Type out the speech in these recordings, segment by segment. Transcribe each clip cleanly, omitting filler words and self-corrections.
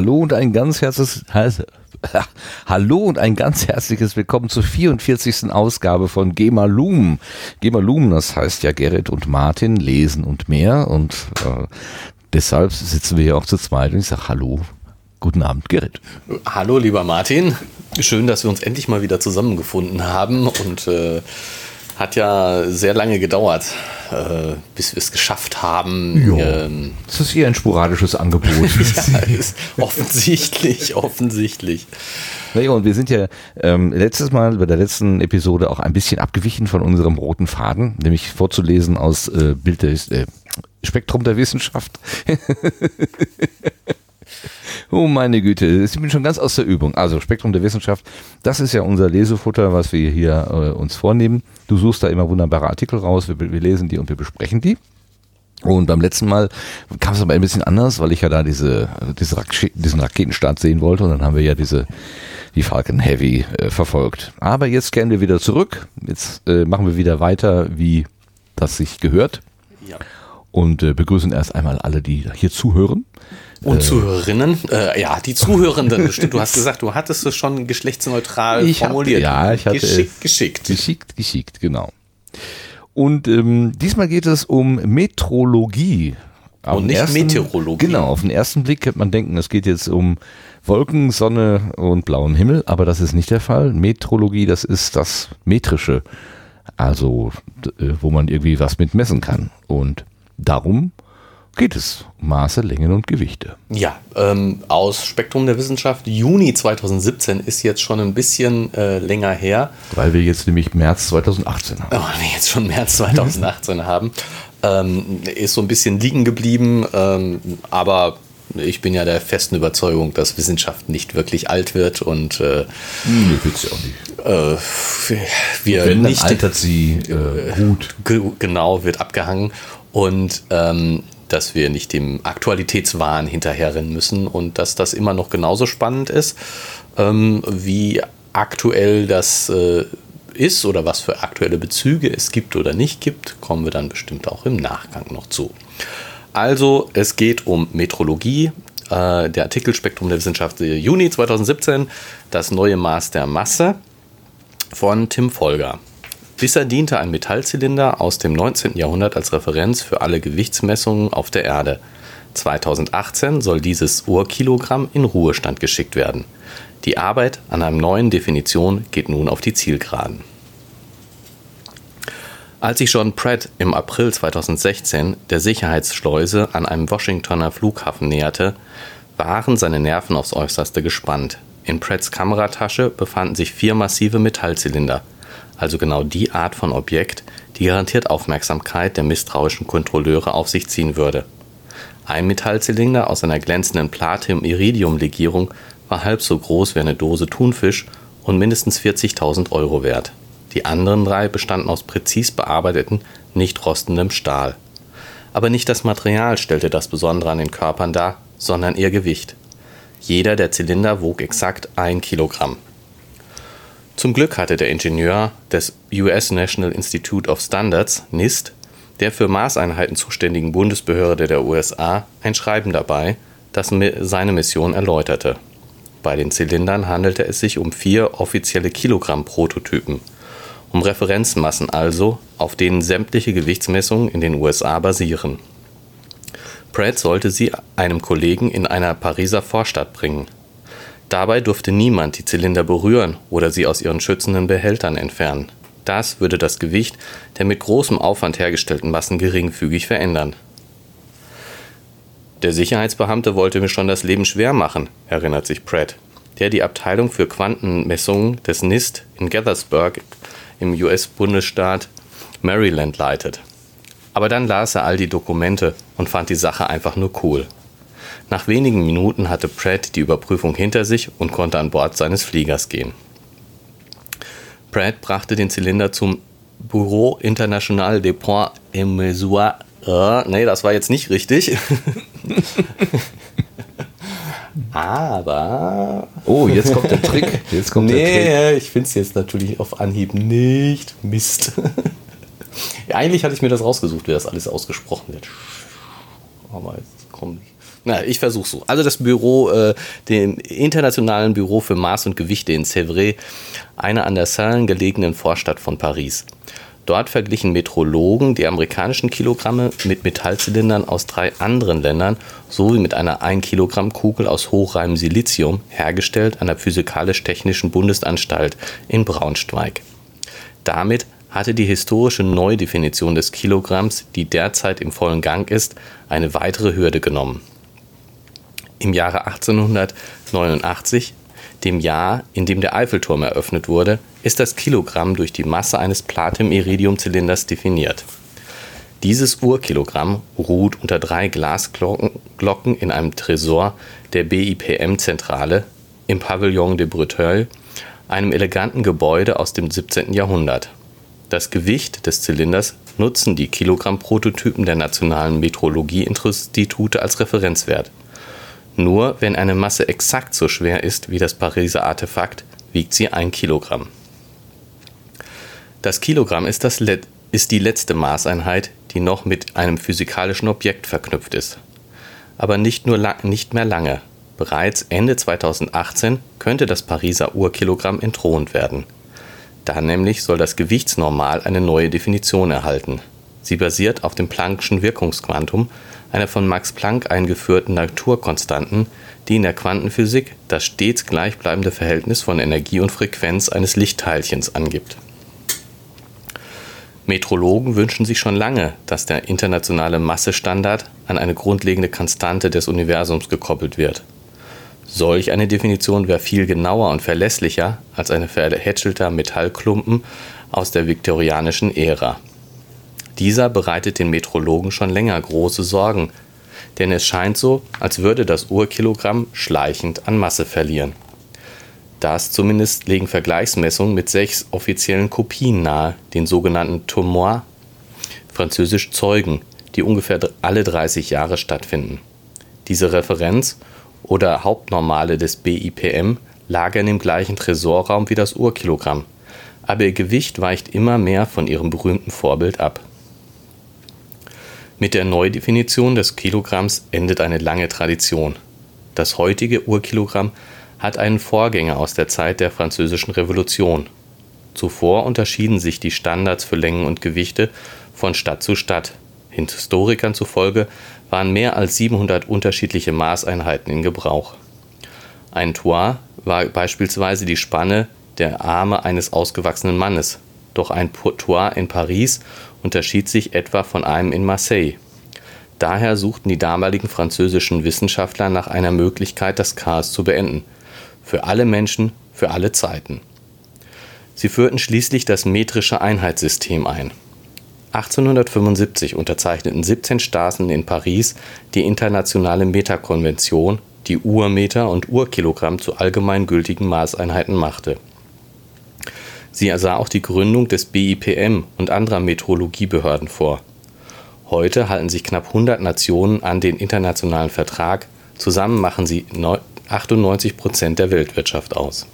Hallo und ein ganz herzliches Willkommen zur 44. Ausgabe von Gemalum. Gemalum, das heißt ja Gerrit und Martin lesen und mehr und deshalb sitzen wir hier auch zu zweit und ich sage Hallo, guten Abend Gerrit. Hallo lieber Martin, schön, dass wir uns endlich mal wieder zusammengefunden haben und hat ja sehr lange gedauert, bis wir es geschafft haben. Ja, das ist eher ein sporadisches Angebot. Ja, ist offensichtlich. Naja, und wir sind ja letztes Mal bei der letzten Episode auch ein bisschen abgewichen von unserem roten Faden, nämlich vorzulesen aus Spektrum der Wissenschaft. Oh meine Güte, ich bin schon ganz aus der Übung. Also Spektrum der Wissenschaft, das ist ja unser Lesefutter, was wir hier uns vornehmen. Du suchst da immer wunderbare Artikel raus, wir lesen die und wir besprechen die. Und beim letzten Mal kam es aber ein bisschen anders, weil ich ja da diesen Raketenstart sehen wollte und dann haben wir ja die Falcon Heavy verfolgt. Aber jetzt kehren wir wieder zurück, jetzt machen wir wieder weiter, wie das sich gehört. Ja. Und begrüßen erst einmal alle, die hier zuhören. Und Zuhörerinnen, ja, die Zuhörenden, bestimmt. Du hast gesagt, du hattest es schon geschlechtsneutral formuliert. Ich hatte geschickt, genau. Und diesmal geht es um Metrologie. Und nicht Meteorologie. Genau, auf den ersten Blick könnte man denken, es geht jetzt um Wolken, Sonne und blauen Himmel, aber das ist nicht der Fall. Metrologie, das ist das Metrische, also wo man irgendwie was mit messen kann. Und darum geht es um Maße, Längen und Gewichte. Ja, aus Spektrum der Wissenschaft. Juni 2017 ist jetzt schon ein bisschen länger her. Weil wir jetzt nämlich März 2018 haben. Weil wir jetzt schon März 2018 haben. Ist so ein bisschen liegen geblieben, aber ich bin ja der festen Überzeugung, dass Wissenschaft nicht wirklich alt wird und nee, wird's ja auch nicht. Wir wenn, nicht dann altert sie gut. Genau, wird abgehangen und dass wir nicht dem Aktualitätswahn hinterherrennen müssen und dass das immer noch genauso spannend ist, wie aktuell das ist oder was für aktuelle Bezüge es gibt oder nicht gibt, kommen wir dann bestimmt auch im Nachgang noch zu. Also es geht um Metrologie, der Artikel Spektrum der Wissenschaft Juni 2017, das neue Maß der Masse von Tim Folger. Bisher diente ein Metallzylinder aus dem 19. Jahrhundert als Referenz für alle Gewichtsmessungen auf der Erde. 2018 soll dieses Urkilogramm in Ruhestand geschickt werden. Die Arbeit an einer neuen Definition geht nun auf die Zielgeraden. Als sich John Pratt im April 2016 der Sicherheitsschleuse an einem Washingtoner Flughafen näherte, waren seine Nerven aufs Äußerste gespannt. In Pratts Kameratasche befanden sich 4 massive Metallzylinder. Also genau die Art von Objekt, die garantiert Aufmerksamkeit der misstrauischen Kontrolleure auf sich ziehen würde. Ein Metallzylinder aus einer glänzenden Platin-Iridium-Legierung war halb so groß wie eine Dose Thunfisch und mindestens 40.000 Euro wert. Die anderen 3 bestanden aus präzis bearbeiteten, nicht rostendem Stahl. Aber nicht das Material stellte das Besondere an den Körpern dar, sondern ihr Gewicht. Jeder der Zylinder wog exakt 1 Kilogramm. Zum Glück hatte der Ingenieur des US National Institute of Standards, NIST, der für Maßeinheiten zuständigen Bundesbehörde der USA, ein Schreiben dabei, das seine Mission erläuterte. Bei den Zylindern handelte es sich um 4 offizielle Kilogramm-Prototypen, um Referenzmassen also, auf denen sämtliche Gewichtsmessungen in den USA basieren. Pratt sollte sie einem Kollegen in einer Pariser Vorstadt bringen. Dabei durfte niemand die Zylinder berühren oder sie aus ihren schützenden Behältern entfernen. Das würde das Gewicht der mit großem Aufwand hergestellten Massen geringfügig verändern. Der Sicherheitsbeamte wollte mir schon das Leben schwer machen, erinnert sich Pratt, der die Abteilung für Quantenmessungen des NIST in Gaithersburg im US-Bundesstaat Maryland leitet. Aber dann las er all die Dokumente und fand die Sache einfach nur cool. Nach wenigen Minuten hatte Pratt die Überprüfung hinter sich und konnte an Bord seines Fliegers gehen. Pratt brachte den Zylinder zum Bureau International des Poids et Mesures. Nee, das war jetzt nicht richtig. Aber... Oh, jetzt kommt der Trick. Ich finde es jetzt natürlich auf Anhieb nicht. Mist. Eigentlich hatte ich mir das rausgesucht, wie das alles ausgesprochen wird. Aber jetzt Na, ich versuche so. Also das Büro, dem Internationalen Büro für Maß und Gewichte in Sèvres, einer an der Seine gelegenen Vorstadt von Paris. Dort verglichen Metrologen die amerikanischen Kilogramme mit Metallzylindern aus 3 anderen Ländern sowie mit einer 1 Kilogramm Kugel aus hochreinem Silizium, hergestellt an der Physikalisch-Technischen Bundesanstalt in Braunschweig. Damit hatte die historische Neudefinition des Kilogramms, die derzeit im vollen Gang ist, eine weitere Hürde genommen. Im Jahre 1889, dem Jahr, in dem der Eiffelturm eröffnet wurde, ist das Kilogramm durch die Masse eines Platin-Iridium-Zylinders definiert. Dieses Urkilogramm ruht unter 3 Glasglocken in einem Tresor der BIPM-Zentrale im Pavillon de Breteuil, einem eleganten Gebäude aus dem 17. Jahrhundert. Das Gewicht des Zylinders nutzen die Kilogramm-Prototypen der nationalen Metrologie-Institute als Referenzwert. Nur wenn eine Masse exakt so schwer ist wie das Pariser Artefakt, wiegt sie 1 Kilogramm. Das Kilogramm ist die letzte Maßeinheit, die noch mit einem physikalischen Objekt verknüpft ist. Aber nicht mehr lange. Bereits Ende 2018 könnte das Pariser Urkilogramm entthront werden. Dann nämlich soll das Gewichtsnormal eine neue Definition erhalten. Sie basiert auf dem Planck'schen Wirkungsquantum, einer von Max Planck eingeführten Naturkonstanten, die in der Quantenphysik das stets gleichbleibende Verhältnis von Energie und Frequenz eines Lichtteilchens angibt. Metrologen wünschen sich schon lange, dass der internationale Massestandard an eine grundlegende Konstante des Universums gekoppelt wird. Solch eine Definition wäre viel genauer und verlässlicher als ein verhätschelter Metallklumpen aus der viktorianischen Ära. Dieser bereitet den Metrologen schon länger große Sorgen, denn es scheint so, als würde das Urkilogramm schleichend an Masse verlieren. Das zumindest legen Vergleichsmessungen mit 6 offiziellen Kopien nahe, den sogenannten Témoins, französisch Zeugen, die ungefähr alle 30 Jahre stattfinden. Diese Referenz oder Hauptnormale des BIPM lagern im gleichen Tresorraum wie das Urkilogramm, aber ihr Gewicht weicht immer mehr von ihrem berühmten Vorbild ab. Mit der Neudefinition des Kilogramms endet eine lange Tradition. Das heutige Urkilogramm hat einen Vorgänger aus der Zeit der Französischen Revolution. Zuvor unterschieden sich die Standards für Längen und Gewichte von Stadt zu Stadt. Historikern zufolge waren mehr als 700 unterschiedliche Maßeinheiten in Gebrauch. Ein Tois war beispielsweise die Spanne der Arme eines ausgewachsenen Mannes, doch ein Tois in Paris unterschied sich etwa von einem in Marseille. Daher suchten die damaligen französischen Wissenschaftler nach einer Möglichkeit, das Chaos zu beenden. Für alle Menschen, für alle Zeiten. Sie führten schließlich das metrische Einheitssystem ein. 1875 unterzeichneten 17 Staaten in Paris die internationale Meterkonvention, die Urmeter und Urkilogramm zu allgemeingültigen Maßeinheiten machte. Sie sah auch die Gründung des BIPM und anderer Metrologiebehörden vor. Heute halten sich knapp 100 Nationen an den internationalen Vertrag, zusammen machen sie 98% der Weltwirtschaft aus.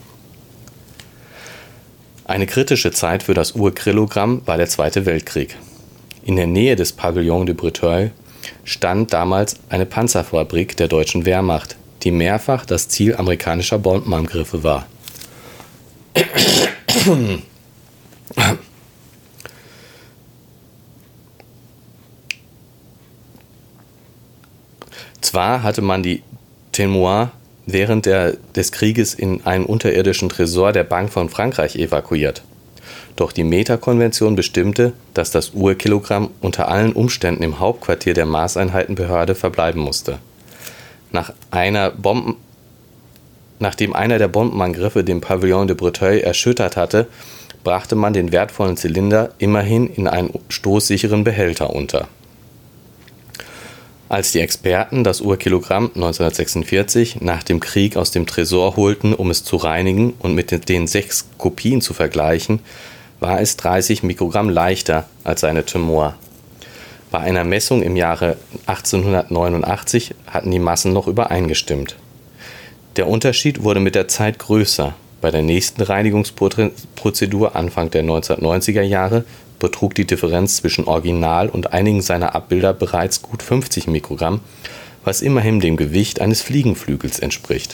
Eine kritische Zeit für das Urkilogramm war der Zweite Weltkrieg. In der Nähe des Pavillon de Breteuil stand damals eine Panzerfabrik der deutschen Wehrmacht, die mehrfach das Ziel amerikanischer Bombenangriffe war. Zwar hatte man die Témoins während des Krieges in einen unterirdischen Tresor der Bank von Frankreich evakuiert. Doch die Meterkonvention bestimmte, dass das Urkilogramm unter allen Umständen im Hauptquartier der Maßeinheitenbehörde verbleiben musste. Nachdem einer der Bombenangriffe den Pavillon de Breteuil erschüttert hatte, brachte man den wertvollen Zylinder immerhin in einen stoßsicheren Behälter unter. Als die Experten das Urkilogramm 1946 nach dem Krieg aus dem Tresor holten, um es zu reinigen und mit den 6 Kopien zu vergleichen, war es 30 Mikrogramm leichter als seine Témoins. Bei einer Messung im Jahre 1889 hatten die Massen noch übereingestimmt. Der Unterschied wurde mit der Zeit größer. Bei der nächsten Reinigungsprozedur Anfang der 1990er Jahre betrug die Differenz zwischen Original und einigen seiner Abbilder bereits gut 50 Mikrogramm, was immerhin dem Gewicht eines Fliegenflügels entspricht.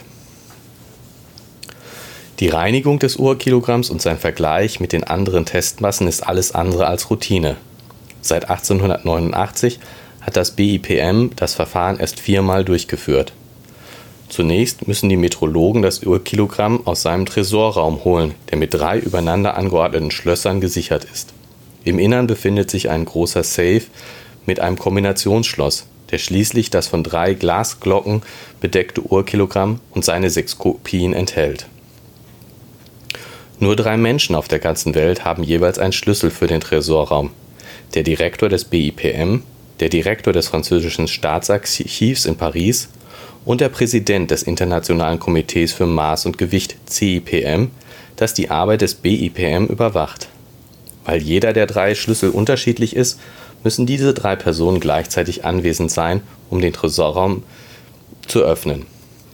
Die Reinigung des Urkilogramms und sein Vergleich mit den anderen Testmassen ist alles andere als Routine. Seit 1889 hat das BIPM das Verfahren erst 4-mal durchgeführt. Zunächst müssen die Metrologen das Urkilogramm aus seinem Tresorraum holen, der mit 3 übereinander angeordneten Schlössern gesichert ist. Im Innern befindet sich ein großer Safe mit einem Kombinationsschloss, der schließlich das von 3 Glasglocken bedeckte Urkilogramm und seine 6 Kopien enthält. Nur 3 Menschen auf der ganzen Welt haben jeweils einen Schlüssel für den Tresorraum: der Direktor des BIPM, der Direktor des französischen Staatsarchivs in Paris und der Präsident des Internationalen Komitees für Maß und Gewicht CIPM, das die Arbeit des BIPM überwacht. Weil jeder der 3 Schlüssel unterschiedlich ist, müssen diese 3 Personen gleichzeitig anwesend sein, um den Tresorraum zu öffnen.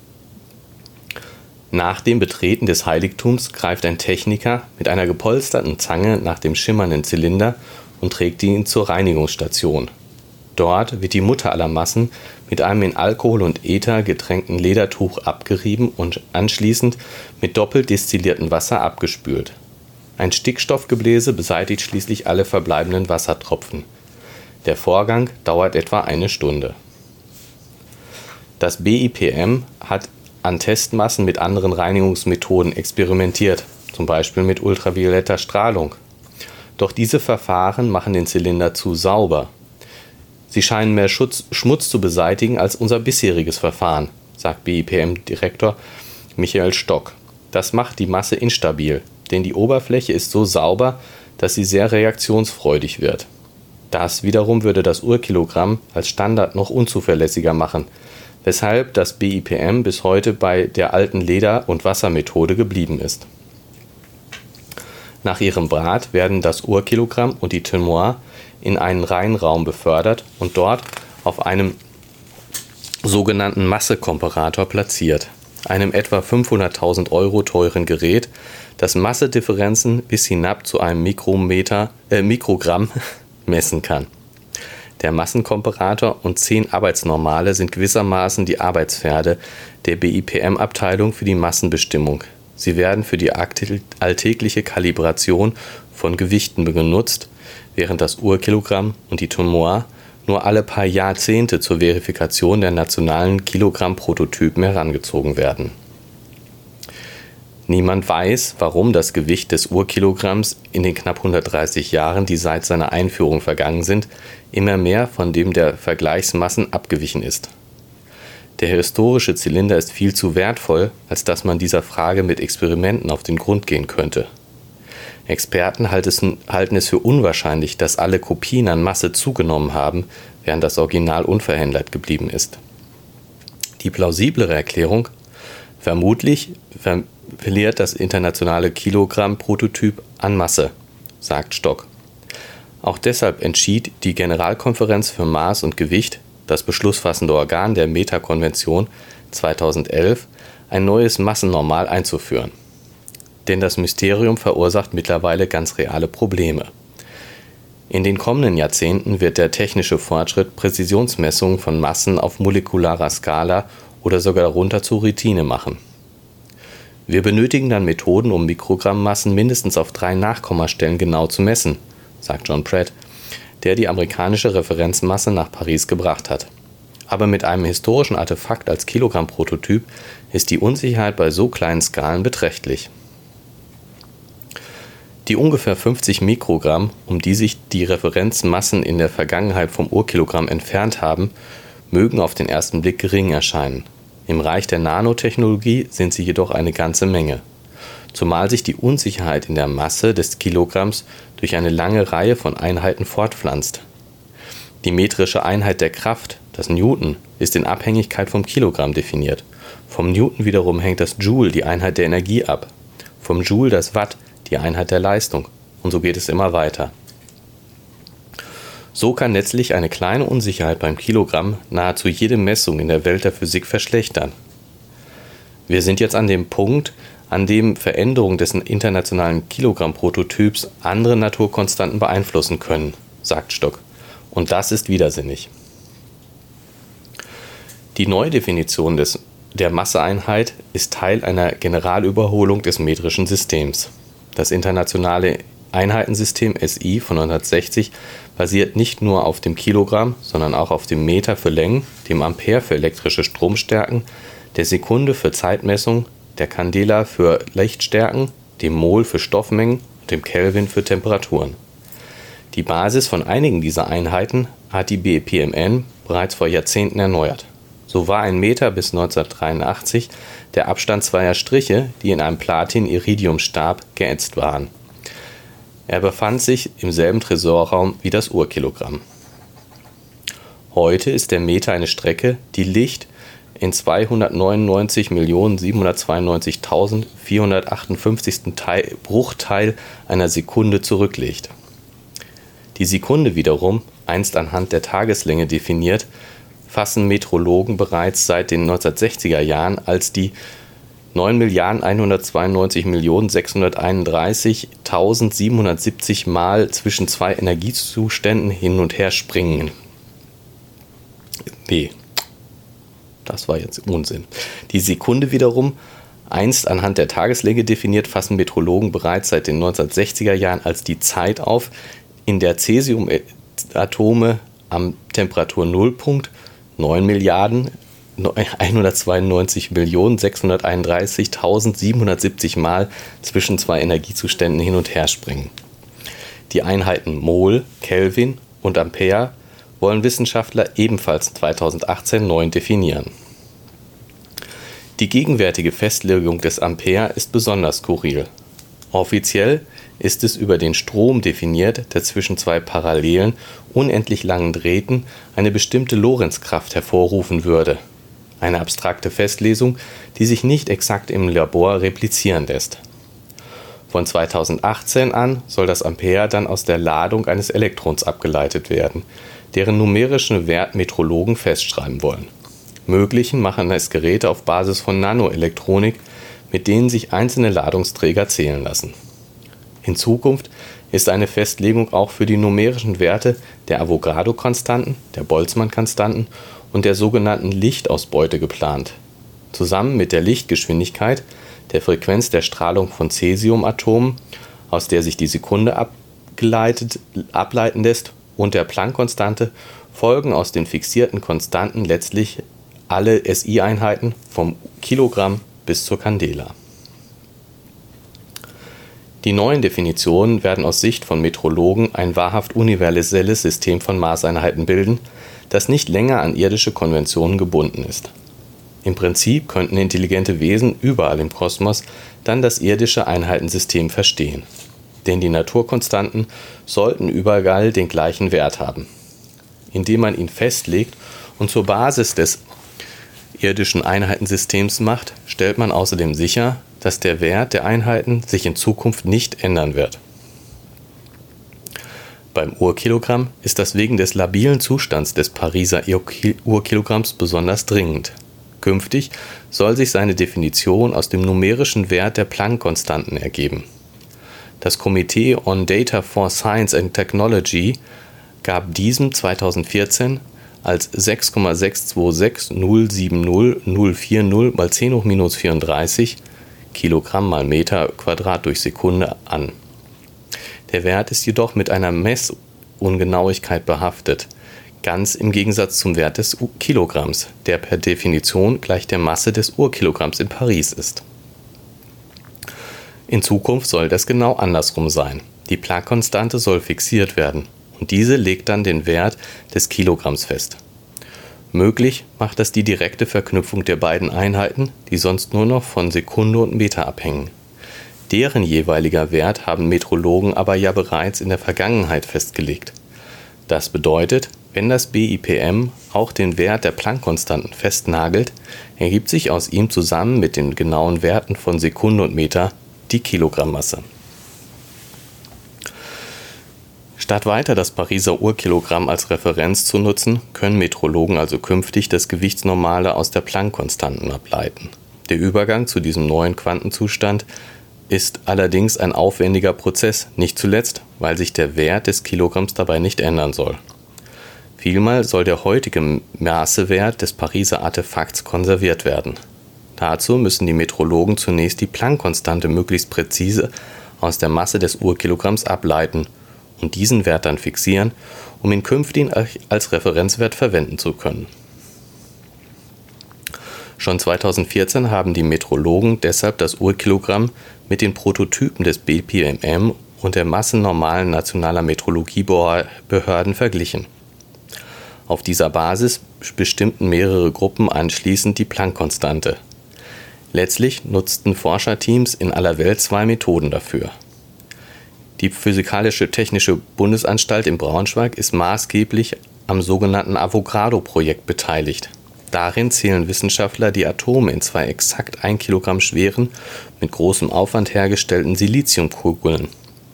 Nach dem Betreten des Heiligtums greift ein Techniker mit einer gepolsterten Zange nach dem schimmernden Zylinder und trägt ihn zur Reinigungsstation. Dort wird die Mutter aller Massen mit einem in Alkohol und Ether getränkten Ledertuch abgerieben und anschließend mit doppelt destilliertem Wasser abgespült. Ein Stickstoffgebläse beseitigt schließlich alle verbleibenden Wassertropfen. Der Vorgang dauert etwa 1 Stunde. Das BIPM hat an Testmassen mit anderen Reinigungsmethoden experimentiert, zum Beispiel mit ultravioletter Strahlung. Doch diese Verfahren machen den Zylinder zu sauber. Sie scheinen mehr Schmutz zu beseitigen als unser bisheriges Verfahren, sagt BIPM-Direktor Michael Stock. Das macht die Masse instabil, denn die Oberfläche ist so sauber, dass sie sehr reaktionsfreudig wird. Das wiederum würde das Urkilogramm als Standard noch unzuverlässiger machen, weshalb das BIPM bis heute bei der alten Leder- und Wassermethode geblieben ist. Nach ihrem Brat werden das Urkilogramm und die Témoin in einen Reinraum befördert und dort auf einem sogenannten Massekomparator platziert, einem etwa 500.000 € teuren Gerät, das Massedifferenzen bis hinab zu einem Mikrogramm messen kann. Der Massenkomparator und 10 Arbeitsnormale sind gewissermaßen die Arbeitspferde der BIPM-Abteilung für die Massenbestimmung. Sie werden für die alltägliche Kalibration von Gewichten genutzt, während das Urkilogramm und die Témoin nur alle paar Jahrzehnte zur Verifikation der nationalen Kilogramm-Prototypen herangezogen werden. Niemand weiß, warum das Gewicht des Urkilogramms in den knapp 130 Jahren, die seit seiner Einführung vergangen sind, immer mehr von dem der Vergleichsmassen abgewichen ist. Der historische Zylinder ist viel zu wertvoll, als dass man dieser Frage mit Experimenten auf den Grund gehen könnte. Experten halten es für unwahrscheinlich, dass alle Kopien an Masse zugenommen haben, während das Original unverändert geblieben ist. Die plausiblere Erklärung: vermutlich verliert das internationale Kilogramm-Prototyp an Masse, sagt Stock. Auch deshalb entschied die Generalkonferenz für Maß und Gewicht, das beschlussfassende Organ der Meta-Konvention, 2011 ein neues Massennormal einzuführen. Denn das Mysterium verursacht mittlerweile ganz reale Probleme. In den kommenden Jahrzehnten wird der technische Fortschritt Präzisionsmessungen von Massen auf molekularer Skala oder sogar darunter zur Routine machen. Wir benötigen dann Methoden, um Mikrogrammmassen mindestens auf 3 Nachkommastellen genau zu messen, sagt John Pratt, der die amerikanische Referenzmasse nach Paris gebracht hat. Aber mit einem historischen Artefakt als Kilogramm-Prototyp ist die Unsicherheit bei so kleinen Skalen beträchtlich. Die ungefähr 50 Mikrogramm, um die sich die Referenzmassen in der Vergangenheit vom Urkilogramm entfernt haben, mögen auf den ersten Blick gering erscheinen. Im Reich der Nanotechnologie sind sie jedoch eine ganze Menge. Zumal sich die Unsicherheit in der Masse des Kilogramms durch eine lange Reihe von Einheiten fortpflanzt. Die metrische Einheit der Kraft, das Newton, ist in Abhängigkeit vom Kilogramm definiert. Vom Newton wiederum hängt das Joule, die Einheit der Energie, ab. Vom Joule das Watt, die Einheit der Leistung. Und so geht es immer weiter. So kann letztlich eine kleine Unsicherheit beim Kilogramm nahezu jede Messung in der Welt der Physik verschlechtern. Wir sind jetzt an dem Punkt, an dem Veränderungen des internationalen Kilogramm-Prototyps andere Naturkonstanten beeinflussen können, sagt Stock. Und das ist widersinnig. Die Neudefinition der Masseeinheit ist Teil einer Generalüberholung des metrischen Systems. Das internationale Einheitensystem SI von 1960 basiert nicht nur auf dem Kilogramm, sondern auch auf dem Meter für Längen, dem Ampere für elektrische Stromstärken, der Sekunde für Zeitmessung, der Candela für Lichtstärken, dem Mol für Stoffmengen und dem Kelvin für Temperaturen. Die Basis von einigen dieser Einheiten hat die BPMN bereits vor Jahrzehnten erneuert. So war ein Meter bis 1983 der Abstand zweier Striche, die in einem Platin-Iridium-Stab geätzt waren. Er befand sich im selben Tresorraum wie das Urkilogramm. Heute ist der Meter eine Strecke, die Licht in 299.792.458. Bruchteil einer Sekunde zurücklegt. Die Sekunde wiederum, einst anhand der Tageslänge definiert, fassen Metrologen bereits seit den 1960er Jahren als die 9.192.631.770 Mal zwischen zwei Energiezuständen hin und her springen. Das war jetzt Unsinn. Die Sekunde wiederum, einst anhand der Tageslänge definiert, fassen Metrologen bereits seit den 1960er Jahren als die Zeit auf, in der Cäsiumatome am Temperaturnullpunkt 9.192.631.770 Mal zwischen zwei Energiezuständen hin und her springen. Die Einheiten Mol, Kelvin und Ampere wollen Wissenschaftler ebenfalls 2018 neu definieren. Die gegenwärtige Festlegung des Ampere ist besonders skurril. Offiziell ist es über den Strom definiert, der zwischen zwei parallelen, unendlich langen Drähten eine bestimmte Lorentzkraft hervorrufen würde. Eine abstrakte Festlesung, die sich nicht exakt im Labor replizieren lässt. Von 2018 an soll das Ampere dann aus der Ladung eines Elektrons abgeleitet werden, deren numerischen Wert Metrologen festschreiben wollen. Möglichen machen es Geräte auf Basis von Nanoelektronik, mit denen sich einzelne Ladungsträger zählen lassen. In Zukunft ist eine Festlegung auch für die numerischen Werte der Avogadro-Konstanten, der Boltzmann-Konstanten und der sogenannten Lichtausbeute geplant. Zusammen mit der Lichtgeschwindigkeit, der Frequenz der Strahlung von Cäsiumatomen, aus der sich die Sekunde ableiten lässt, und der Planck-Konstante folgen aus den fixierten Konstanten letztlich alle SI-Einheiten vom Kilogramm bis zur Candela. Die neuen Definitionen werden aus Sicht von Metrologen ein wahrhaft universelles System von Maßeinheiten bilden, das nicht länger an irdische Konventionen gebunden ist. Im Prinzip könnten intelligente Wesen überall im Kosmos dann das irdische Einheitensystem verstehen. Denn die Naturkonstanten sollten überall den gleichen Wert haben. Indem man ihn festlegt und zur Basis des irdischen Einheitensystems macht, stellt man außerdem sicher, dass der Wert der Einheiten sich in Zukunft nicht ändern wird. Beim Urkilogramm ist das wegen des labilen Zustands des Pariser Urkilogramms besonders dringend. Künftig soll sich seine Definition aus dem numerischen Wert der Planck-Konstanten ergeben. Das Komitee on Data for Science and Technology gab diesem 2014 als 6,626070,040 mal 10⁻⁻34 Kilogramm mal Meter Quadrat durch Sekunde an. Der Wert ist jedoch mit einer Messungenauigkeit behaftet, ganz im Gegensatz zum Wert des Kilogramms, der per Definition gleich der Masse des Urkilogramms in Paris ist. In Zukunft soll das genau andersrum sein. Die Planck-Konstante soll fixiert werden und diese legt dann den Wert des Kilogramms fest. Möglich macht das die direkte Verknüpfung der beiden Einheiten, die sonst nur noch von Sekunde und Meter abhängen. Deren jeweiliger Wert haben Metrologen aber ja bereits in der Vergangenheit festgelegt. Das bedeutet, wenn das BIPM auch den Wert der Planck-Konstanten festnagelt, ergibt sich aus ihm zusammen mit den genauen Werten von Sekunde und Meter die Kilogrammmasse. Statt weiter das Pariser Urkilogramm als Referenz zu nutzen, können Metrologen also künftig das Gewichtsnormale aus der Planck-Konstanten ableiten. Der Übergang zu diesem neuen Quantenzustand ist allerdings ein aufwendiger Prozess, nicht zuletzt, weil sich der Wert des Kilogramms dabei nicht ändern soll. Vielmehr soll der heutige Maßewert des Pariser Artefakts konserviert werden. Dazu müssen die Metrologen zunächst die Planck-Konstante möglichst präzise aus der Masse des Urkilogramms ableiten und diesen Wert dann fixieren, um ihn künftig als Referenzwert verwenden zu können. Schon 2014 haben die Metrologen deshalb das Urkilogramm mit den Prototypen des BPMM und der massennormalen nationaler Metrologiebehörden verglichen. Auf dieser Basis bestimmten mehrere Gruppen anschließend die Planck-Konstante. Letztlich nutzten Forscherteams in aller Welt zwei Methoden dafür. Die Physikalische Technische Bundesanstalt in Braunschweig ist maßgeblich am sogenannten Avogadro-Projekt beteiligt. Darin zählen Wissenschaftler die Atome in zwei exakt 1 Kilogramm schweren, mit großem Aufwand hergestellten Siliziumkugeln.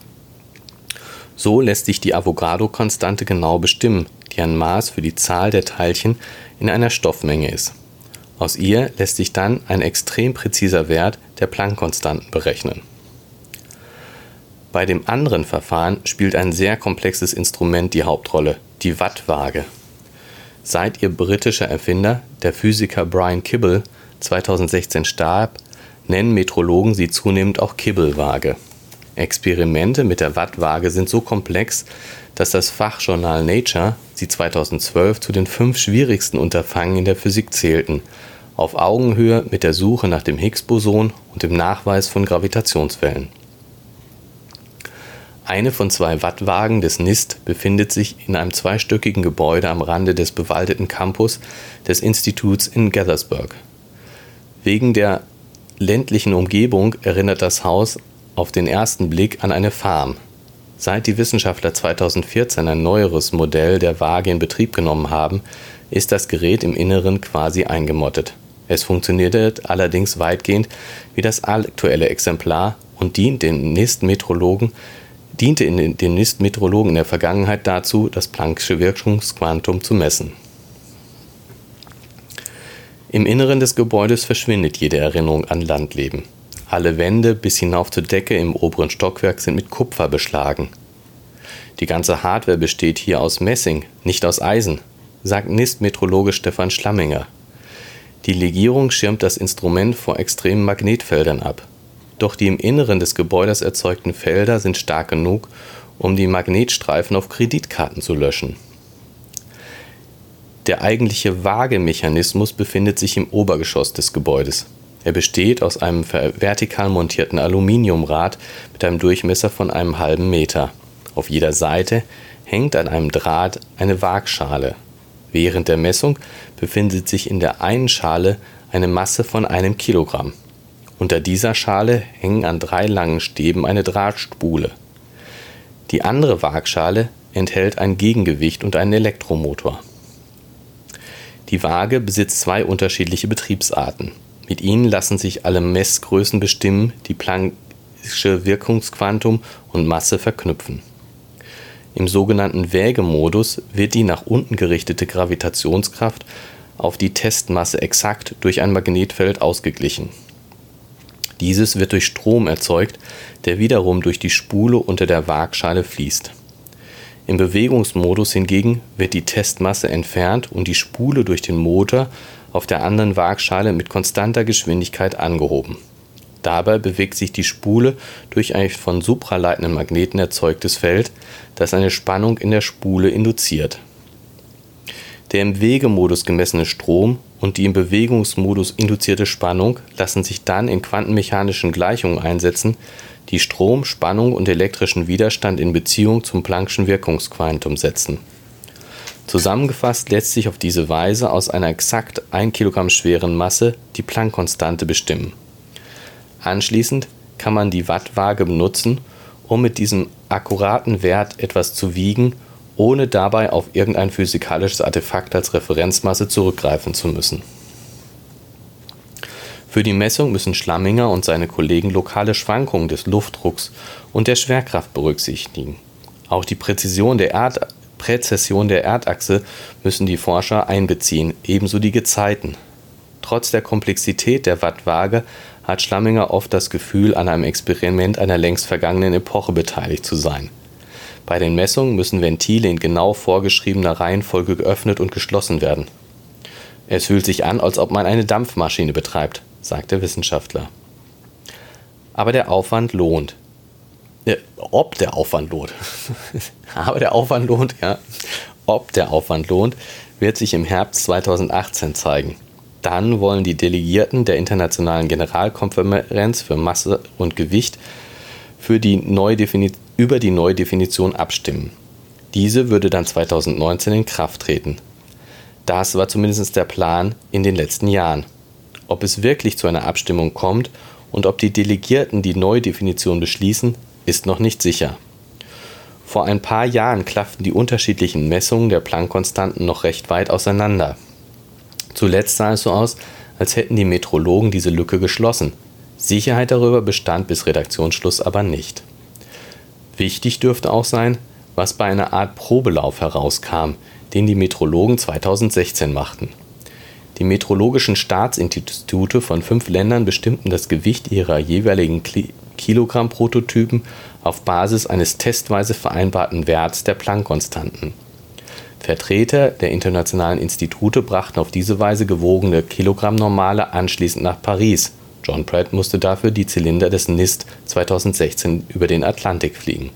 So lässt sich die Avogadro-Konstante genau bestimmen, die ein Maß für die Zahl der Teilchen in einer Stoffmenge ist. Aus ihr lässt sich dann ein extrem präziser Wert der Planck-Konstanten berechnen. Bei dem anderen Verfahren spielt ein sehr komplexes Instrument die Hauptrolle, die Wattwaage. Seit ihr britischer Erfinder, der Physiker Brian Kibble, 2016 starb, nennen Metrologen sie zunehmend auch Kibble-Waage. Experimente mit der Wattwaage sind so komplex, dass das Fachjournal Nature sie 2012 zu den 5 schwierigsten Unterfangen in der Physik zählten, auf Augenhöhe mit der Suche nach dem Higgs-Boson und dem Nachweis von Gravitationswellen. Eine von 2 Wattwaagen des NIST befindet sich in einem zweistöckigen Gebäude am Rande des bewaldeten Campus des Instituts in Gaithersburg. Wegen der ländlichen Umgebung erinnert das Haus auf den ersten Blick an eine Farm. Seit die Wissenschaftler 2014 ein neueres Modell der Waage in Betrieb genommen haben, ist das Gerät im Inneren quasi eingemottet. Es funktionierte allerdings weitgehend wie das aktuelle Exemplar und diente in den NIST-Metrologen in der Vergangenheit dazu, das Planck'sche Wirkungsquantum zu messen. Im Inneren des Gebäudes verschwindet jede Erinnerung an Landleben. Alle Wände bis hinauf zur Decke im oberen Stockwerk sind mit Kupfer beschlagen. Die ganze Hardware besteht hier aus Messing, nicht aus Eisen, sagt NIST-Metrologe Stefan Schlamminger. Die Legierung schirmt das Instrument vor extremen Magnetfeldern ab. Doch die im Inneren des Gebäudes erzeugten Felder sind stark genug, um die Magnetstreifen auf Kreditkarten zu löschen. Der eigentliche Waagemechanismus befindet sich im Obergeschoss des Gebäudes. Er besteht aus einem vertikal montierten Aluminiumrad mit einem Durchmesser von einem halben Meter. Auf jeder Seite hängt an einem Draht eine Waagschale. Während der Messung befindet sich in der einen Schale eine Masse von 1 Kilogramm. Unter dieser Schale hängen an 3 langen Stäben eine Drahtspule. Die andere Waagschale enthält ein Gegengewicht und einen Elektromotor. Die Waage besitzt 2 unterschiedliche Betriebsarten. Mit ihnen lassen sich alle Messgrößen bestimmen, die Planck'sche Wirkungsquantum und Masse verknüpfen. Im sogenannten Wägemodus wird die nach unten gerichtete Gravitationskraft auf die Testmasse exakt durch ein Magnetfeld ausgeglichen. Dieses wird durch Strom erzeugt, der wiederum durch die Spule unter der Waagschale fließt. Im Bewegungsmodus hingegen wird die Testmasse entfernt und die Spule durch den Motor auf der anderen Waagschale mit konstanter Geschwindigkeit angehoben. Dabei bewegt sich die Spule durch ein von supraleitenden Magneten erzeugtes Feld, das eine Spannung in der Spule induziert. Der im Wägemodus gemessene Strom und die im Bewegungsmodus induzierte Spannung lassen sich dann in quantenmechanischen Gleichungen einsetzen, die Strom, Spannung und elektrischen Widerstand in Beziehung zum Planck'schen Wirkungsquantum setzen. Zusammengefasst lässt sich auf diese Weise aus einer exakt 1 Kilogramm schweren Masse die Planck-Konstante bestimmen. Anschließend kann man die Wattwaage benutzen, um mit diesem akkuraten Wert etwas zu wiegen, ohne dabei auf irgendein physikalisches Artefakt als Referenzmasse zurückgreifen zu müssen. Für die Messung müssen Schlamminger und seine Kollegen lokale Schwankungen des Luftdrucks und der Schwerkraft berücksichtigen. Auch die Präzession der Erdachse müssen die Forscher einbeziehen, ebenso die Gezeiten. Trotz der Komplexität der Wattwaage hat Schlamminger oft das Gefühl, an einem Experiment einer längst vergangenen Epoche beteiligt zu sein. Bei den Messungen müssen Ventile in genau vorgeschriebener Reihenfolge geöffnet und geschlossen werden. Es fühlt sich an, als ob man eine Dampfmaschine betreibt, sagt der Wissenschaftler. Aber der Aufwand lohnt. Ob der Aufwand lohnt. Aber der Aufwand lohnt, ja. Ob der Aufwand lohnt, wird sich im Herbst 2018 zeigen. Dann wollen die Delegierten der Internationalen Generalkonferenz für Masse und Gewicht über die Neudefinition abstimmen. Diese würde dann 2019 in Kraft treten. Das war zumindest der Plan in den letzten Jahren. Ob es wirklich zu einer Abstimmung kommt und ob die Delegierten die Neudefinition beschließen, ist noch nicht sicher. Vor ein paar Jahren klafften die unterschiedlichen Messungen der Planck-Konstanten noch recht weit auseinander. Zuletzt sah es so aus, als hätten die Metrologen diese Lücke geschlossen. Sicherheit darüber bestand bis Redaktionsschluss aber nicht. Wichtig dürfte auch sein, was bei einer Art Probelauf herauskam, den die Metrologen 2016 machten. Die metrologischen Staatsinstitute von 5 Ländern bestimmten das Gewicht ihrer jeweiligen Kilogramm-Prototypen auf Basis eines testweise vereinbarten Werts der Planck-Konstanten. Vertreter der internationalen Institute brachten auf diese Weise gewogene Kilogrammnormale anschließend nach Paris. John Pratt musste dafür die Zylinder des NIST 2016 über den Atlantik fliegen.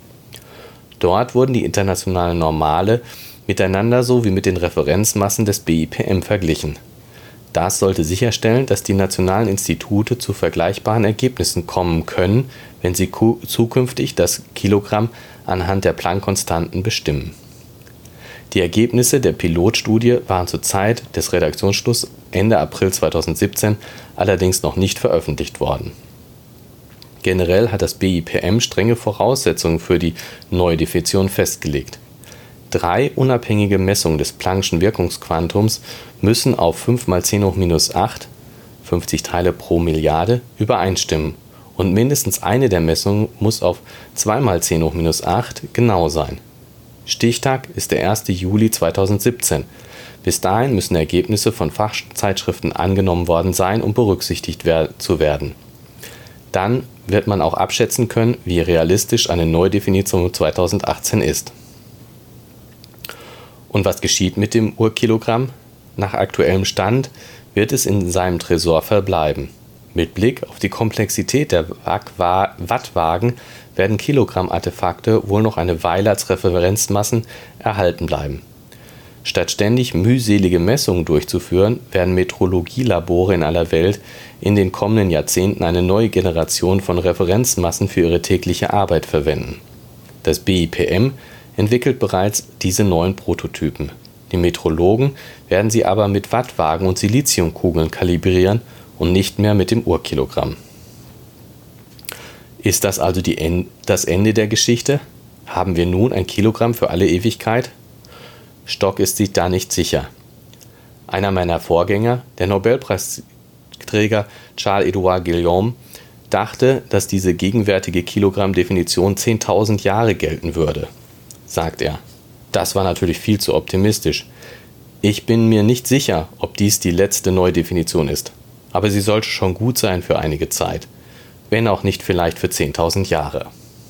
Dort wurden die internationalen Normale miteinander sowie mit den Referenzmassen des BIPM verglichen. Das sollte sicherstellen, dass die nationalen Institute zu vergleichbaren Ergebnissen kommen können, wenn sie zukünftig das Kilogramm anhand der Planck-Konstanten bestimmen. Die Ergebnisse der Pilotstudie waren zur Zeit des Redaktionsschlusses Ende April 2017 allerdings noch nicht veröffentlicht worden. Generell hat das BIPM strenge Voraussetzungen für die Neudefinition festgelegt. 3 unabhängige Messungen des Planck'schen Wirkungsquantums müssen auf 5 mal 10 hoch minus 8, 50 Teile pro Milliarde, übereinstimmen und mindestens eine der Messungen muss auf 2 mal 10 hoch minus 8 genau sein. Stichtag ist der 1. Juli 2017. Bis dahin müssen Ergebnisse von Fachzeitschriften angenommen worden sein, um berücksichtigt zu werden. Dann wird man auch abschätzen können, wie realistisch eine Neudefinition 2018 ist. Und was geschieht mit dem Urkilogramm? Nach aktuellem Stand wird es in seinem Tresor verbleiben. Mit Blick auf die Komplexität der Wattwagen werden Kilogramm-Artefakte wohl noch eine Weile als Referenzmassen erhalten bleiben. Statt ständig mühselige Messungen durchzuführen, werden Metrologielabore in aller Welt in den kommenden Jahrzehnten eine neue Generation von Referenzmassen für ihre tägliche Arbeit verwenden. Das BIPM entwickelt bereits diese neuen Prototypen. Die Metrologen werden sie aber mit Wattwagen und Siliziumkugeln kalibrieren und nicht mehr mit dem Urkilogramm. Ist das also das Ende der Geschichte? Haben wir nun ein Kilogramm für alle Ewigkeit? Stock ist sich da nicht sicher. Einer meiner Vorgänger, der Nobelpreisträger Charles-Édouard Guillaume, dachte, dass diese gegenwärtige Kilogramm-Definition 10.000 Jahre gelten würde, sagt er. Das war natürlich viel zu optimistisch. Ich bin mir nicht sicher, ob dies die letzte Neudefinition ist, aber sie sollte schon gut sein für einige Zeit, wenn auch nicht vielleicht für 10.000 Jahre.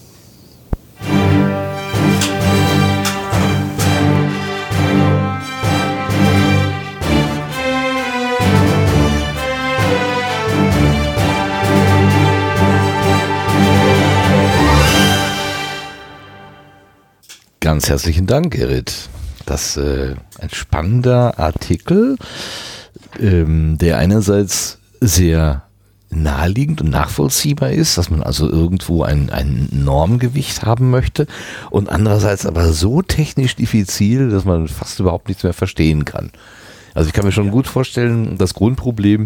Ganz herzlichen Dank, Gerrit. Das ist ein spannender Artikel, der einerseits sehr naheliegend und nachvollziehbar ist, dass man also irgendwo ein Normgewicht haben möchte und andererseits aber so technisch diffizil, dass man fast überhaupt nichts mehr verstehen kann. Also ich kann mir schon gut vorstellen, das Grundproblem,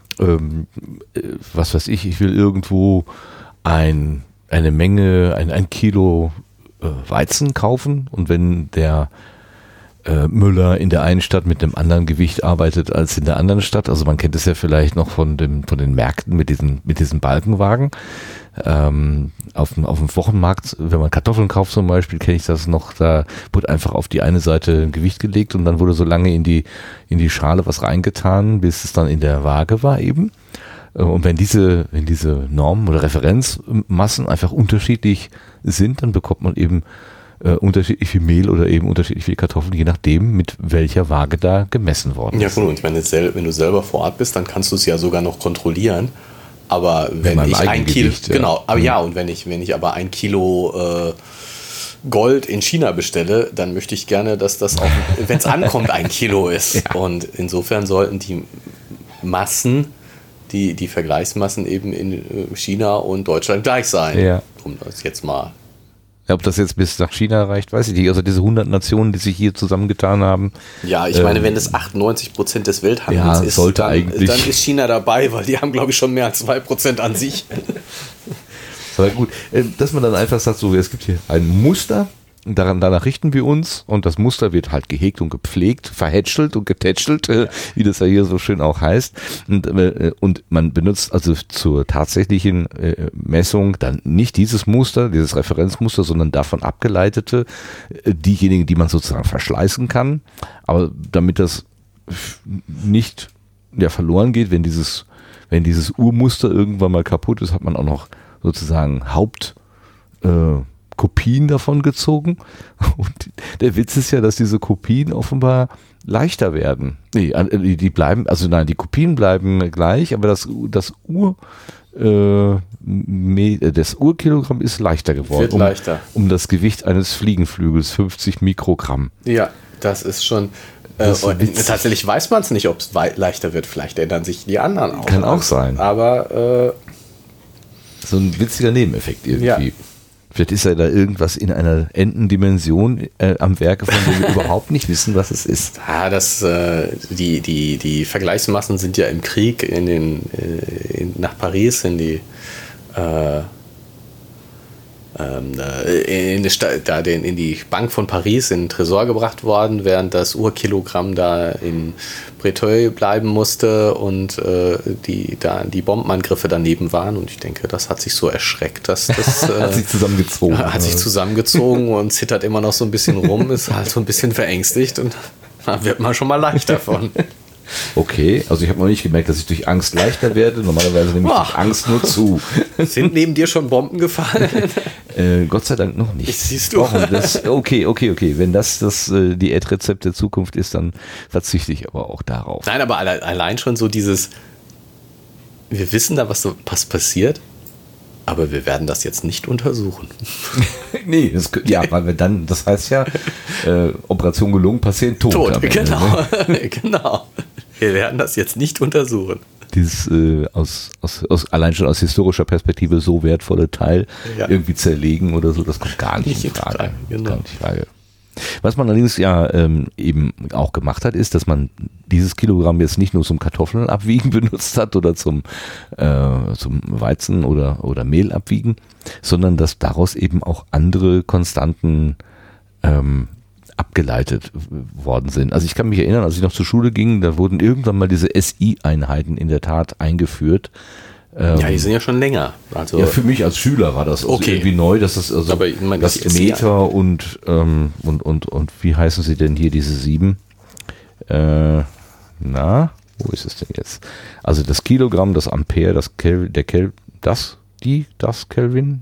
was weiß ich will irgendwo eine Menge, ein Kilo Weizen kaufen und wenn der Müller in der einen Stadt mit einem anderen Gewicht arbeitet als in der anderen Stadt, also man kennt es ja vielleicht noch von den Märkten mit diesen Balkenwagen, auf dem Wochenmarkt, wenn man Kartoffeln kauft zum Beispiel, kenne ich das noch, da wurde einfach auf die eine Seite ein Gewicht gelegt und dann wurde so lange in die Schale was reingetan, bis es dann in der Waage war eben. Und wenn diese Normen oder Referenzmassen einfach unterschiedlich sind, dann bekommt man eben unterschiedlich viel Mehl oder eben unterschiedlich viel Kartoffeln, je nachdem, mit welcher Waage da gemessen worden ist. Ja, gut, und ich meine, wenn du selber vor Ort bist, dann kannst du es ja sogar noch kontrollieren. Aber wenn ich ein Kilo, genau, aber ja, und wenn ich aber 1 Kilo Gold in China bestelle, dann möchte ich gerne, dass das auch, wenn es ankommt, 1 Kilo ist. Ja. Und insofern sollten die Massen, die Vergleichsmassen eben in China und Deutschland gleich sein. Ja. Um das jetzt mal. Ja, ob das jetzt bis nach China reicht, weiß ich nicht. Also diese 100 Nationen, die sich hier zusammengetan haben. Ja, ich meine, wenn das 98% des Welthandels ist, dann ist China dabei, weil die haben, glaube ich, schon mehr als 2% an sich. Aber gut, dass man dann einfach sagt, so, es gibt hier ein Muster, danach richten wir uns und das Muster wird halt gehegt und gepflegt, verhätschelt und getätschelt, wie das ja hier so schön auch heißt. Und man benutzt also zur tatsächlichen Messung dann nicht dieses Muster, dieses Referenzmuster, sondern davon abgeleitete, diejenigen, die man sozusagen verschleißen kann. Aber damit das nicht verloren geht, wenn dieses Urmuster irgendwann mal kaputt ist, hat man auch noch sozusagen Kopien davon gezogen. Und der Witz ist ja, dass diese Kopien offenbar leichter werden. Nee, die bleiben, also nein, die Kopien bleiben gleich, aber das Urkilogramm ist leichter geworden. Wird leichter. Um das Gewicht eines Fliegenflügels, 50 Mikrogramm. Ja, das ist schon... tatsächlich weiß man es nicht, ob es leichter wird. Vielleicht ändern sich die anderen auch. Kann auch sein. Aber so ein witziger Nebeneffekt irgendwie. Ja. Vielleicht ist ja da irgendwas in einer Entendimension am Werke, von dem wir überhaupt nicht wissen, was es ist. Ja, die Vergleichsmassen sind ja im Krieg nach Paris in die in die Bank von Paris in den Tresor gebracht worden, während das Urkilogramm da in Breteuil bleiben musste und die Bombenangriffe daneben waren. Und ich denke, das hat sich so erschreckt, dass das hat sich zusammengezogen. Hat sich zusammengezogen und zittert immer noch so ein bisschen rum, ist halt so ein bisschen verängstigt und da wird man schon mal leicht davon. Okay, also ich habe noch nicht gemerkt, dass ich durch Angst leichter werde. Normalerweise nehme ich durch Angst nur zu. Sind neben dir schon Bomben gefallen? Gott sei Dank noch nicht. Siehst du. Okay. Wenn das Diätrezept der Zukunft ist, dann verzichte ich aber auch darauf. Nein, aber allein schon so dieses, wir wissen da, was passiert, aber wir werden das jetzt nicht untersuchen. Nee, weil wir dann, das heißt ja, Operation gelungen, Patient tot. Genau, genau. Wir werden das jetzt nicht untersuchen. Dieses allein schon aus historischer Perspektive so wertvolle Teil irgendwie zerlegen oder so, das kommt gar nicht in Frage. Genau. Gar nicht in Frage. Was man allerdings eben auch gemacht hat, ist, dass man dieses Kilogramm jetzt nicht nur zum Kartoffeln abwiegen benutzt hat oder zum Weizen oder Mehl abwiegen, sondern dass daraus eben auch andere Konstanten abgeleitet worden sind. Also ich kann mich erinnern, als ich noch zur Schule ging, da wurden irgendwann mal diese SI-Einheiten in der Tat eingeführt. Die sind ja schon länger. Also ja, für mich als Schüler war das irgendwie neu, dass das also aber ich meine, das Meter und wie heißen sie denn hier, diese 7? Wo ist es denn jetzt? Also das Kilogramm, das Ampere, das Kelvin,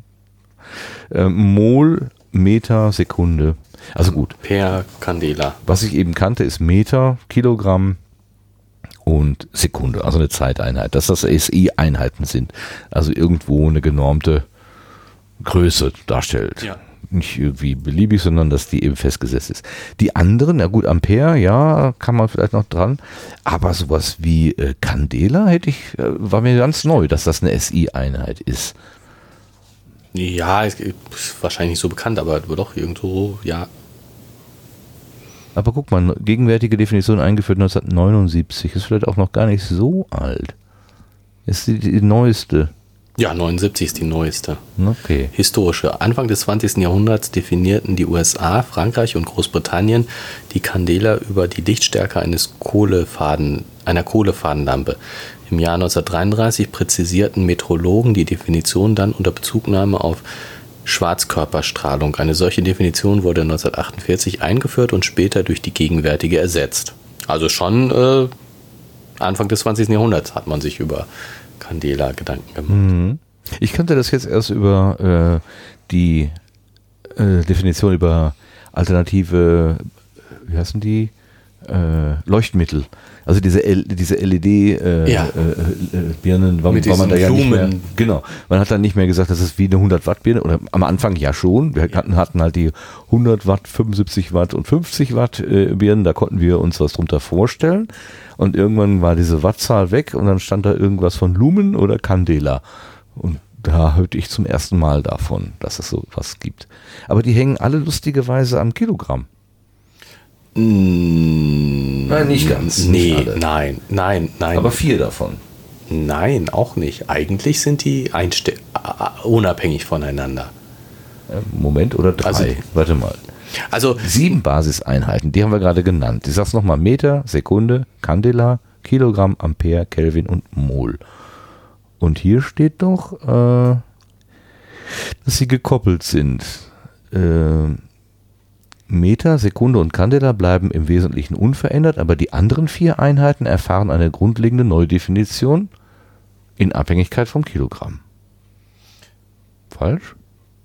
Mol, Meter, Sekunde. Also gut. Per Candela. Was ich eben kannte, ist Meter, Kilogramm und Sekunde, also eine Zeiteinheit, dass das SI-Einheiten sind, also irgendwo eine genormte Größe darstellt. Ja. Nicht irgendwie beliebig, sondern dass die eben festgesetzt ist. Die anderen, na gut, Ampere, ja, kann man vielleicht noch dran, aber sowas wie Candela war mir ganz neu, dass das eine SI-Einheit ist. Ja, ist wahrscheinlich nicht so bekannt, aber doch irgendwo, ja. Aber guck mal, gegenwärtige Definition eingeführt 1979, ist vielleicht auch noch gar nicht so alt. Ist die neueste. Ja, 79 ist die neueste. Okay. Historische. Anfang des 20. Jahrhunderts definierten die USA, Frankreich und Großbritannien die Candela über die Lichtstärke einer Kohlefadenlampe. Im Jahr 1933 präzisierten Metrologen die Definition dann unter Bezugnahme auf Schwarzkörperstrahlung. Eine solche Definition wurde 1948 eingeführt und später durch die gegenwärtige ersetzt. Also schon Anfang des 20. Jahrhunderts hat man sich über Candela Gedanken gemacht. Ich kannte das jetzt erst über die Definition über alternative, wie heißen die? Leuchtmittel. Also diese LED-Birnen, weil man da ja nicht mehr, genau, man hat dann nicht mehr gesagt, das ist wie eine 100 Watt Birne, oder am Anfang ja schon, wir hatten halt die 100 Watt, 75 Watt und 50 Watt Birnen, da konnten wir uns was drunter vorstellen und irgendwann war diese Wattzahl weg und dann stand da irgendwas von Lumen oder Candela und da hörte ich zum ersten Mal davon, dass es so was gibt. Aber die hängen alle lustigerweise am Kilogramm. Nein, nicht ganz. Nee, nicht alle. Nein. Aber 4 davon. Nein, auch nicht. Eigentlich sind die unabhängig voneinander. Moment, oder 3? Also, warte mal. Also 7 Basiseinheiten, die haben wir gerade genannt. Ich sag's nochmal: Meter, Sekunde, Candela, Kilogramm, Ampere, Kelvin und Mol. Und hier steht doch, dass sie gekoppelt sind. Meter, Sekunde und Candela bleiben im Wesentlichen unverändert, aber die anderen 4 Einheiten erfahren eine grundlegende Neudefinition in Abhängigkeit vom Kilogramm. Falsch?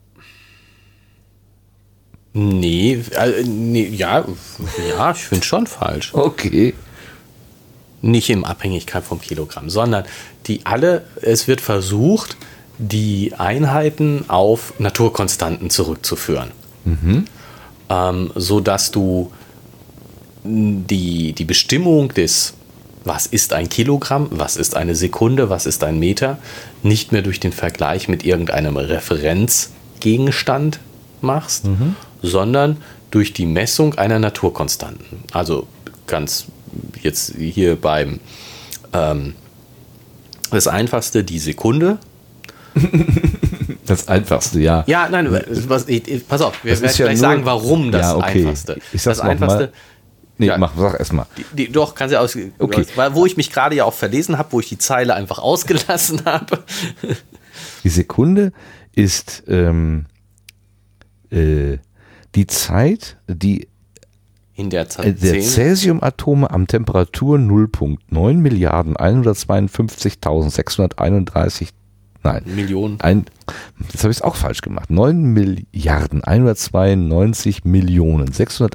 Nee, ja, ich finde schon falsch. Okay. Nicht in Abhängigkeit vom Kilogramm, sondern es wird versucht, die Einheiten auf Naturkonstanten zurückzuführen. So dass du die Bestimmung des, was ist ein Kilogramm, was ist eine Sekunde, was ist ein Meter, nicht mehr durch den Vergleich mit irgendeinem Referenzgegenstand machst, sondern durch die Messung einer Naturkonstanten. Also ganz jetzt hier beim das Einfachste, die Sekunde. Das Einfachste, ja. Ja, nein, pass auf, wir werden gleich sagen, warum das Einfachste. Ich sag's das Einfachste. Nee, sag erst mal. Doch, kannst du okay. Weil wo ich mich gerade ja auch verlesen habe, wo ich die Zeile einfach ausgelassen habe. Die Sekunde ist die Zeit, die in der Zeit der Cäsiumatome am Temperatur 0,9 Milliarden 152.631 Millionen. Jetzt habe ich es auch falsch gemacht. 9 Milliarden 192 Millionen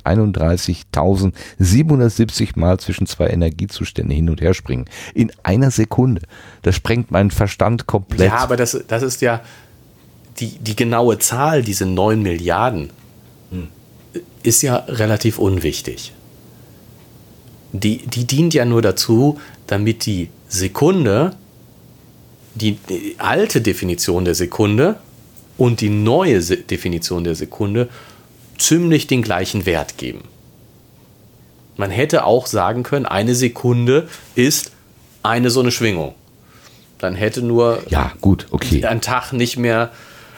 631.770 Mal zwischen 2 Energiezuständen hin und her springen. In einer Sekunde. Das sprengt meinen Verstand komplett. Ja, aber das ist ja die genaue Zahl, diese 9 Milliarden, ist ja relativ unwichtig. Die dient ja nur dazu, damit die Sekunde, die alte Definition der Sekunde und die neue Definition der Sekunde ziemlich den gleichen Wert geben. Man hätte auch sagen können, eine Sekunde ist eine so eine Schwingung. Dann hätte nur ein Tag nicht mehr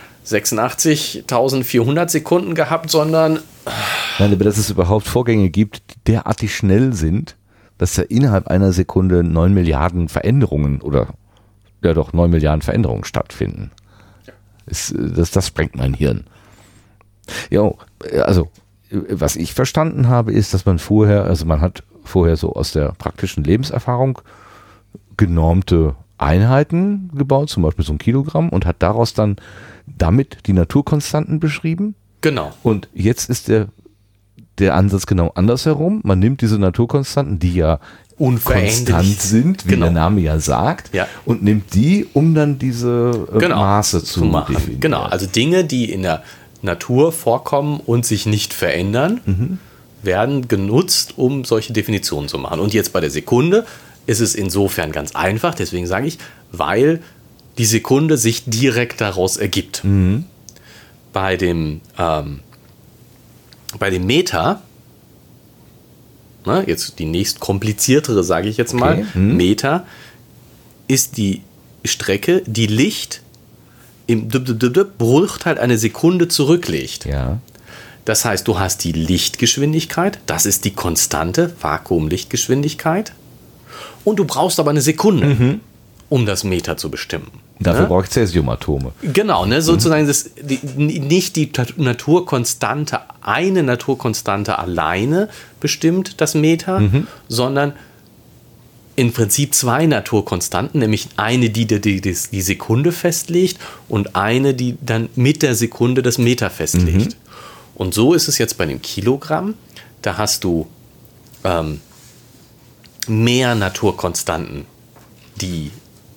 86.400 Sekunden gehabt, sondern... Nein, aber dass es überhaupt Vorgänge gibt, die derartig schnell sind, dass da innerhalb einer Sekunde 9 Milliarden Veränderungen 9 Milliarden Veränderungen stattfinden. Ja. Das sprengt mein Hirn. Ja, also was ich verstanden habe, ist, dass man hat vorher so aus der praktischen Lebenserfahrung genormte Einheiten gebaut, zum Beispiel so ein Kilogramm, und hat daraus dann damit die Naturkonstanten beschrieben. Genau. Und jetzt ist der Ansatz genau andersherum. Man nimmt diese Naturkonstanten, die ja konstant sind, wie der Name ja sagt, und nimmt die, um dann diese Maße zu machen. Definieren. Genau, also Dinge, die in der Natur vorkommen und sich nicht verändern, werden genutzt, um solche Definitionen zu machen. Und jetzt bei der Sekunde ist es insofern ganz einfach, deswegen sage ich, weil die Sekunde sich direkt daraus ergibt. Bei dem Meter, jetzt die nächst kompliziertere, sage ich jetzt mal, Meter, ist die Strecke, die Licht im Bruchteil eine Sekunde zurücklegt. Ja. Das heißt, du hast die Lichtgeschwindigkeit, das ist die konstante Vakuumlichtgeschwindigkeit, und du brauchst aber eine Sekunde, um das Meter zu bestimmen. Dafür brauche ich Cäsiumatome. Genau, sozusagen nicht die Naturkonstante, eine Naturkonstante alleine bestimmt das Meter, sondern im Prinzip 2 Naturkonstanten, nämlich eine, die Sekunde festlegt, und eine, die dann mit der Sekunde das Meter festlegt. Und so ist es jetzt bei dem Kilogramm. Da hast du mehr Naturkonstanten, die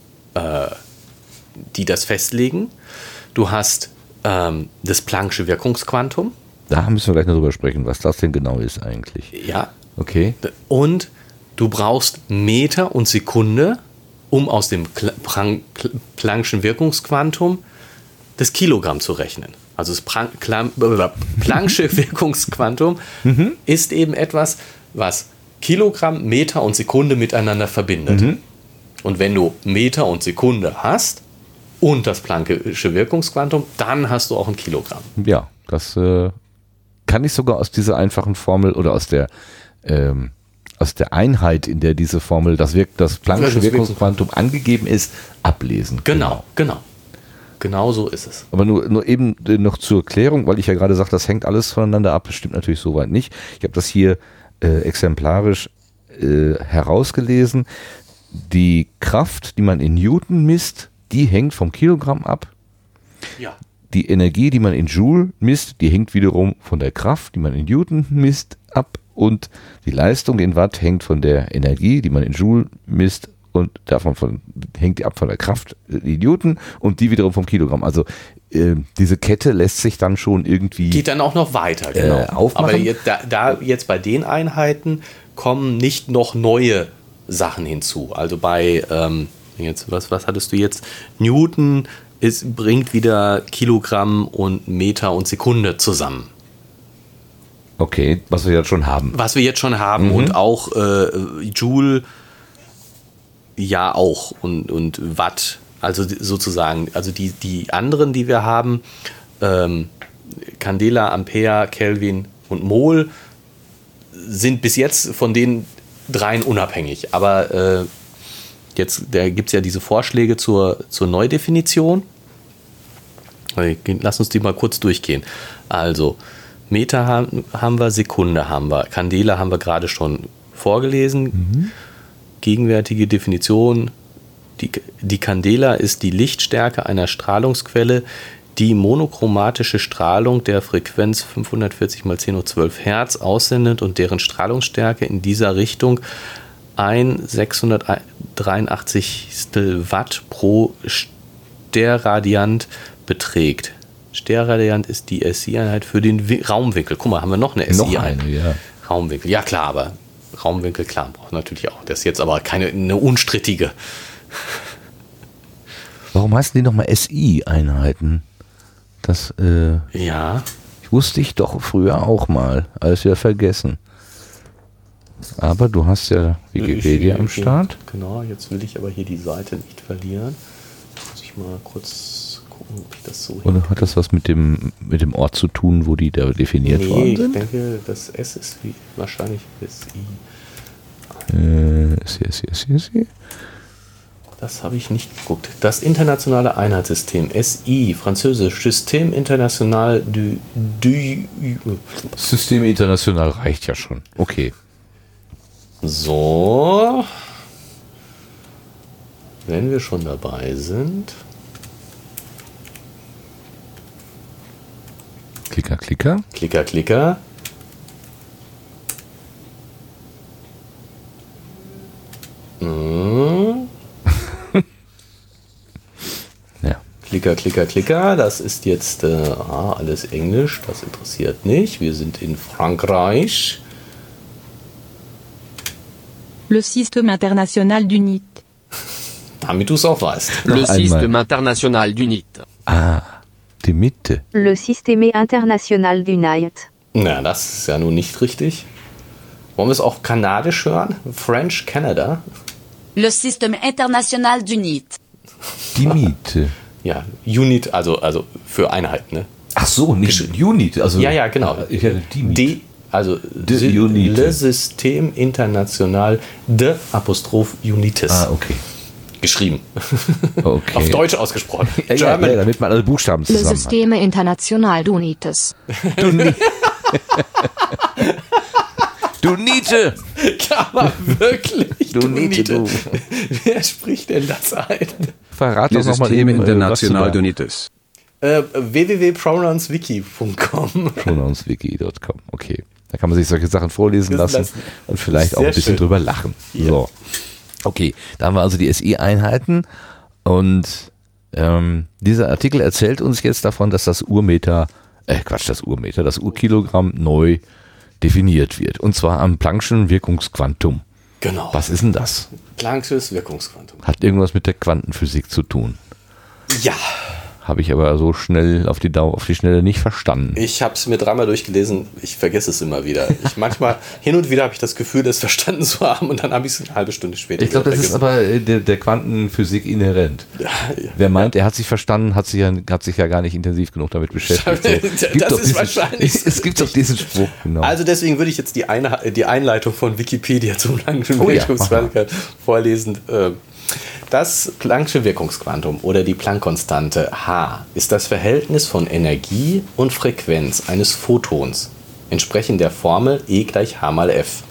das festlegen. Du hast das Planck'sche Wirkungsquantum. Da müssen wir gleich noch drüber sprechen, was das denn genau ist eigentlich. Ja. Okay. Und du brauchst Meter und Sekunde, um aus dem Planck'schen Wirkungsquantum das Kilogramm zu rechnen. Also das Planck'sche Wirkungsquantum ist eben etwas, was Kilogramm, Meter und Sekunde miteinander verbindet. Und wenn du Meter und Sekunde hast und das Planck'sche Wirkungsquantum, dann hast du auch ein Kilogramm. Ja, das kann ich sogar aus dieser einfachen Formel oder aus der Einheit, in der diese Formel, das Planck'sche Wirkungsquantum angegeben ist, ablesen. Genau so ist es. Aber nur eben noch zur Klärung, weil ich ja gerade sagte, das hängt alles voneinander ab. Das stimmt natürlich soweit nicht. Ich habe das hier exemplarisch herausgelesen. Die Kraft, die man in Newton misst, die hängt vom Kilogramm ab. Ja. Die Energie, die man in Joule misst, die hängt wiederum von der Kraft, die man in Newton misst, ab. Und die Leistung in Watt hängt von der Energie, die man in Joule misst, und hängt die ab von der Kraft in Newton und die wiederum vom Kilogramm. Also diese Kette lässt sich dann schon irgendwie geht dann auch noch weiter, genau. Aufmachen. Aber jetzt bei den Einheiten kommen nicht noch neue Sachen hinzu. Also bei was hattest du jetzt? Newton bringt wieder Kilogramm und Meter und Sekunde zusammen. Okay, was wir jetzt schon haben. Und auch Joule ja auch und Watt, also sozusagen, also die anderen, die wir haben, Candela, Ampere, Kelvin und Mol, sind bis jetzt von den dreien unabhängig. Aber da gibt es ja diese Vorschläge zur Neudefinition. Lass uns die mal kurz durchgehen. Also Meter haben wir, Sekunde haben wir, Candela haben wir gerade schon vorgelesen. Gegenwärtige Definition: Die Candela ist die Lichtstärke einer Strahlungsquelle, die monochromatische Strahlung der Frequenz 540 mal 10 hoch 12 Hertz aussendet und deren Strahlungsstärke in dieser Richtung 1/683 Watt pro Sterradiant beträgt. Sterradiant ist die SI-Einheit für den Raumwinkel. Guck mal, haben wir noch eine SI-Einheit? Noch eine, ja. Raumwinkel, ja klar, aber Raumwinkel, klar, braucht natürlich auch. Das ist jetzt aber eine unstrittige. Warum heißen die nochmal SI-Einheiten? Das wusste ich doch früher auch mal, alles wieder vergessen. Aber du hast ja Wikipedia am Start. Genau, jetzt will ich aber hier die Seite nicht verlieren. Muss ich mal kurz gucken, ob ich das so... Oder hat das was mit dem Ort zu tun, wo die da definiert worden sind? Ich denke, das S ist wahrscheinlich SI. SI. Das habe ich nicht geguckt. Das internationale Einheitssystem, SI, französisch, Système International du System International reicht ja schon. Okay. So. Wenn wir schon dabei sind. Klicker, Klicker. Klicker, Klicker. Ja. Klicker, Klicker, Klicker. Das ist jetzt alles Englisch. Das interessiert nicht. Wir sind in Frankreich. Le Système International d'Unit. Damit du es auch weißt. Le Système International d'Unit. Ah, die Mitte. Le Système International d'Unit. Na, das ist ja nun nicht richtig. Wollen wir es auch kanadisch hören? French Canada. Le Système International d'Unit. Die Miete. Ja, Unit, also für Einheit, ne? Ach so, nicht Unit. Also, ja, genau. Ich hatte die Miete. Unit. Le Système International de Apostrophe Unitis. Ah, okay. Geschrieben. Okay. Auf Deutsch ausgesprochen. Ja, damit man alle Buchstaben Le zusammen Système International d'Unites. Du Niete! Kann man wirklich? Du Niete, du. Wer spricht denn das ein? Verrat Le doch nochmal Système eben, International was du da- d'Unites. www.pronounswiki.com. Pronounswiki.com, okay. Da kann man sich solche Sachen vorlesen lassen und vielleicht auch ein bisschen drüber lachen. Ja. So. Okay, da haben wir also die SI-Einheiten und dieser Artikel erzählt uns jetzt davon, dass das Urkilogramm neu definiert wird. Und zwar am Planck'schen Wirkungsquantum. Genau. Was ist denn das? Planck'sches Wirkungsquantum. Hat irgendwas mit der Quantenphysik zu tun. Ja. Habe ich aber so schnell auf die Schnelle nicht verstanden. Ich habe es mir dreimal durchgelesen, ich vergesse es immer wieder. Hin und wieder habe ich das Gefühl, das verstanden zu haben und dann habe ich es eine halbe Stunde später Ich glaube, das ist aber der Quantenphysik inhärent. Ja. Wer meint, er hat sich verstanden, hat sich ja gar nicht intensiv genug damit beschäftigt. So. Das ist wahrscheinlich. Es gibt doch diesen Spruch, genau. Also deswegen würde ich jetzt die Einleitung von Wikipedia zum Planck'schen Wirkungsquantum vorlesen. Das Planck'sche Wirkungsquantum oder die Planck-Konstante H ist das Verhältnis von Energie und Frequenz eines Photons, entsprechend der Formel E = H mal F.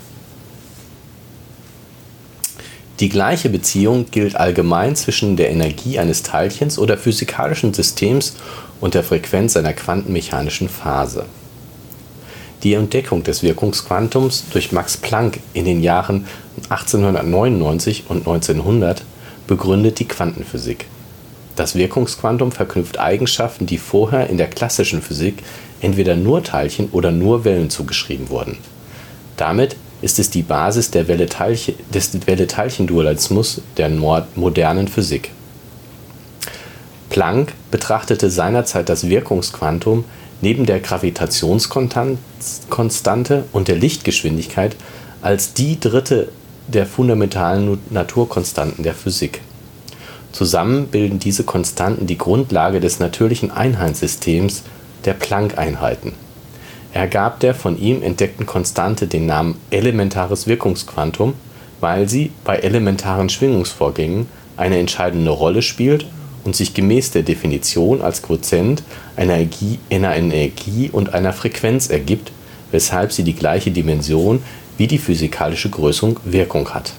Die gleiche Beziehung gilt allgemein zwischen der Energie eines Teilchens oder physikalischen Systems und der Frequenz einer quantenmechanischen Phase. Die Entdeckung des Wirkungsquantums durch Max Planck in den Jahren 1899 und 1900 begründet die Quantenphysik. Das Wirkungsquantum verknüpft Eigenschaften, die vorher in der klassischen Physik entweder nur Teilchen oder nur Wellen zugeschrieben wurden. Damit ist es die Basis des Welle-Teilchen-Dualismus der modernen Physik. Planck betrachtete seinerzeit das Wirkungsquantum neben der Gravitationskonstante und der Lichtgeschwindigkeit als die dritte der fundamentalen Naturkonstanten der Physik. Zusammen bilden diese Konstanten die Grundlage des natürlichen Einheitssystems der Planck-Einheiten. Er gab der von ihm entdeckten Konstante den Namen elementares Wirkungsquantum, weil sie bei elementaren Schwingungsvorgängen eine entscheidende Rolle spielt und sich gemäß der Definition als Quotient einer Energie und einer Frequenz ergibt, weshalb sie die gleiche Dimension wie die physikalische Größung Wirkung hat.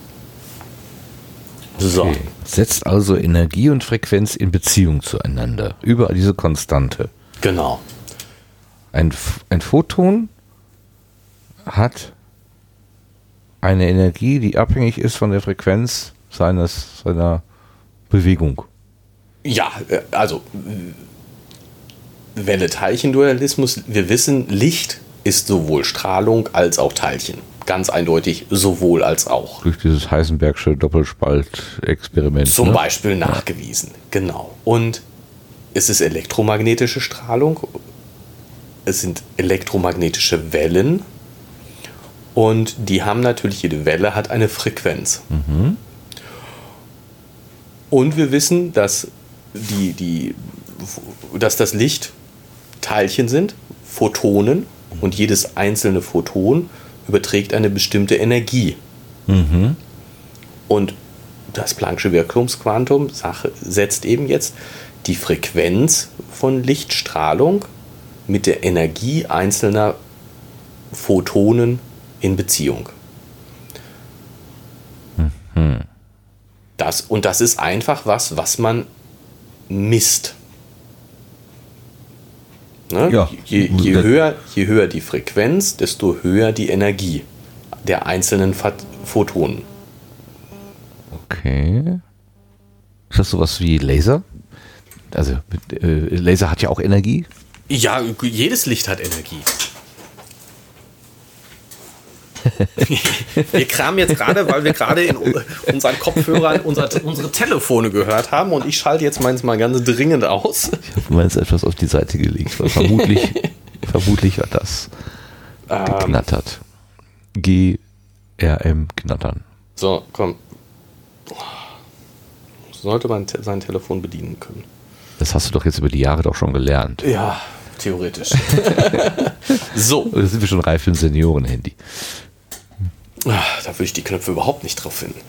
So. Okay. Setzt also Energie und Frequenz in Beziehung zueinander über diese Konstante. Genau. Ein Photon hat eine Energie, die abhängig ist von der Frequenz seiner Bewegung. Ja, also Welle-Teilchen-Dualismus, wir wissen, Licht ist sowohl Strahlung als auch Teilchen. Ganz eindeutig sowohl als auch. Durch dieses Heisenbergsche Doppelspalt-Experiment. Zum Beispiel nachgewiesen, genau. Und es ist elektromagnetische Strahlung, es sind elektromagnetische Wellen und die haben natürlich, jede Welle hat eine Frequenz. Mhm. Und wir wissen, dass dass das Licht Teilchen sind, Photonen, und jedes einzelne Photon überträgt eine bestimmte Energie. Mhm. Und das Planck'sche Wirkungsquantum setzt eben jetzt die Frequenz von Lichtstrahlung mit der Energie einzelner Photonen in Beziehung. Mhm. Das ist einfach was man misst. Ne? Ja. Je höher die Frequenz, desto höher die Energie der einzelnen Photonen. Okay. Ist das sowas wie Laser? Also Laser hat ja auch Energie. Ja, jedes Licht hat Energie. Wir kramen jetzt gerade, weil wir gerade in unseren Kopfhörern unsere Telefone gehört haben und ich schalte jetzt meins mal ganz dringend aus. Ich habe meins etwas auf die Seite gelegt, weil vermutlich hat das geknattert. GRM knattern. So, komm. Sollte man sein Telefon bedienen können. Das hast du doch jetzt über die Jahre doch schon gelernt. Ja, theoretisch. So. Da sind wir schon reif für ein Senioren-Handy. Da würde ich die Knöpfe überhaupt nicht drauf finden.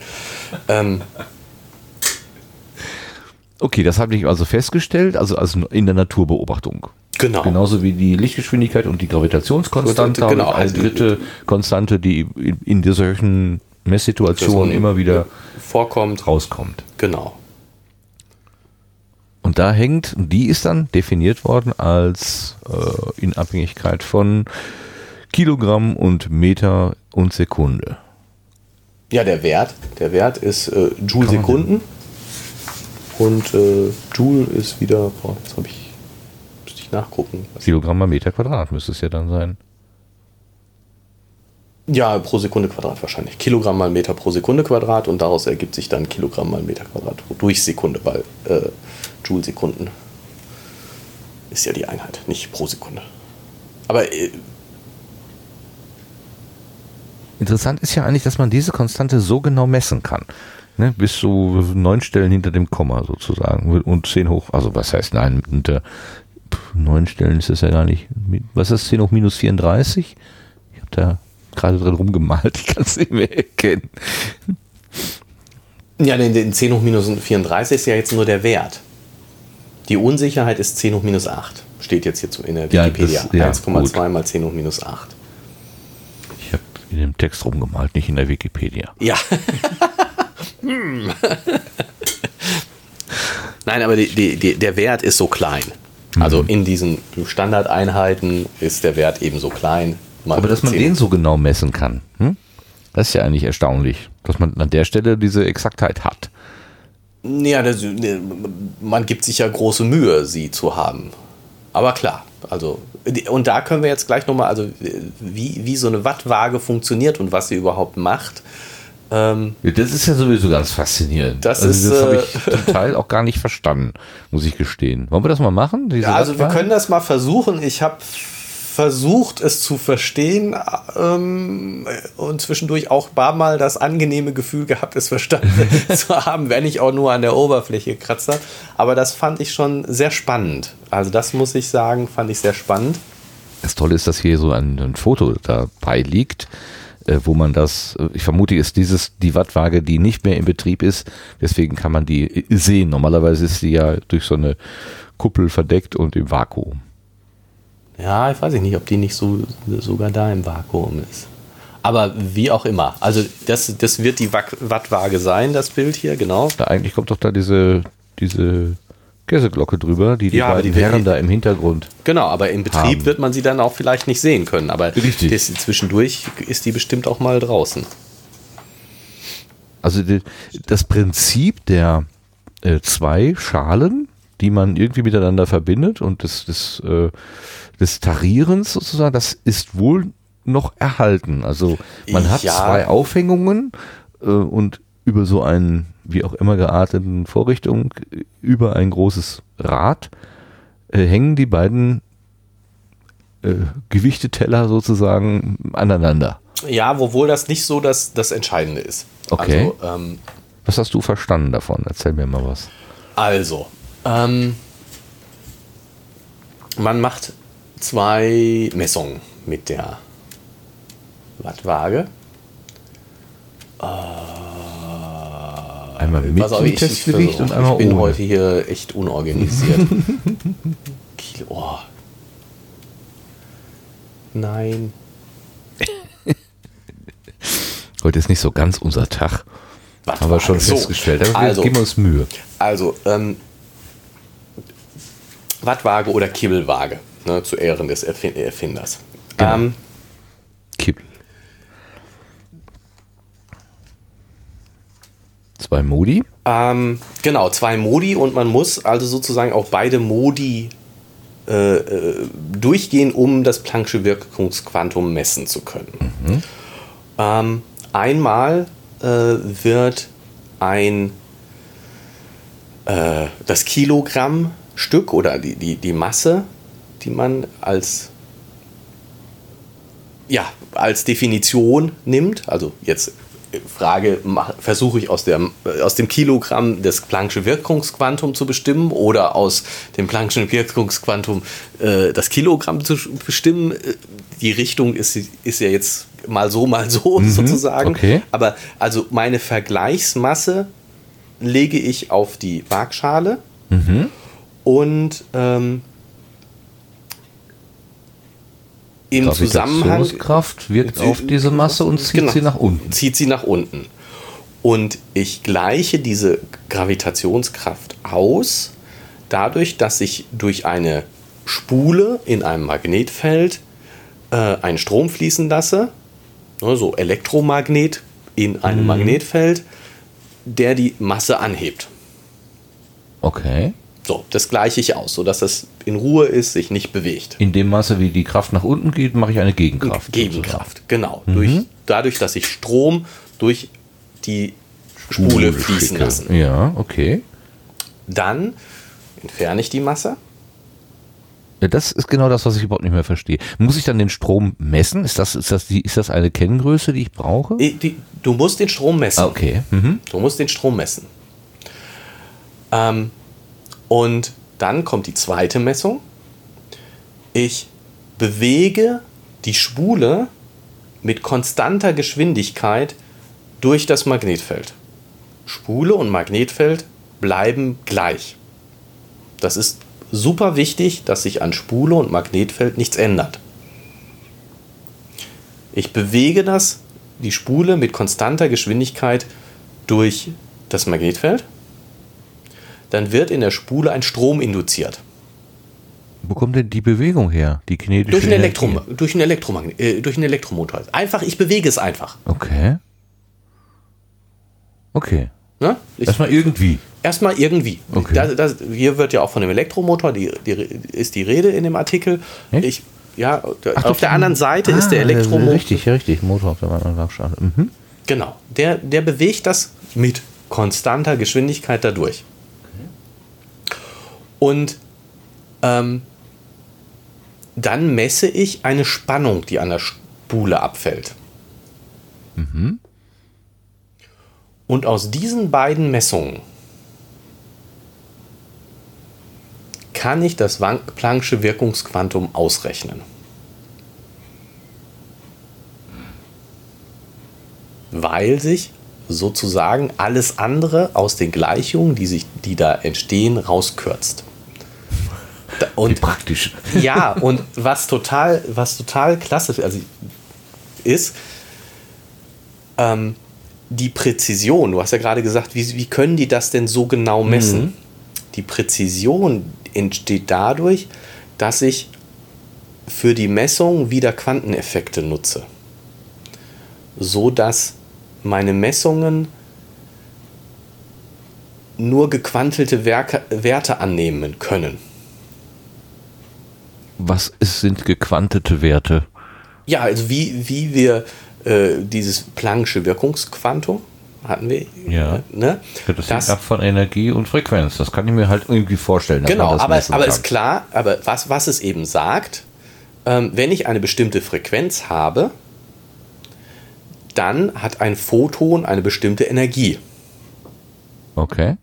Okay, das habe ich also festgestellt, also in der Naturbeobachtung. Genau. Genauso wie die Lichtgeschwindigkeit und die Gravitationskonstante, genau, eine dritte Konstante, die in solchen Messsituationen immer wieder rauskommt. Genau. Und da hängt, die ist dann definiert worden als in Abhängigkeit von Kilogramm und Meter und Sekunde. Ja, der Wert ist Joule-Sekunden. Und Joule ist wieder, jetzt müsste ich nachgucken. Kilogramm mal Meter Quadrat müsste es ja dann sein. Ja, pro Sekunde Quadrat wahrscheinlich. Kilogramm mal Meter pro Sekunde Quadrat und daraus ergibt sich dann Kilogramm mal Meter Quadrat durch Sekunde, weil Joule-Sekunden ist ja die Einheit, nicht pro Sekunde. Aber interessant ist ja eigentlich, dass man diese Konstante so genau messen kann. Ne? Bis zu 9 Stellen hinter dem Komma sozusagen und 10 hoch, also was heißt 9, unter 9 Stellen ist das ja gar nicht. Was ist 10 hoch minus 34? Ich habe da gerade drin rumgemalt, ich kann es nicht mehr erkennen. Ja, den 10 hoch minus 34 ist ja jetzt nur der Wert. Die Unsicherheit ist 10 hoch minus 8. Steht jetzt hier in der Wikipedia. 1,2 mal 10 hoch minus 8. Ich habe in dem Text rumgemalt, nicht in der Wikipedia. Ja. Nein, aber der Wert ist so klein. Also in diesen Standardeinheiten ist der Wert eben so klein. Aber dass man den so genau messen kann, das ist ja eigentlich erstaunlich, dass man an der Stelle diese Exaktheit hat. Ja, man gibt sich ja große Mühe, sie zu haben. Aber klar, also, und da können wir jetzt gleich nochmal, also wie so eine Wattwaage funktioniert und was sie überhaupt macht. Das ist ja sowieso ganz faszinierend. Das habe ich zum Teil auch gar nicht verstanden, muss ich gestehen. Wollen wir das mal machen? Ja, also wir können das mal versuchen. Ich habe versucht, es zu verstehen und zwischendurch auch ein paar Mal das angenehme Gefühl gehabt, es verstanden zu haben, wenn ich auch nur an der Oberfläche kratze. Aber das fand ich schon sehr spannend. Also das muss ich sagen, fand ich sehr spannend. Das Tolle ist, dass hier so ein Foto dabei liegt, wo man das, ich vermute, ist die Wattwaage, die nicht mehr in Betrieb ist, deswegen kann man die sehen. Normalerweise ist die ja durch so eine Kuppel verdeckt und im Vakuum. Ja, ich weiß nicht, ob die nicht sogar da im Vakuum ist. Aber wie auch immer. Also das wird die Wattwaage sein, das Bild hier, genau. Da eigentlich kommt doch da diese Käseglocke drüber, die beiden Herren da im Hintergrund. Genau, aber im Betrieb haben. Wird man sie dann auch vielleicht nicht sehen können. Aber zwischendurch ist die bestimmt auch mal draußen. Also das Prinzip der 2 Schalen, die man irgendwie miteinander verbindet und des Tarierens sozusagen, das ist wohl noch erhalten. Also man hat 2 Aufhängungen und über so einen wie auch immer gearteten Vorrichtung über ein großes Rad hängen die beiden Gewichteteller sozusagen aneinander. Ja, obwohl das nicht so das Entscheidende ist. Okay. Also, was hast du verstanden davon? Erzähl mir mal was. Also, man macht 2 Messungen mit der Wattwaage. Einmal mit dem Testgewicht und einmal ohne. Ich bin heute hier echt unorganisiert. Kilo. Oh. Nein. Heute ist nicht so ganz unser Tag. Wattwaage. Haben wir schon festgestellt. Also, geben wir uns Mühe. Also, Wattwaage oder Kibbelwaage, ne, zu Ehren des Erfinders. Genau. Kibbel. 2 Modi? Genau, 2 Modi und man muss also sozusagen auch beide Modi durchgehen, um das Planck'sche Wirkungsquantum messen zu können. Einmal wird das Kilogrammstück oder die Masse, die man als Definition nimmt, also jetzt Frage, versuche ich aus dem Kilogramm das Planck'sche Wirkungsquantum zu bestimmen oder aus dem Planck'schen Wirkungsquantum das Kilogramm zu bestimmen. Die Richtung ist ja jetzt mal so sozusagen. Okay. Aber also meine Vergleichsmasse lege ich auf die Waagschale und im Zusammenhang. Kraft wirkt auf diese Masse und zieht sie nach unten. Zieht sie nach unten. Und ich gleiche diese Gravitationskraft aus dadurch, dass ich durch eine Spule in einem Magnetfeld einen Strom fließen lasse, so Elektromagnet in einem Magnetfeld, der die Masse anhebt. Okay. So, das gleiche ich aus, sodass es in Ruhe ist, sich nicht bewegt. In dem Maße, wie die Kraft nach unten geht, mache ich eine Gegenkraft. Gegenkraft, genau. Dadurch, dass ich Strom durch die Spule fließen lassen. Ja, okay. Dann entferne ich die Masse. Ja, das ist genau das, was ich überhaupt nicht mehr verstehe. Muss ich dann den Strom messen? Ist das eine Kenngröße, die ich brauche? Du musst den Strom messen. Ah, okay. Du musst den Strom messen. Und dann kommt die zweite Messung. Ich bewege die Spule mit konstanter Geschwindigkeit durch das Magnetfeld. Spule und Magnetfeld bleiben gleich. Das ist super wichtig, dass sich an Spule und Magnetfeld nichts ändert. Ich bewege die Spule mit konstanter Geschwindigkeit durch das Magnetfeld. Dann wird in der Spule ein Strom induziert. Wo kommt denn die Bewegung her? Die kinetische durch einen Elektromotor. Einfach, ich bewege es einfach. Okay. Ne? Erstmal irgendwie. Okay. Hier wird ja auch von dem Elektromotor, ist die Rede in dem Artikel. Echt? Auf der anderen Seite ist der Elektromotor. Richtig, Motor auf der anderen Waagschale. Genau, der bewegt das mit konstanter Geschwindigkeit dadurch. Und dann messe ich eine Spannung, die an der Spule abfällt. Und aus diesen beiden Messungen kann ich das Planck'sche Wirkungsquantum ausrechnen. Weil sich sozusagen alles andere aus den Gleichungen, die da entstehen, rauskürzt. Und wie praktisch. Ja, und was total klasse ist, die Präzision. Du hast ja gerade gesagt, wie können die das denn so genau messen? Die Präzision entsteht dadurch, dass ich für die Messung wieder Quanteneffekte nutze, so dass meine Messungen nur gequantelte Werte annehmen können. Was sind gequantete Werte? Ja, also wie wir dieses Planck'sche Wirkungsquantum hatten wir. Ja. Ne? Das hängt ab von Energie und Frequenz. Das kann ich mir halt irgendwie vorstellen. Genau, aber ist klar, aber was es eben sagt, wenn ich eine bestimmte Frequenz habe, dann hat ein Photon eine bestimmte Energie. Okay.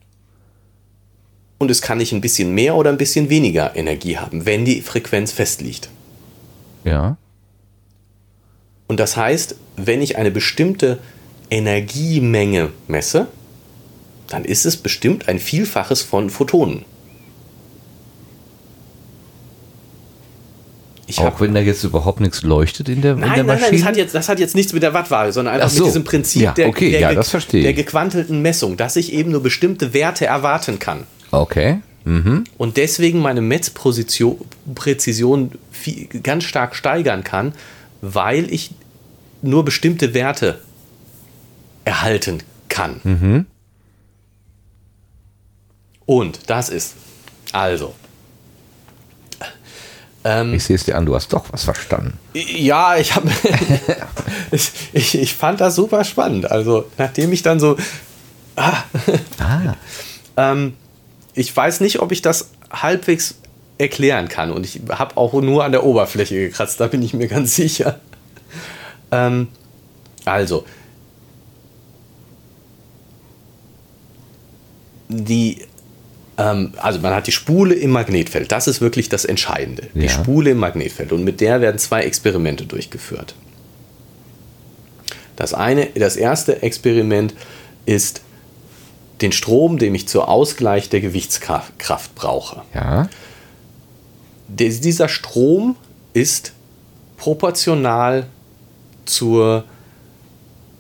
Und es kann nicht ein bisschen mehr oder ein bisschen weniger Energie haben, wenn die Frequenz festliegt. Ja. Und das heißt, wenn ich eine bestimmte Energiemenge messe, dann ist es bestimmt ein Vielfaches von Photonen. Auch wenn da jetzt überhaupt nichts leuchtet in der Maschine? Nein, das hat jetzt nichts mit der Wattwaage, sondern einfach mit diesem Prinzip der gequantelten Messung, dass ich eben nur bestimmte Werte erwarten kann. Okay. Und deswegen meine Messpräzision ganz stark steigern kann, weil ich nur bestimmte Werte erhalten kann. Und das ist also. Ich sehe es dir an, du hast doch was verstanden. Ja, ich fand das super spannend. Also, nachdem ich dann so. Ich weiß nicht, ob ich das halbwegs erklären kann. Und ich habe auch nur an der Oberfläche gekratzt, da bin ich mir ganz sicher. Also man hat die Spule im Magnetfeld. Das ist wirklich das Entscheidende. Die Spule im Magnetfeld. Und mit der werden 2 Experimente durchgeführt. Das erste Experiment ist den Strom, den ich zur Ausgleich der Gewichtskraft brauche. Ja. Dieser Strom ist proportional zur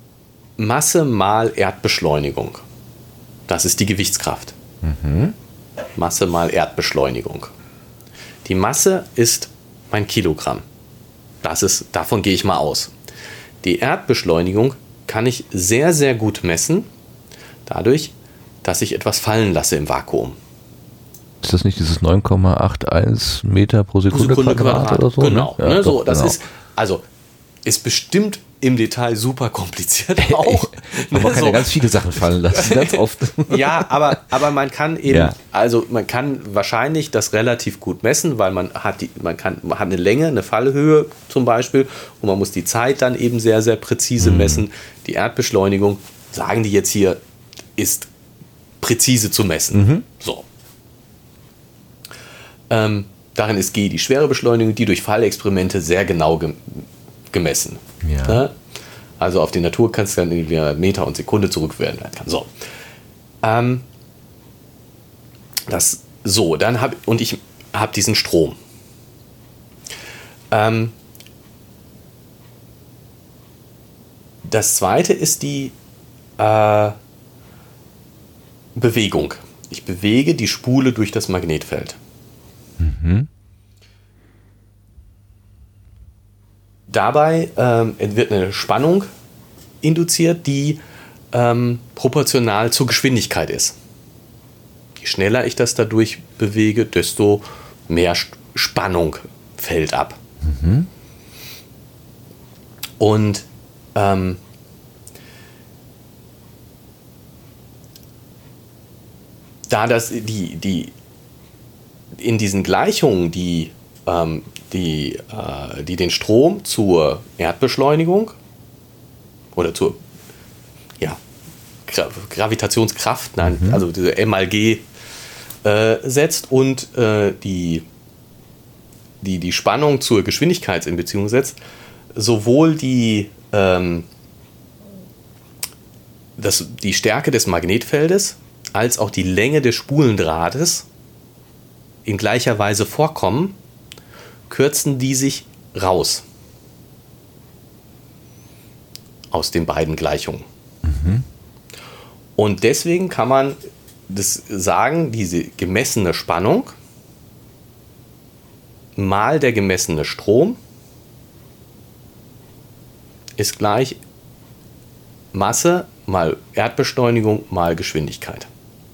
Masse mal Erdbeschleunigung. Das ist die Gewichtskraft. Masse mal Erdbeschleunigung. Die Masse ist mein Kilogramm. Davon gehe ich mal aus. Die Erdbeschleunigung kann ich sehr, sehr gut messen, dadurch, dass ich etwas fallen lasse im Vakuum. Ist das nicht dieses 9,81 Meter pro Sekunde Quadrat oder so? Genau. Ne? Ja, so, doch, das genau. ist bestimmt im Detail super kompliziert auch. Aber man kann ja ganz viele Sachen fallen lassen, ganz oft. Ja, aber man kann eben, man kann wahrscheinlich das relativ gut messen, weil man hat eine Länge, eine Fallhöhe zum Beispiel, und man muss die Zeit dann eben sehr, sehr präzise messen. Die Erdbeschleunigung, sagen die jetzt hier, ist präzise zu messen. So. Darin ist G die schwere Beschleunigung, die durch Fallexperimente sehr genau gemessen. Ja. Also auf die Natur kannst du dann irgendwie Meter und Sekunde zurückwerten werden kann. So. Dann habe ich diesen Strom. Das zweite ist die Bewegung. Ich bewege die Spule durch das Magnetfeld. Dabei wird eine Spannung induziert, die proportional zur Geschwindigkeit ist. Je schneller ich das dadurch bewege, desto mehr Spannung fällt ab. Und da das in diesen Gleichungen, die den Strom zur Erdbeschleunigung oder zur Gravitationskraft, also diese M mal G setzt und die Spannung zur Geschwindigkeit in Beziehung setzt, sowohl die Stärke des Magnetfeldes als auch die Länge des Spulendrahtes in gleicher Weise vorkommen, kürzen die sich raus aus den beiden Gleichungen. Und deswegen kann man das sagen, diese gemessene Spannung mal der gemessene Strom ist gleich Masse mal Erdbeschleunigung mal Geschwindigkeit.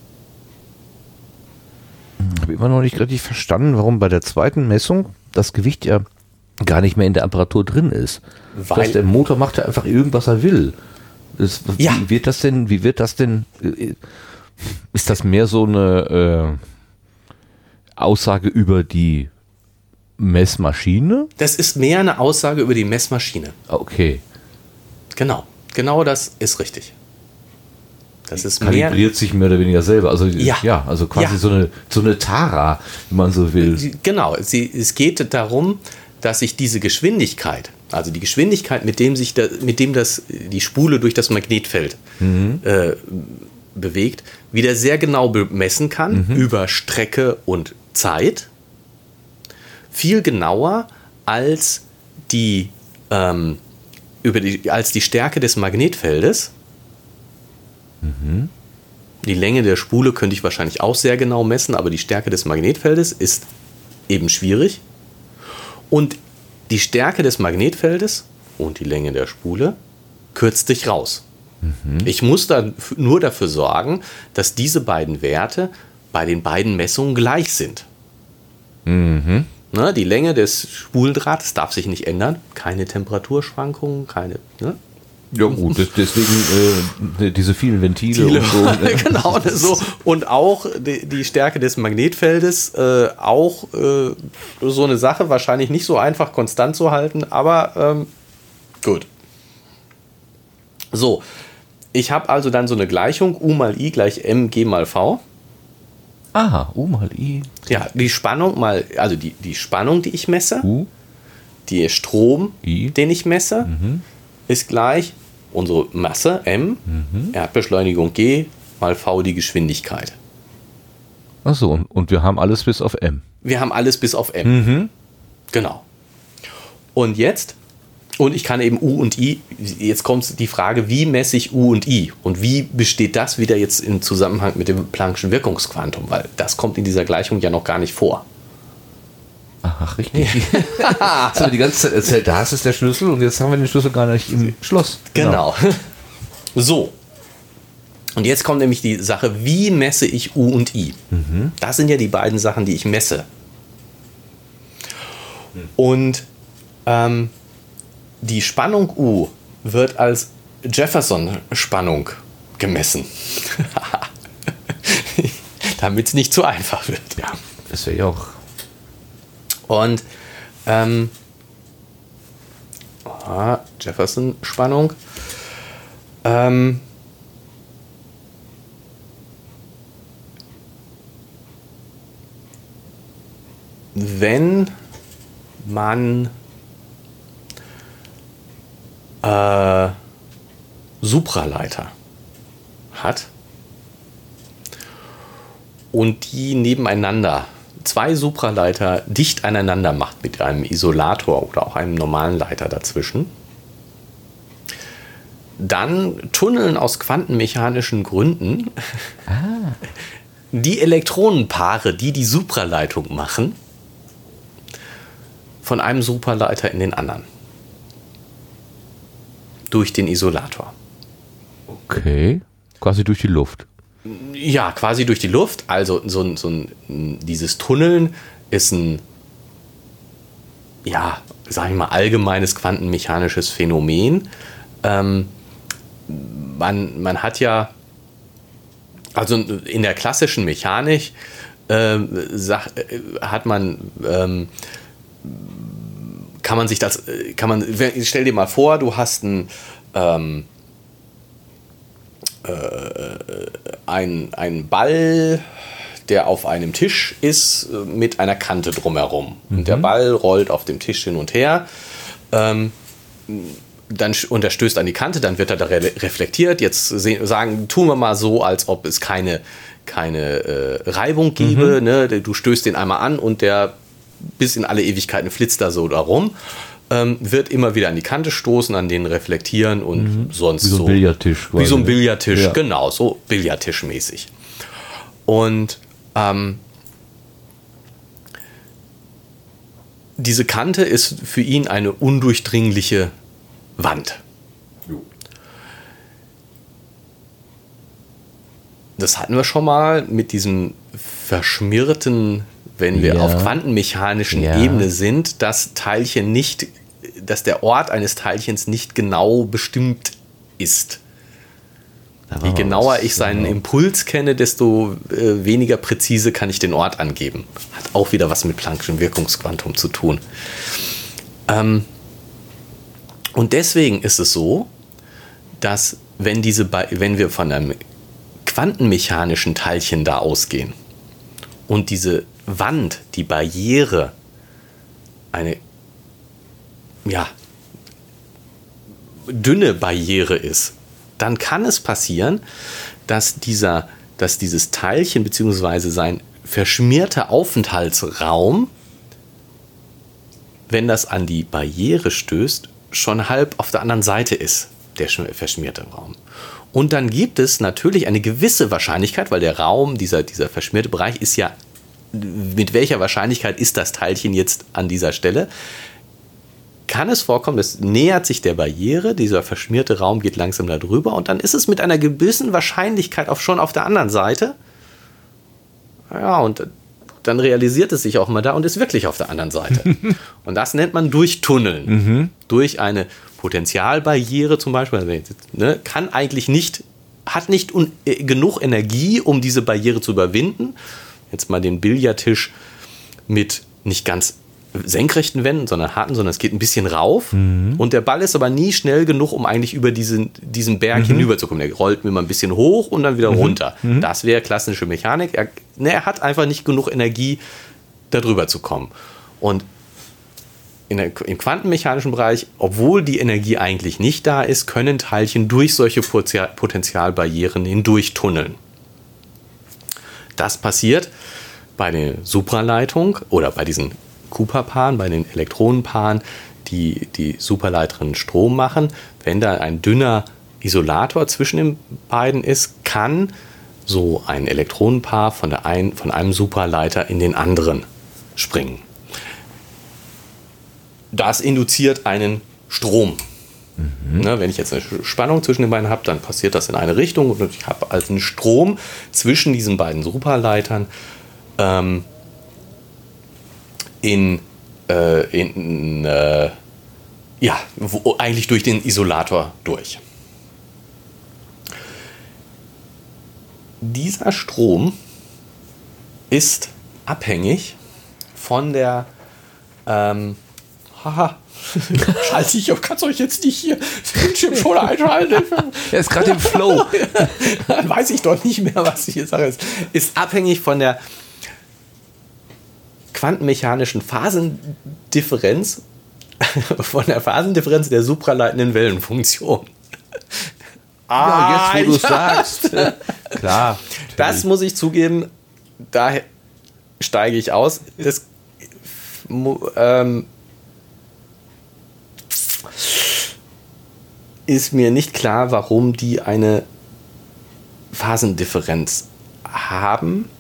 Ich habe immer noch nicht richtig verstanden, warum bei der zweiten Messung das Gewicht ja gar nicht mehr in der Apparatur drin ist. Weil der Motor macht ja einfach irgendwas er will. Wie wird das denn? Ist das mehr so eine Aussage über die Messmaschine? Das ist mehr eine Aussage über die Messmaschine. Okay. Genau das ist richtig. Das ist kalibriert sich mehr oder weniger selber. Also also quasi so eine Tara, wenn man so will. Genau. Es geht darum, dass sich diese Geschwindigkeit, also die Geschwindigkeit, mit dem die Spule durch das Magnetfeld bewegt, wieder sehr genau bemessen kann über Strecke und Zeit. Viel genauer als die Stärke des Magnetfeldes. Die Länge der Spule könnte ich wahrscheinlich auch sehr genau messen, aber die Stärke des Magnetfeldes ist eben schwierig. Und die Stärke des Magnetfeldes und die Länge der Spule kürzt sich raus. Ich muss dann nur dafür sorgen, dass diese beiden Werte bei den beiden Messungen gleich sind. Die Länge des Spulendrahtes darf sich nicht ändern. Keine Temperaturschwankungen, keine... Ja gut, deswegen diese vielen Ventile und so. Genau, so. Und auch die Stärke des Magnetfeldes, auch so eine Sache, wahrscheinlich nicht so einfach konstant zu halten, aber gut. So, ich habe also dann so eine Gleichung, U mal I gleich mg mal V. Aha, U mal I. Ja, die Spannung mal, also die Spannung, die ich messe, U. Der Strom, I. den ich messe, ist gleich unsere Masse m, Erdbeschleunigung g, mal v die Geschwindigkeit. Achso, und wir haben alles bis auf m. Wir haben alles bis auf m. Genau. Und jetzt Und ich kann eben U und I, jetzt kommt die Frage, wie messe ich U und I? Und wie besteht das wieder jetzt im Zusammenhang mit dem Planck'schen Wirkungsquantum? Weil das kommt in dieser Gleichung ja noch gar nicht vor. Ach, richtig. Das haben wir die ganze Zeit erzählt, das ist der Schlüssel und jetzt haben wir den Schlüssel gar nicht im Schloss. Genau. So. Und jetzt kommt nämlich die Sache, wie messe ich U und I? Das sind ja die beiden Sachen, die ich messe. Und die Spannung U wird als Jefferson-Spannung gemessen. Damit es nicht zu einfach wird. Ja, das wäre ja auch. Und Jefferson-Spannung. Wenn man Supraleiter hat und die nebeneinander, zwei Supraleiter dicht aneinander macht mit einem Isolator oder auch einem normalen Leiter dazwischen, dann tunneln aus quantenmechanischen Gründen die Elektronenpaare, die die Supraleitung machen, von einem Supraleiter in den anderen. Durch den Isolator. Okay. Quasi durch die Luft. Ja, quasi durch die Luft. Also dieses Tunneln ist ein, ja, sag ich mal, allgemeines quantenmechanisches Phänomen. Man hat ja, also in der klassischen Mechanik hat man stell dir mal vor, du hast einen Ball, der auf einem Tisch ist, mit einer Kante drumherum. Und der Ball rollt auf dem Tisch hin und her. Und er stößt an die Kante, dann wird er da reflektiert. Jetzt tun wir mal so, als ob es keine Reibung gäbe. Ne? Du stößt den einmal an und der bis in alle Ewigkeiten flitzt da so darum, wird immer wieder an die Kante stoßen, an den reflektieren und sonst so. Wie so ein Billardtisch. Wie so ein Billardtisch, ja. Genau, so Billardtischmäßig. Und diese Kante ist für ihn eine undurchdringliche Wand. Das hatten wir schon mal mit diesem verschmierten, wenn wir auf quantenmechanischen Ebene sind, dass der Ort eines Teilchens nicht genau bestimmt ist. Je genauer ich seinen Impuls kenne, desto weniger präzise kann ich den Ort angeben. Hat auch wieder was mit Planck'schem Wirkungsquantum zu tun. Und deswegen ist es so, dass wenn wir von einem quantenmechanischen Teilchen da ausgehen und diese Wand, die Barriere, eine dünne Barriere ist, dann kann es passieren, dass dieses Teilchen bzw. sein verschmierter Aufenthaltsraum, wenn das an die Barriere stößt, schon halb auf der anderen Seite ist, der verschmierte Raum. Und dann gibt es natürlich eine gewisse Wahrscheinlichkeit, weil der Raum, dieser verschmierte Bereich ist ja, mit welcher Wahrscheinlichkeit ist das Teilchen jetzt an dieser Stelle? Kann es vorkommen, das nähert sich der Barriere, dieser verschmierte Raum geht langsam da drüber und dann ist es mit einer gewissen Wahrscheinlichkeit auch schon auf der anderen Seite. Ja, und dann realisiert es sich auch mal da und ist wirklich auf der anderen Seite. Und das nennt man Durchtunneln. Durch eine Potentialbarriere zum Beispiel, kann eigentlich hat nicht genug Energie, um diese Barriere zu überwinden. Jetzt mal den Billardtisch mit nicht ganz senkrechten Wänden, sondern harten, sondern es geht ein bisschen rauf. Und der Ball ist aber nie schnell genug, um eigentlich über diesen Berg hinüberzukommen. Der rollt mir mal ein bisschen hoch und dann wieder runter. Das wäre klassische Mechanik. Er hat einfach nicht genug Energie, da drüber zu kommen. Und im quantenmechanischen Bereich, obwohl die Energie eigentlich nicht da ist, können Teilchen durch solche Potentialbarrieren hindurchtunneln. Das passiert bei der Supraleitung oder bei diesen Cooper-Paaren, bei den Elektronenpaaren, die Superleiterin Strom machen. Wenn da ein dünner Isolator zwischen den beiden ist, kann so ein Elektronenpaar von einem Superleiter in den anderen springen. Das induziert einen Strom. Ne, wenn ich jetzt eine Spannung zwischen den beiden habe, dann passiert das in eine Richtung und ich habe also einen Strom zwischen diesen beiden Superleitern eigentlich durch den Isolator durch. Dieser Strom ist abhängig von der Scheiße, ich kann es euch jetzt nicht hier Bildschirm schon einschalten. Er ist gerade im Flow. Dann weiß ich doch nicht mehr, was ich hier sage. Ist abhängig von der quantenmechanischen Phasendifferenz, von der Phasendifferenz der supraleitenden Wellenfunktion. Ja, jetzt wo du sagst. Klar. Das muss ich zugeben, da steige ich aus. Das ist mir nicht klar, warum die eine Phasendifferenz haben.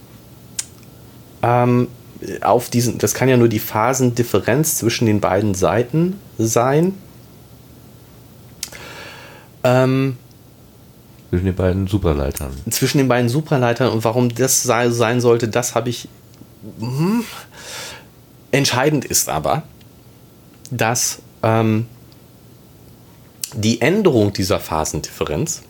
Das kann ja nur die Phasendifferenz zwischen den beiden Seiten sein. Zwischen den beiden Superleitern. Zwischen den beiden Superleitern, und warum das sein sollte, das habe ich. Entscheidend ist aber, dass die Änderung dieser Phasendifferenz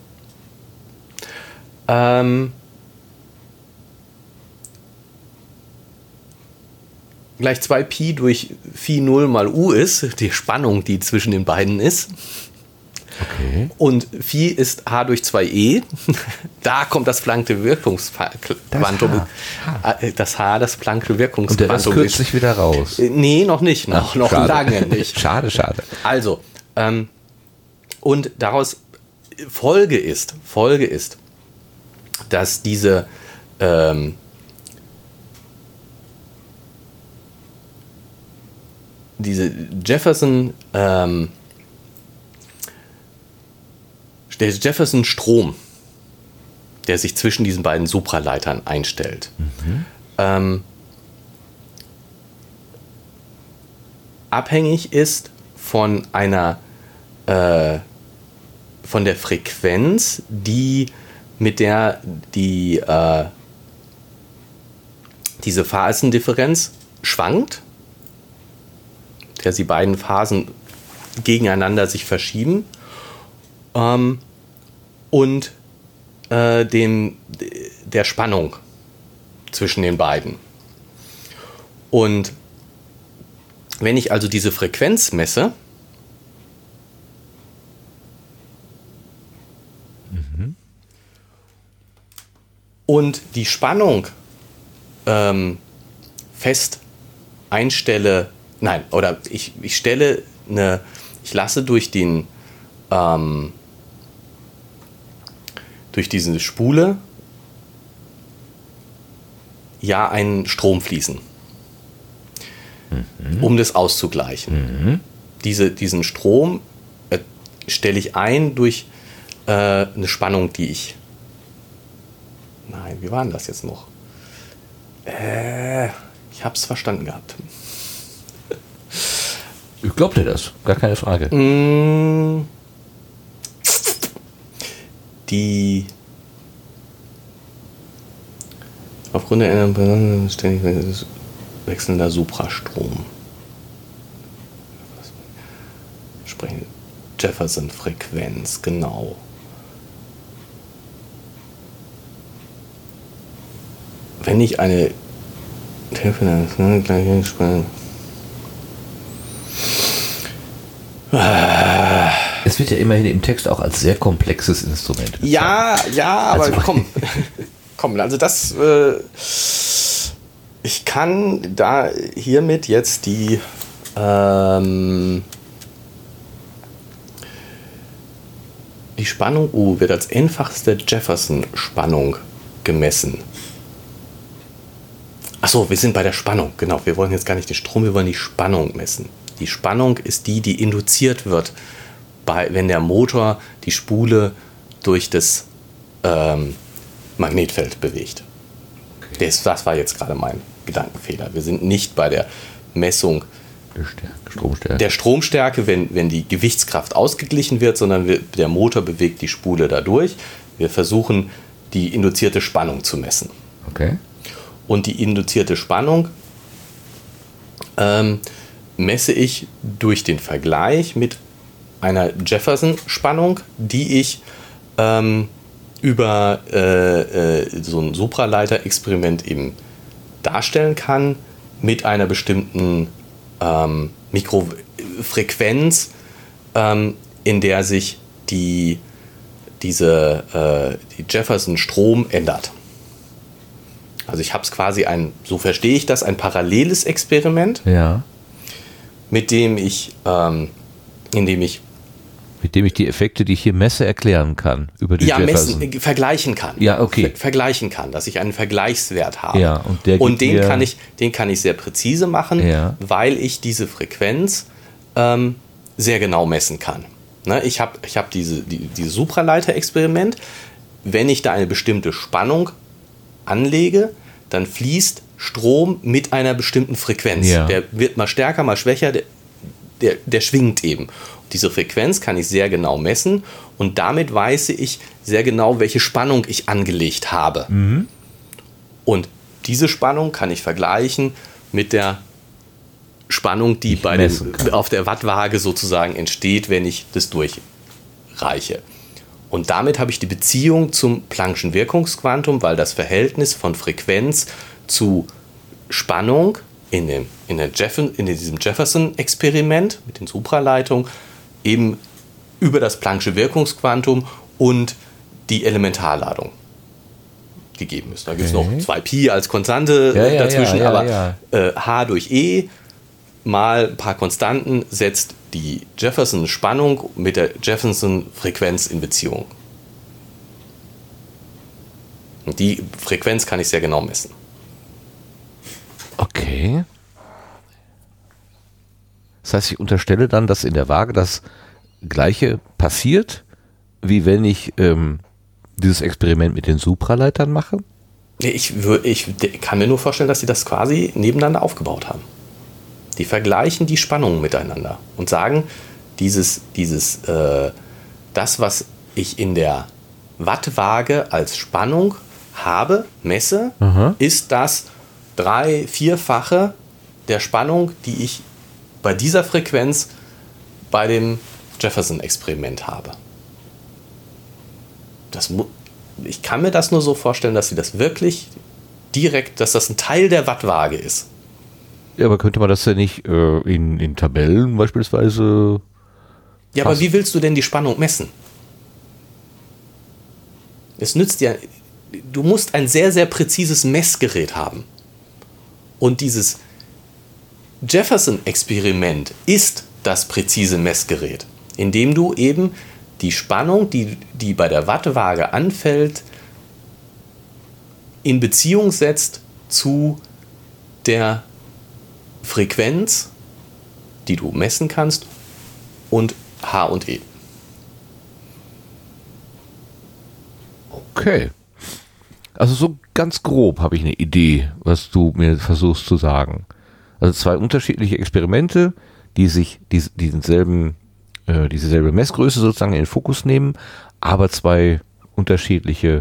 gleich 2Pi durch Phi 0 mal U ist, die Spannung, die zwischen den beiden ist. Okay. Und Phi ist H durch 2e. Da kommt das Planck'sche Wirkungsquantum. Das Planck'sche Wirkungsquantum. Und das kürzt sich wieder raus. Nee, noch nicht. Noch lange nicht. Schade. Also, und daraus Folge ist, dass diese der Jefferson-Strom, der sich zwischen diesen beiden Supraleitern einstellt, abhängig ist von der Frequenz, mit der diese Phasendifferenz schwankt, der die beiden Phasen gegeneinander sich verschieben, und der Spannung zwischen den beiden. Und wenn ich also diese Frequenz messe, und die Spannung fest einstelle, ich lasse durch diese Spule einen Strom fließen, um das auszugleichen. Diesen Strom stelle ich ein durch eine Spannung, die ich... Nein, wie war denn das jetzt noch? Ich habe es verstanden gehabt. Ich glaube dir das, gar keine Frage. Aufgrund der Änderung ständig wechselnder Suprastrom. Sprechen Jefferson-Frequenz, genau. Wenn ich eine Es wird ja immerhin im Text auch als sehr komplexes Instrument. Ja, aber also, komm, also das, ich kann da hiermit jetzt die Spannung U wird als einfachste Jefferson-Spannung gemessen. Achso, wir sind bei der Spannung, genau. Wir wollen jetzt gar nicht den Strom, wir wollen die Spannung messen. Die Spannung ist die induziert wird, wenn der Motor die Spule durch das Magnetfeld bewegt. Okay. Das war jetzt gerade mein Gedankenfehler. Wir sind nicht bei der Messung der Stromstärke, wenn die Gewichtskraft ausgeglichen wird, sondern der Motor bewegt die Spule dadurch. Wir versuchen, die induzierte Spannung zu messen. Okay. Und die induzierte Spannung messe ich durch den Vergleich mit einer Jefferson-Spannung, die ich über so ein Supraleiter-Experiment eben darstellen kann mit einer bestimmten Mikrofrequenz, in der sich die Jefferson-Strom ändert. Also ich habe es quasi so verstehe ich das, ein paralleles Experiment, ja, mit dem ich die Effekte, die ich hier messe, erklären kann über die Jefferson. Vergleichen kann. Ja, okay. Vergleichen kann, dass ich einen Vergleichswert habe. Ja, und den kann ich sehr präzise machen, ja, weil ich diese Frequenz sehr genau messen kann. Ne, ich hab dieses Supraleiter-Experiment. Wenn ich da eine bestimmte Spannung anlege, dann fließt Strom mit einer bestimmten Frequenz. Ja. Der wird mal stärker, mal schwächer, der schwingt eben. Diese Frequenz kann ich sehr genau messen und damit weiß ich sehr genau, welche Spannung ich angelegt habe. Mhm. Und diese Spannung kann ich vergleichen mit der Spannung, die auf der Wattwaage sozusagen entsteht, wenn ich das durchreiche. Und damit habe ich die Beziehung zum Planck'schen Wirkungsquantum, weil das Verhältnis von Frequenz zu Spannung in diesem Jefferson-Experiment mit den Supraleitungen eben über das Planck'sche Wirkungsquantum und die Elementarladung gegeben ist. Da gibt es noch 2π als Konstante dazwischen, aber H durch E mal ein paar Konstanten setzt die Jefferson-Spannung mit der Jefferson-Frequenz in Beziehung. Und die Frequenz kann ich sehr genau messen. Okay. Das heißt, ich unterstelle dann, dass in der Waage das Gleiche passiert, wie wenn ich dieses Experiment mit den Supraleitern mache? Ich kann mir nur vorstellen, dass sie das quasi nebeneinander aufgebaut haben. Die vergleichen die Spannungen miteinander und sagen, das, was ich in der Wattwaage als Spannung habe, messe, ist das 3-4-fache der Spannung, die ich bei dieser Frequenz bei dem Jefferson-Experiment habe. Ich kann mir das nur so vorstellen, dass sie das wirklich direkt, dass das ein Teil der Wattwaage ist. Ja, aber könnte man das ja nicht in Tabellen beispielsweise? Ja, aber wie willst du denn die Spannung messen? Es nützt ja, du musst ein sehr, sehr präzises Messgerät haben. Und dieses Jefferson-Experiment ist das präzise Messgerät, indem du eben die Spannung, die bei der Wattwaage anfällt, in Beziehung setzt zu der Frequenz, die du messen kannst, und H und E. Okay. Also so ganz grob habe ich eine Idee, was du mir versuchst zu sagen. Also zwei unterschiedliche Experimente, die sich dieselbe Messgröße sozusagen in den Fokus nehmen, aber zwei unterschiedliche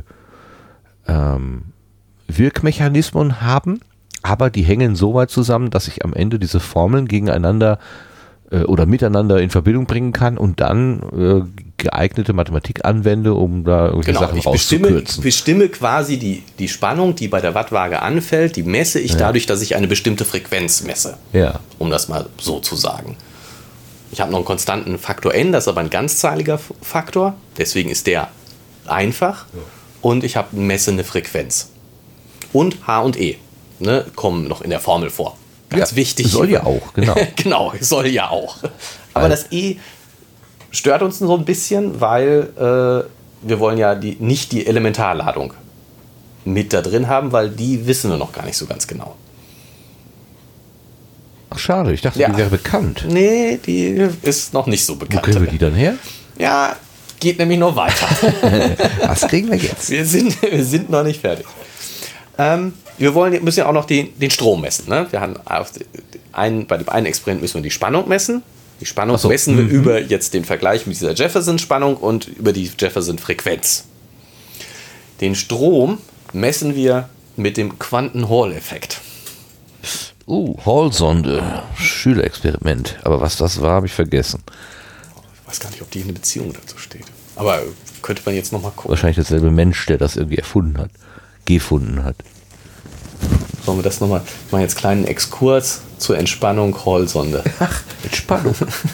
Wirkmechanismen haben, aber die hängen so weit zusammen, dass ich am Ende diese Formeln gegeneinander oder miteinander in Verbindung bringen kann und dann geeignete Mathematik anwende, um da irgendwelche Sachen rauszukürzen. Ich bestimme quasi die Spannung, die bei der Wattwaage anfällt, die messe ich dadurch, dass ich eine bestimmte Frequenz messe. Ja. Um das mal so zu sagen. Ich habe noch einen konstanten Faktor n, das ist aber ein ganzzahliger Faktor, deswegen ist der einfach. Ja. Und ich messe eine Frequenz. Und H und E kommen noch in der Formel vor. Ganz wichtig. Soll ja auch, genau. Genau, soll ja auch. Aber das E stört uns so ein bisschen, weil wir wollen ja nicht die Elementarladung mit da drin haben, weil die wissen wir noch gar nicht so ganz genau. Schade, ich dachte, Ja. die wäre bekannt. Nee, die ist noch nicht so Wo bekannt. kriegen wir die dann her? Ja, geht nämlich noch weiter. Was kriegen wir jetzt? Wir sind noch nicht fertig. Müssen ja auch noch den Strom messen. Ne? Wir haben bei dem einen Experiment müssen wir die Spannung messen. Die Spannung Ach so. messen wir über jetzt den Vergleich mit dieser Jefferson-Spannung und über die Jefferson-Frequenz. Den Strom messen wir mit dem Quanten-Hall-Effekt. Hall-Sonde, Schülerexperiment. Aber was das war, habe ich vergessen. Ich weiß gar nicht, ob die in eine Beziehung dazu steht. Aber könnte man jetzt nochmal gucken. Wahrscheinlich derselbe Mensch, der das irgendwie gefunden hat. Sollen wir das nochmal? Ich mache jetzt einen kleinen Exkurs zur Entspannung Hall-Sonde. Ach, Entspannung.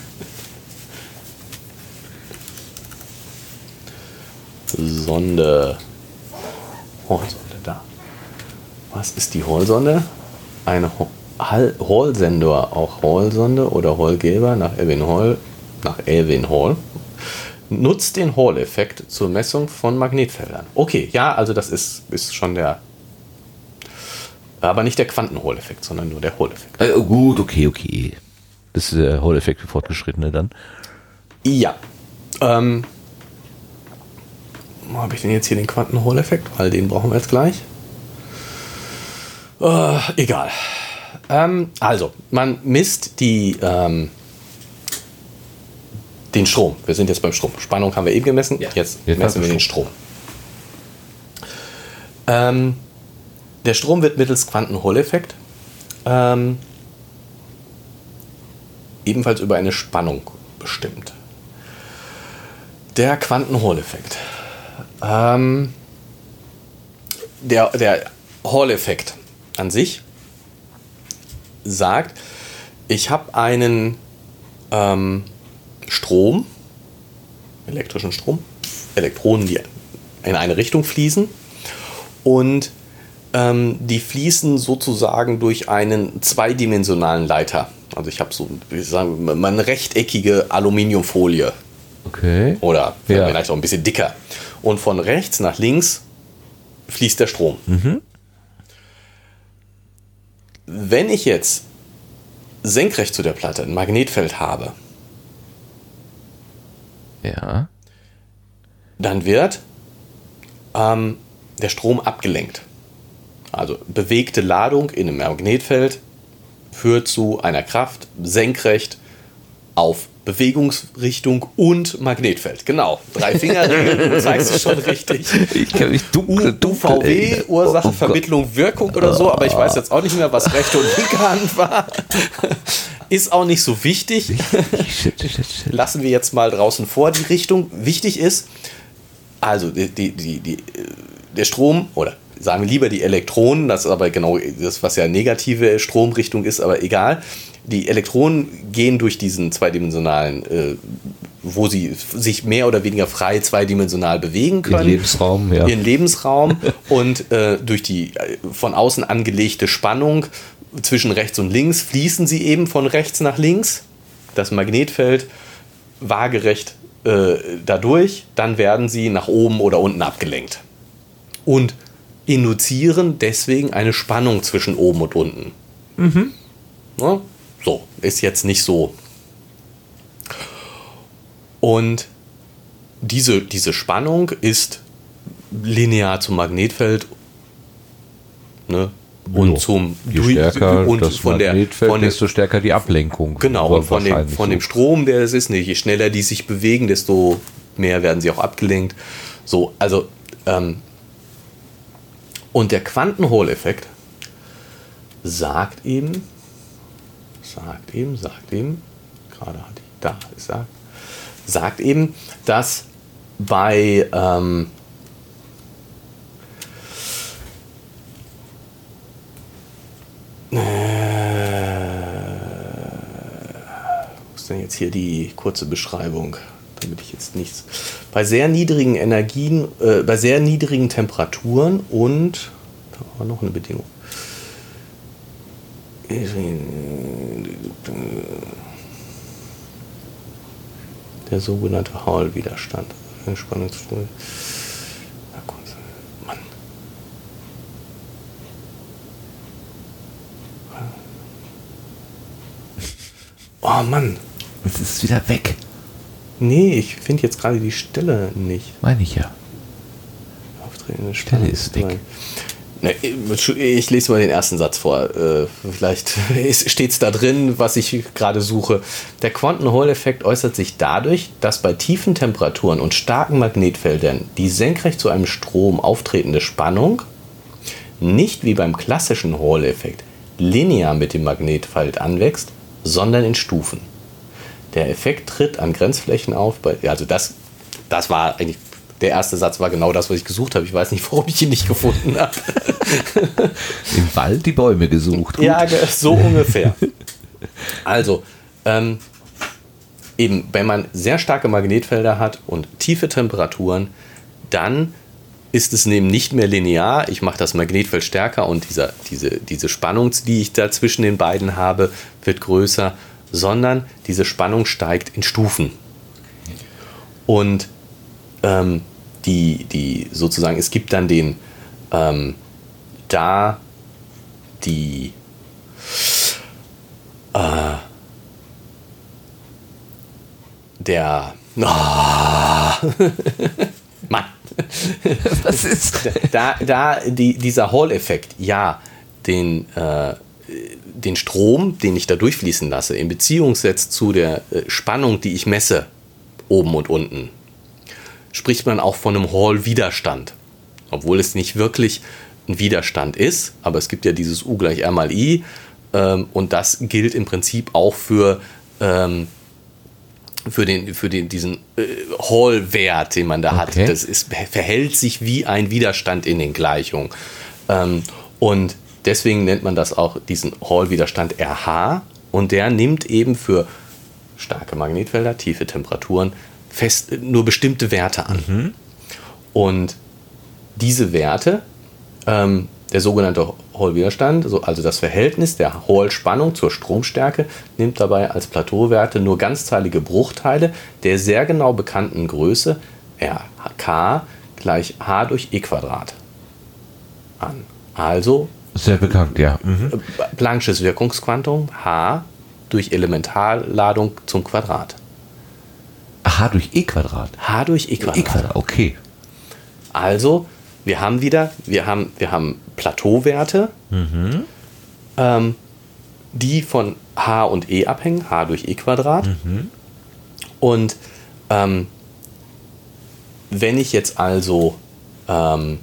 Sonde. Hall-Sonde, da. Was ist die Hall-Sonde? Eine Hall-Sensor, auch Hall-Sonde oder Hall-Geber nach Elvin Hall. Nutzt den Hall-Effekt zur Messung von Magnetfeldern. Okay, ja, also das ist schon der. Aber nicht der Quanten-Hall-Effekt, sondern nur der Hall-Effekt. Gut, okay. Das ist der Hall-Effekt für Fortgeschrittene dann. Ja. Wo habe ich denn jetzt hier den Quanten-Hall-Effekt? Weil den brauchen wir jetzt gleich. Egal. Also, man misst den Strom. Wir sind jetzt beim Strom. Spannung haben wir eben gemessen. Ja. Jetzt Jetzt messen wir den Strom. Der Strom wird mittels Quanten-Hall-Effekt ebenfalls über eine Spannung bestimmt. Der Quanten-Hall-Effekt. Der Hall-Effekt an sich sagt, ich habe einen Strom, elektrischen Strom, Elektronen, die in eine Richtung fließen und die fließen sozusagen durch einen zweidimensionalen Leiter. Also ich habe so, wie sagen wir mal, eine rechteckige Aluminiumfolie. Okay. Oder Ja. vielleicht auch ein bisschen dicker. Und von rechts nach links fließt der Strom. Wenn ich jetzt senkrecht zu der Platte ein Magnetfeld habe, Ja. dann wird der Strom abgelenkt. Also bewegte Ladung in einem Magnetfeld führt zu einer Kraft senkrecht auf Bewegungsrichtung und Magnetfeld. Genau, 3 Finger, du zeigst es schon richtig. Ich kann mich dunkel UVW, erinnern. Ursache, Oh Gott. Vermittlung, Wirkung oder so, aber ich weiß jetzt auch nicht mehr, was rechte und linke Hand war. Ist auch nicht so wichtig. Shit. Lassen wir jetzt mal draußen vor die Richtung. Wichtig ist, also der Strom, oder sagen wir lieber die Elektronen, das ist aber genau das, was ja negative Stromrichtung ist, aber egal. Die Elektronen gehen durch diesen zweidimensionalen, wo sie sich mehr oder weniger frei zweidimensional bewegen können. Ihren Lebensraum, ja. Ihren Lebensraum und durch die von außen angelegte Spannung zwischen rechts und links fließen sie eben von rechts nach links. Das Magnetfeld waagerecht dadurch, dann werden sie nach oben oder unten abgelenkt. Und induzieren deswegen eine Spannung zwischen oben und unten. Ja, so, ist jetzt nicht so. Und diese Spannung ist linear zum Magnetfeld, ne? Und Je stärker und das Magnetfeld, desto stärker die Ablenkung. Genau, und von Wahrscheinlich dem so. Strom, der es ist, ne, je schneller die sich bewegen, desto mehr werden sie auch abgelenkt. So, also und der Quanten-Hall-Effekt sagt eben, gerade hatte ich da gesagt, sagt eben, dass bei wo ist denn jetzt hier die kurze Beschreibung, damit ich jetzt nichts. Bei sehr niedrigen Energien, bei sehr niedrigen Temperaturen und da war noch eine Bedingung. Der sogenannte Hall-Widerstand. Spannungsstrom. Mann. Oh Mann. Jetzt ist es wieder weg. Nee, ich finde jetzt gerade die Stelle nicht. Meine ich ja. Auftretende Stelle ist weg. Ne, ich lese mal den ersten Satz vor. Vielleicht steht es da drin, was ich gerade suche. Der Quanten-Hall-Effekt äußert sich dadurch, dass bei tiefen Temperaturen und starken Magnetfeldern die senkrecht zu einem Strom auftretende Spannung nicht wie beim klassischen Hall-Effekt linear mit dem Magnetfeld anwächst, sondern in Stufen. Der Effekt tritt an Grenzflächen auf. Also das war eigentlich, der erste Satz war genau das, was ich gesucht habe. Ich weiß nicht, warum ich ihn nicht gefunden habe. Im Wald die Bäume gesucht. Gut. Ja, so ungefähr. Also, eben, wenn man sehr starke Magnetfelder hat und tiefe Temperaturen, dann ist es eben nicht mehr linear. Ich mache das Magnetfeld stärker und diese Spannung, die ich da zwischen den beiden habe, wird größer, sondern diese Spannung steigt in Stufen. Und die sozusagen, es gibt dann den Mann. Was ist? Dieser Hall-Effekt, ja, den Strom, den ich da durchfließen lasse, in Beziehung setzt zu der Spannung, die ich messe, oben und unten, spricht man auch von einem Hall-Widerstand. Obwohl es nicht wirklich ein Widerstand ist, aber es gibt ja dieses U gleich R mal I und das gilt im Prinzip auch für diesen Hall-Wert, den man da hat. Das verhält sich wie ein Widerstand in den Gleichungen. Und deswegen nennt man das auch diesen Hall-Widerstand RH und der nimmt eben für starke Magnetfelder, tiefe Temperaturen nur bestimmte Werte an. Mhm. Und diese Werte, der sogenannte Hall-Widerstand, also das Verhältnis der Hall-Spannung zur Stromstärke, nimmt dabei als Plateauwerte nur ganzzahlige Bruchteile der sehr genau bekannten Größe Rk gleich H durch E Quadrat an. Also sehr bekannt, ja. Mhm. Planck'sches Wirkungsquantum H durch Elementarladung zum Quadrat. H durch E Quadrat? H durch E Quadrat. E Quadrat, okay. Also, wir haben Plateauwerte, die von H und E abhängen, H durch E Quadrat. Mhm. Und wenn ich jetzt also bei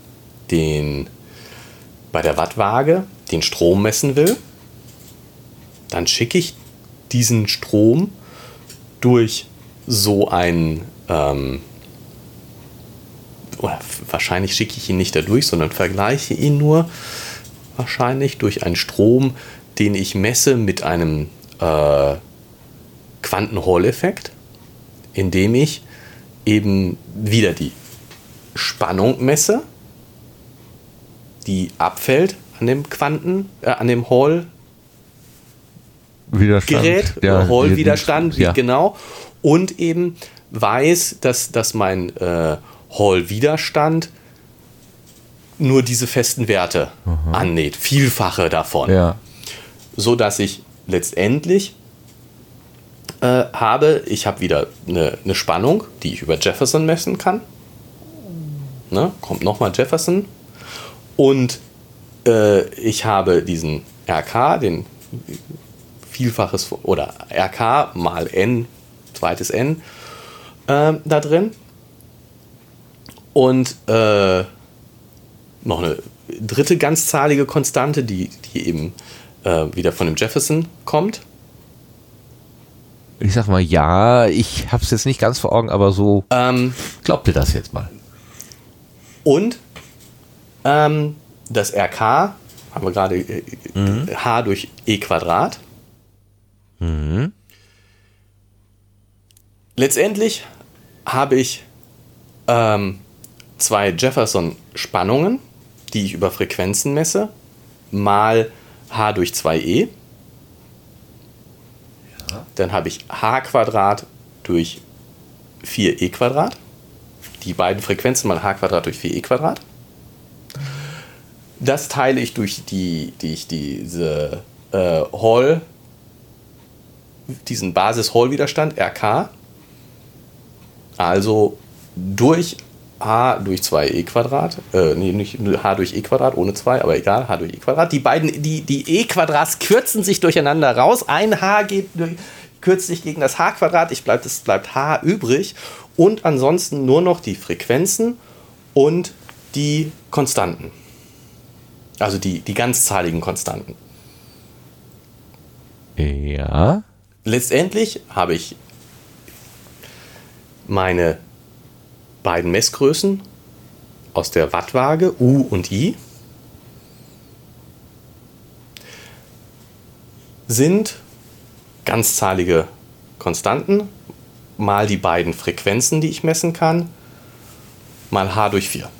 der Wattwaage den Strom messen will, dann schicke ich diesen Strom durch so einen, oder wahrscheinlich schicke ich ihn nicht dadurch, sondern vergleiche ihn nur wahrscheinlich durch einen Strom, den ich messe mit einem Quanten-Hall-Effekt, indem ich eben wieder die Spannung messe, die abfällt an dem an dem Hall-Gerät, Hall-Widerstand, genau, und eben weiß, dass mein Hall-Widerstand nur diese festen Werte annäht, Vielfache davon, so dass ich letztendlich ich habe wieder eine Spannung, die ich über Jefferson messen kann. Ne? Kommt nochmal Jefferson. Und ich habe diesen RK, den Vielfaches oder RK mal N, zweites N da drin. Und noch eine dritte ganzzahlige Konstante, die eben wieder von dem Jefferson kommt. Ich sag mal, ja, ich hab's jetzt nicht ganz vor Augen, aber so glaubt ihr das jetzt mal. Und das RK, haben wir gerade H durch E Quadrat. Mhm. Letztendlich habe ich zwei Jefferson-Spannungen, die ich über Frequenzen messe, mal H durch 2E. Ja. Dann habe ich H Quadrat durch 4E Quadrat. Die beiden Frequenzen mal H Quadrat durch 4E Quadrat. Das teile ich durch diese Hall-Werte diesen Basis-Hall-Widerstand RK, also durch h durch 2e², nicht h durch e² ohne 2, aber egal, h durch e². Die beiden, die e-Quadrats kürzen sich durcheinander raus. Ein h kürzt sich gegen das h², es bleibt h übrig und ansonsten nur noch die Frequenzen und die Konstanten. Also die ganzzahligen Konstanten. Ja. Letztendlich habe ich meine beiden Messgrößen aus der Wattwaage, U und I, sind ganzzahlige Konstanten mal die beiden Frequenzen, die ich messen kann, mal h durch 4.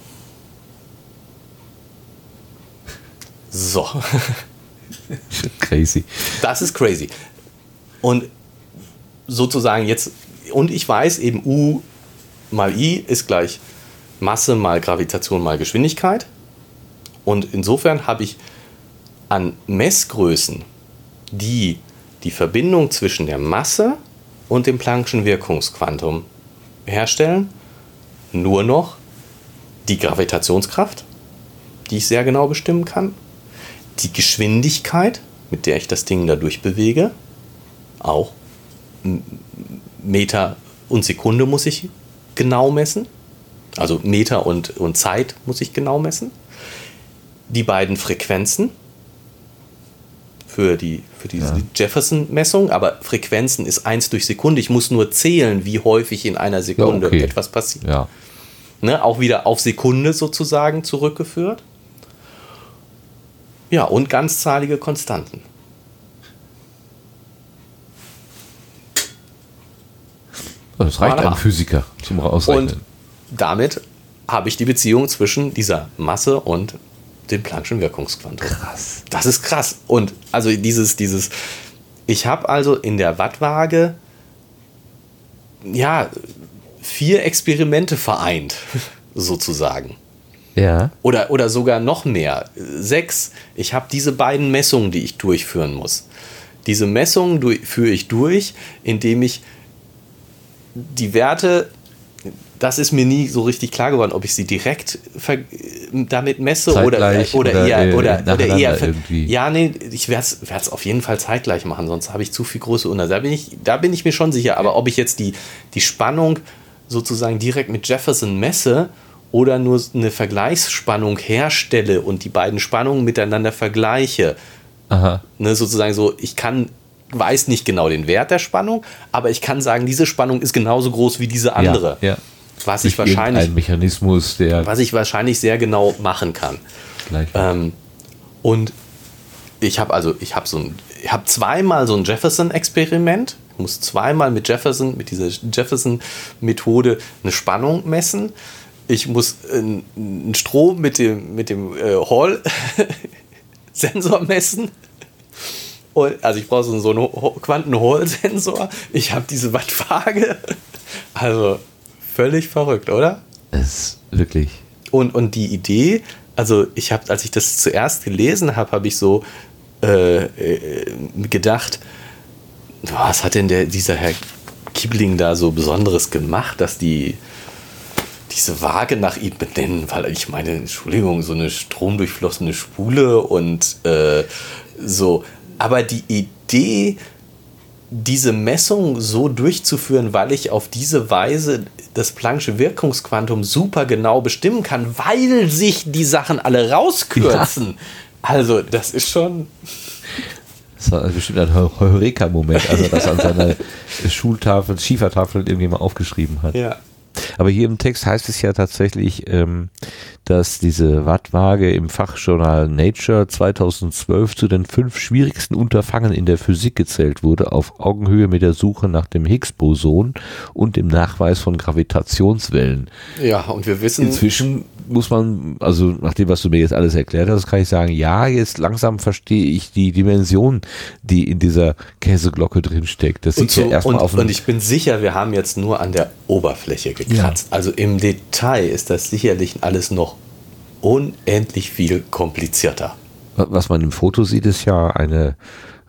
So. Crazy. Das ist crazy. Und sozusagen jetzt, und ich weiß eben, U mal I ist gleich Masse mal Gravitation mal Geschwindigkeit. Und insofern habe ich an Messgrößen, die die Verbindung zwischen der Masse und dem Planck'schen Wirkungsquantum herstellen, nur noch die Gravitationskraft, die ich sehr genau bestimmen kann, die Geschwindigkeit, mit der ich das Ding dadurch bewege, auch Meter und Sekunde muss ich genau messen, also Meter und Zeit muss ich genau messen, die beiden Frequenzen für diese Jefferson-Messung, aber Frequenzen ist 1 durch Sekunde, ich muss nur zählen, wie häufig in einer Sekunde etwas passiert. Ja. Ne, auch wieder auf Sekunde sozusagen zurückgeführt. Ja, und ganzzahlige Konstanten. Das reicht einem Physiker zum Ausrechnen. Und damit habe ich die Beziehung zwischen dieser Masse und dem Planck'schen Wirkungsquantum. Krass. Das ist krass. Und also ich habe also in der Wattwaage 4 Experimente vereint, sozusagen. Ja. Oder sogar noch mehr. 6. Ich habe diese beiden Messungen, die ich durchführen muss. Diese Messungen führe ich durch, indem ich die Werte, das ist mir nie so richtig klar geworden, ob ich sie direkt damit messe oder eher irgendwie. Ja, nee, ich werde es auf jeden Fall zeitgleich machen, sonst habe ich zu viel große Unterschiede. Da bin ich mir schon sicher. Aber ob ich jetzt die Spannung sozusagen direkt mit Jefferson messe oder nur eine Vergleichsspannung herstelle und die beiden Spannungen miteinander vergleiche, ne, sozusagen so, weiß nicht genau den Wert der Spannung, aber ich kann sagen, diese Spannung ist genauso groß wie diese andere. Ja. Was ich wahrscheinlich ein Mechanismus, was ich wahrscheinlich sehr genau machen kann. Und ich habe zweimal so ein Jefferson-Experiment. Ich muss zweimal mit dieser Jefferson-Methode eine Spannung messen. Ich muss einen Strom mit dem Hall-Sensor messen. Also ich brauche so einen Quanten-Hall-Sensor. Ich habe diese Wattwaage. Also völlig verrückt, oder? Das ist wirklich. Und die Idee, also als ich das zuerst gelesen habe, habe ich so gedacht, was hat denn dieser Herr Kibling da so Besonderes gemacht, dass die diese Waage nach ihm benennen, weil ich meine, Entschuldigung, so eine stromdurchflossene Spule und so. Aber die Idee, diese Messung so durchzuführen, weil ich auf diese Weise das Planck'sche Wirkungsquantum super genau bestimmen kann, weil sich die Sachen alle rauskürzen. Ja. Also, das ist schon... Das war bestimmt ein Heureka-Moment, als er das an seiner Schiefertafel irgendjemand aufgeschrieben hat. Ja. Aber hier im Text heißt es ja tatsächlich, dass diese Wattwaage im Fachjournal Nature 2012 zu den 5 schwierigsten Unterfangen in der Physik gezählt wurde, auf Augenhöhe mit der Suche nach dem Higgs-Boson und dem Nachweis von Gravitationswellen. Ja, und wir wissen... Inzwischen muss man, also nach dem, was du mir jetzt alles erklärt hast, kann ich sagen, ja, jetzt langsam verstehe ich die Dimension, die in dieser Käseglocke drin steckt. Das sieht ja erstmal auf. Und ich bin sicher, wir haben jetzt nur an der Oberfläche gekratzt. Ja. Also im Detail ist das sicherlich alles noch unendlich viel komplizierter. Was man im Foto sieht, ist ja eine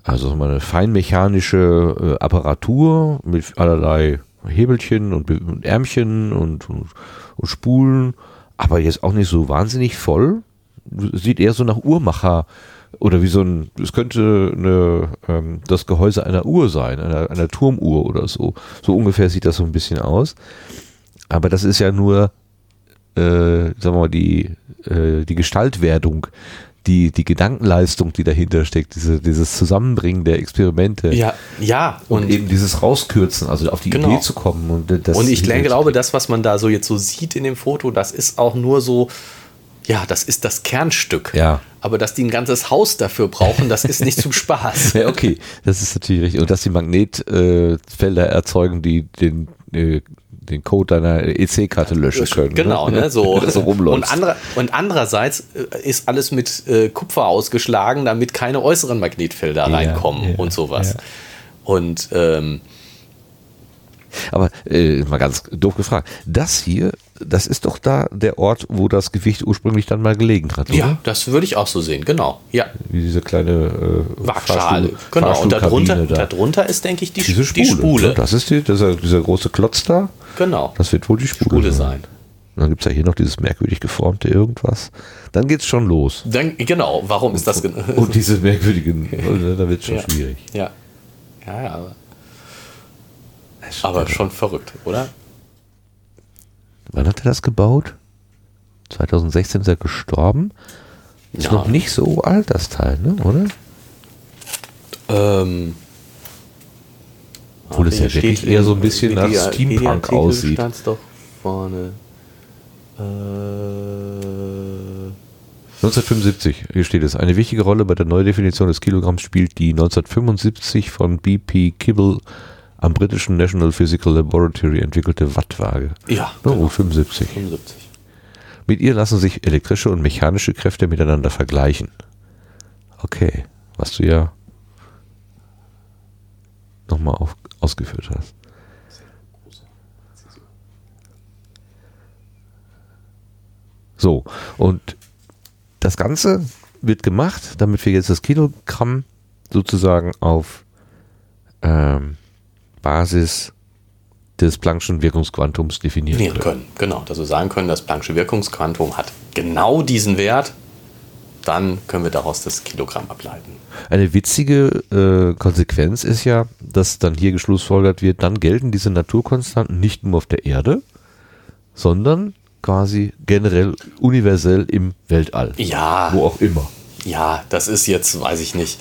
also mal eine feinmechanische Apparatur mit allerlei Hebelchen und Ärmchen und Spulen, aber jetzt auch nicht so wahnsinnig voll. Sieht eher so nach Uhrmacher oder wie es könnte das Gehäuse einer Uhr sein, einer Turmuhr oder so. So ungefähr sieht das so ein bisschen aus. Aber das ist ja nur, sagen wir mal, die Gestaltwerdung, die Gedankenleistung, die dahinter steckt, dieses Zusammenbringen der Experimente. Ja. Und eben dieses Rauskürzen, also auf die Idee zu kommen. Und ich glaube, das, was man da so jetzt so sieht in dem Foto, das ist auch nur so, ja, das ist das Kernstück. Ja. Aber dass die ein ganzes Haus dafür brauchen, das ist nicht zum Spaß. Ja, okay, das ist natürlich richtig. Und dass die Magnetfelder erzeugen, die den Code deiner EC-Karte löschen können. Genau, ne? So. So rumläuft. Und andererseits ist alles mit Kupfer ausgeschlagen, damit keine äußeren Magnetfelder reinkommen und sowas. Ja. Und aber mal ganz doof gefragt, das ist doch da der Ort, wo das Gewicht ursprünglich dann mal gelegen hat, oder? Ja, das würde ich auch so sehen, genau. Ja. Wie diese kleine Waagschale. Genau, und darunter ist, denke ich, die Spule. Das ist dieser große Klotz da. Genau. Das wird wohl die Spule sein. Und dann gibt es ja hier noch dieses merkwürdig geformte irgendwas. Dann geht's schon los. Genau, warum ist das? Und diese merkwürdigen, da wird es schon schwierig. Ja, aber schon verrückt, oder? Wann hat er das gebaut? 2016 ist er gestorben. Ist noch nicht so alt, das Teil, ne? Oder? Obwohl es ja wirklich eher so ein bisschen nach Steampunk aussieht. Stand's doch vorne. 1975, hier steht es. Eine wichtige Rolle bei der Neudefinition des Kilogramms spielt die 1975 von B.P. Kibble am britischen National Physical Laboratory entwickelte Wattwaage. Ja. Genau. 75. Mit ihr lassen sich elektrische und mechanische Kräfte miteinander vergleichen. Okay, was du ja nochmal ausgeführt hast. So, und das Ganze wird gemacht, damit wir jetzt das Kilogramm sozusagen auf Basis des Planck'schen Wirkungsquantums definieren können. Genau, dass wir sagen können, das Planck'sche Wirkungsquantum hat genau diesen Wert, dann können wir daraus das Kilogramm ableiten. Eine witzige Konsequenz ist ja, dass dann hier geschlussfolgert wird, dann gelten diese Naturkonstanten nicht nur auf der Erde, sondern quasi generell universell im Weltall. Ja. Wo auch immer. Ja, das ist jetzt, weiß ich nicht,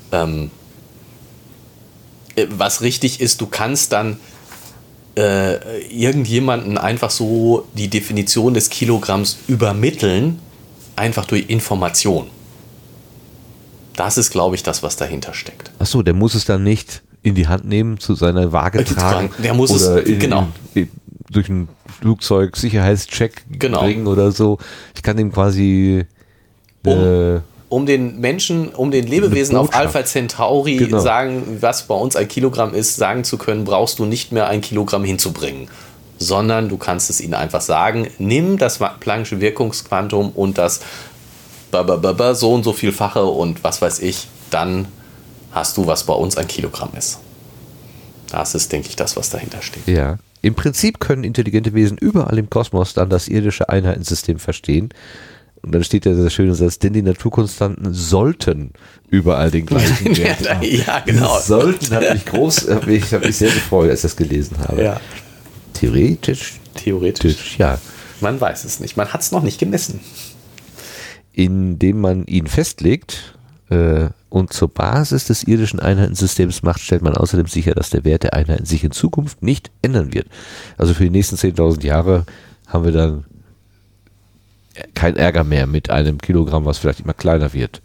was richtig ist, du kannst dann irgendjemanden einfach so die Definition des Kilogramms übermitteln, einfach durch Information. Das ist, glaube ich, das, was dahinter steckt. Achso, der muss es dann nicht in die Hand nehmen, zu seiner Waage tragen. Der muss oder es, durch ein Flugzeug Sicherheitscheck bringen oder so. Ich kann dem quasi um den Menschen, um den Lebewesen auf Alpha Centauri sagen, was bei uns ein Kilogramm ist, sagen zu können, brauchst du nicht mehr ein Kilogramm hinzubringen, sondern du kannst es ihnen einfach sagen, nimm das Planck'sche Wirkungsquantum und das so und so vielfache und was weiß ich, dann hast du, was bei uns ein Kilogramm ist. Das ist, denke ich, das, was dahinter steht. Ja. Im Prinzip können intelligente Wesen überall im Kosmos dann das irdische Einheitensystem verstehen. Und dann steht ja der schöne Satz, denn die Naturkonstanten sollten überall den gleichen Wert haben. Ja, genau. Sollten hat mich sehr gefreut, als ich das gelesen habe. Ja. Theoretisch, ja. Man weiß es nicht. Man hat es noch nicht gemessen. Indem man ihn festlegt und zur Basis des irdischen Einheitensystems macht, stellt man außerdem sicher, dass der Wert der Einheiten sich in Zukunft nicht ändern wird. Also für die nächsten 10.000 Jahre haben wir dann kein Ärger mehr mit einem Kilogramm, was vielleicht immer kleiner wird.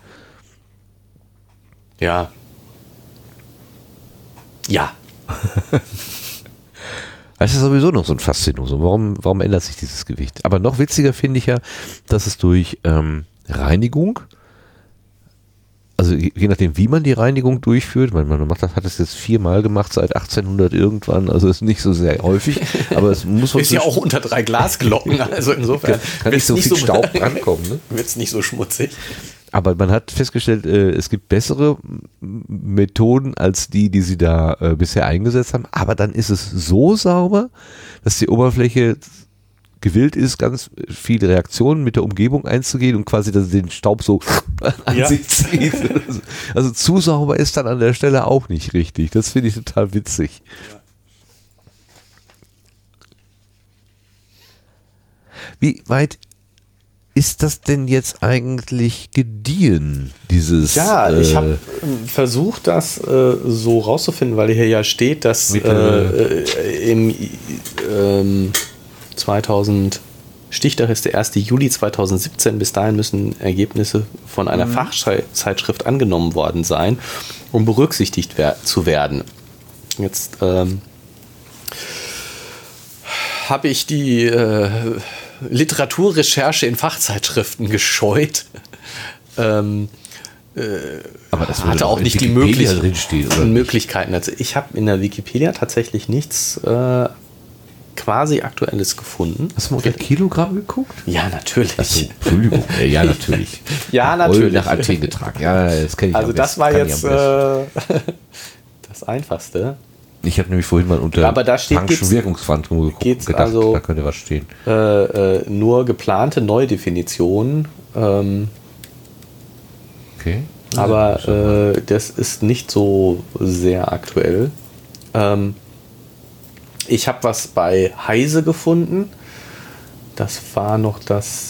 Ja. Ja. Das ist sowieso noch so ein Faszinosum. Warum ändert sich dieses Gewicht? Aber noch witziger finde ich ja, dass es durch Reinigung, also je nachdem, wie man die Reinigung durchführt, man hat es jetzt 4-mal gemacht seit 1800 irgendwann, also ist nicht so sehr häufig, aber es muss ist ja auch unter 3 Glasglocken, also insofern kann nicht so viel Staub rankommen. Ne? Wird es nicht so schmutzig. Aber man hat festgestellt, es gibt bessere Methoden als die sie da bisher eingesetzt haben. Aber dann ist es so sauber, dass die Oberfläche gewillt ist, ganz viele Reaktionen mit der Umgebung einzugehen und quasi den Staub so an sich zieht. Also zu sauber ist dann an der Stelle auch nicht richtig. Das finde ich total witzig. Ja. Wie weit ist das denn jetzt eigentlich gediehen, dieses... Ja, ich habe versucht, das so rauszufinden, weil hier ja steht, dass im 2000, Stichtag ist der 1. Juli 2017, bis dahin müssen Ergebnisse von einer Fachzeitschrift angenommen worden sein, um berücksichtigt zu werden. Jetzt habe ich die Literaturrecherche in Fachzeitschriften gescheut. Aber das hatte auch nicht die Möglichkeiten. Also ich habe in der Wikipedia tatsächlich nichts quasi Aktuelles gefunden. Hast du mal unter Kilogramm geguckt? Ja, natürlich. Achso, Entschuldigung. Ja, natürlich. Ja, natürlich. Nach Athen getragen. Ja, das kenne ich. Also das war jetzt das Einfachste. Ich habe nämlich vorhin mal unter Planck'schen Wirkungsquantum gedacht, also, da könnte was stehen. Nur geplante Neudefinitionen. Okay. Aber das ist nicht so sehr aktuell. Ich habe was bei Heise gefunden. Das war noch das...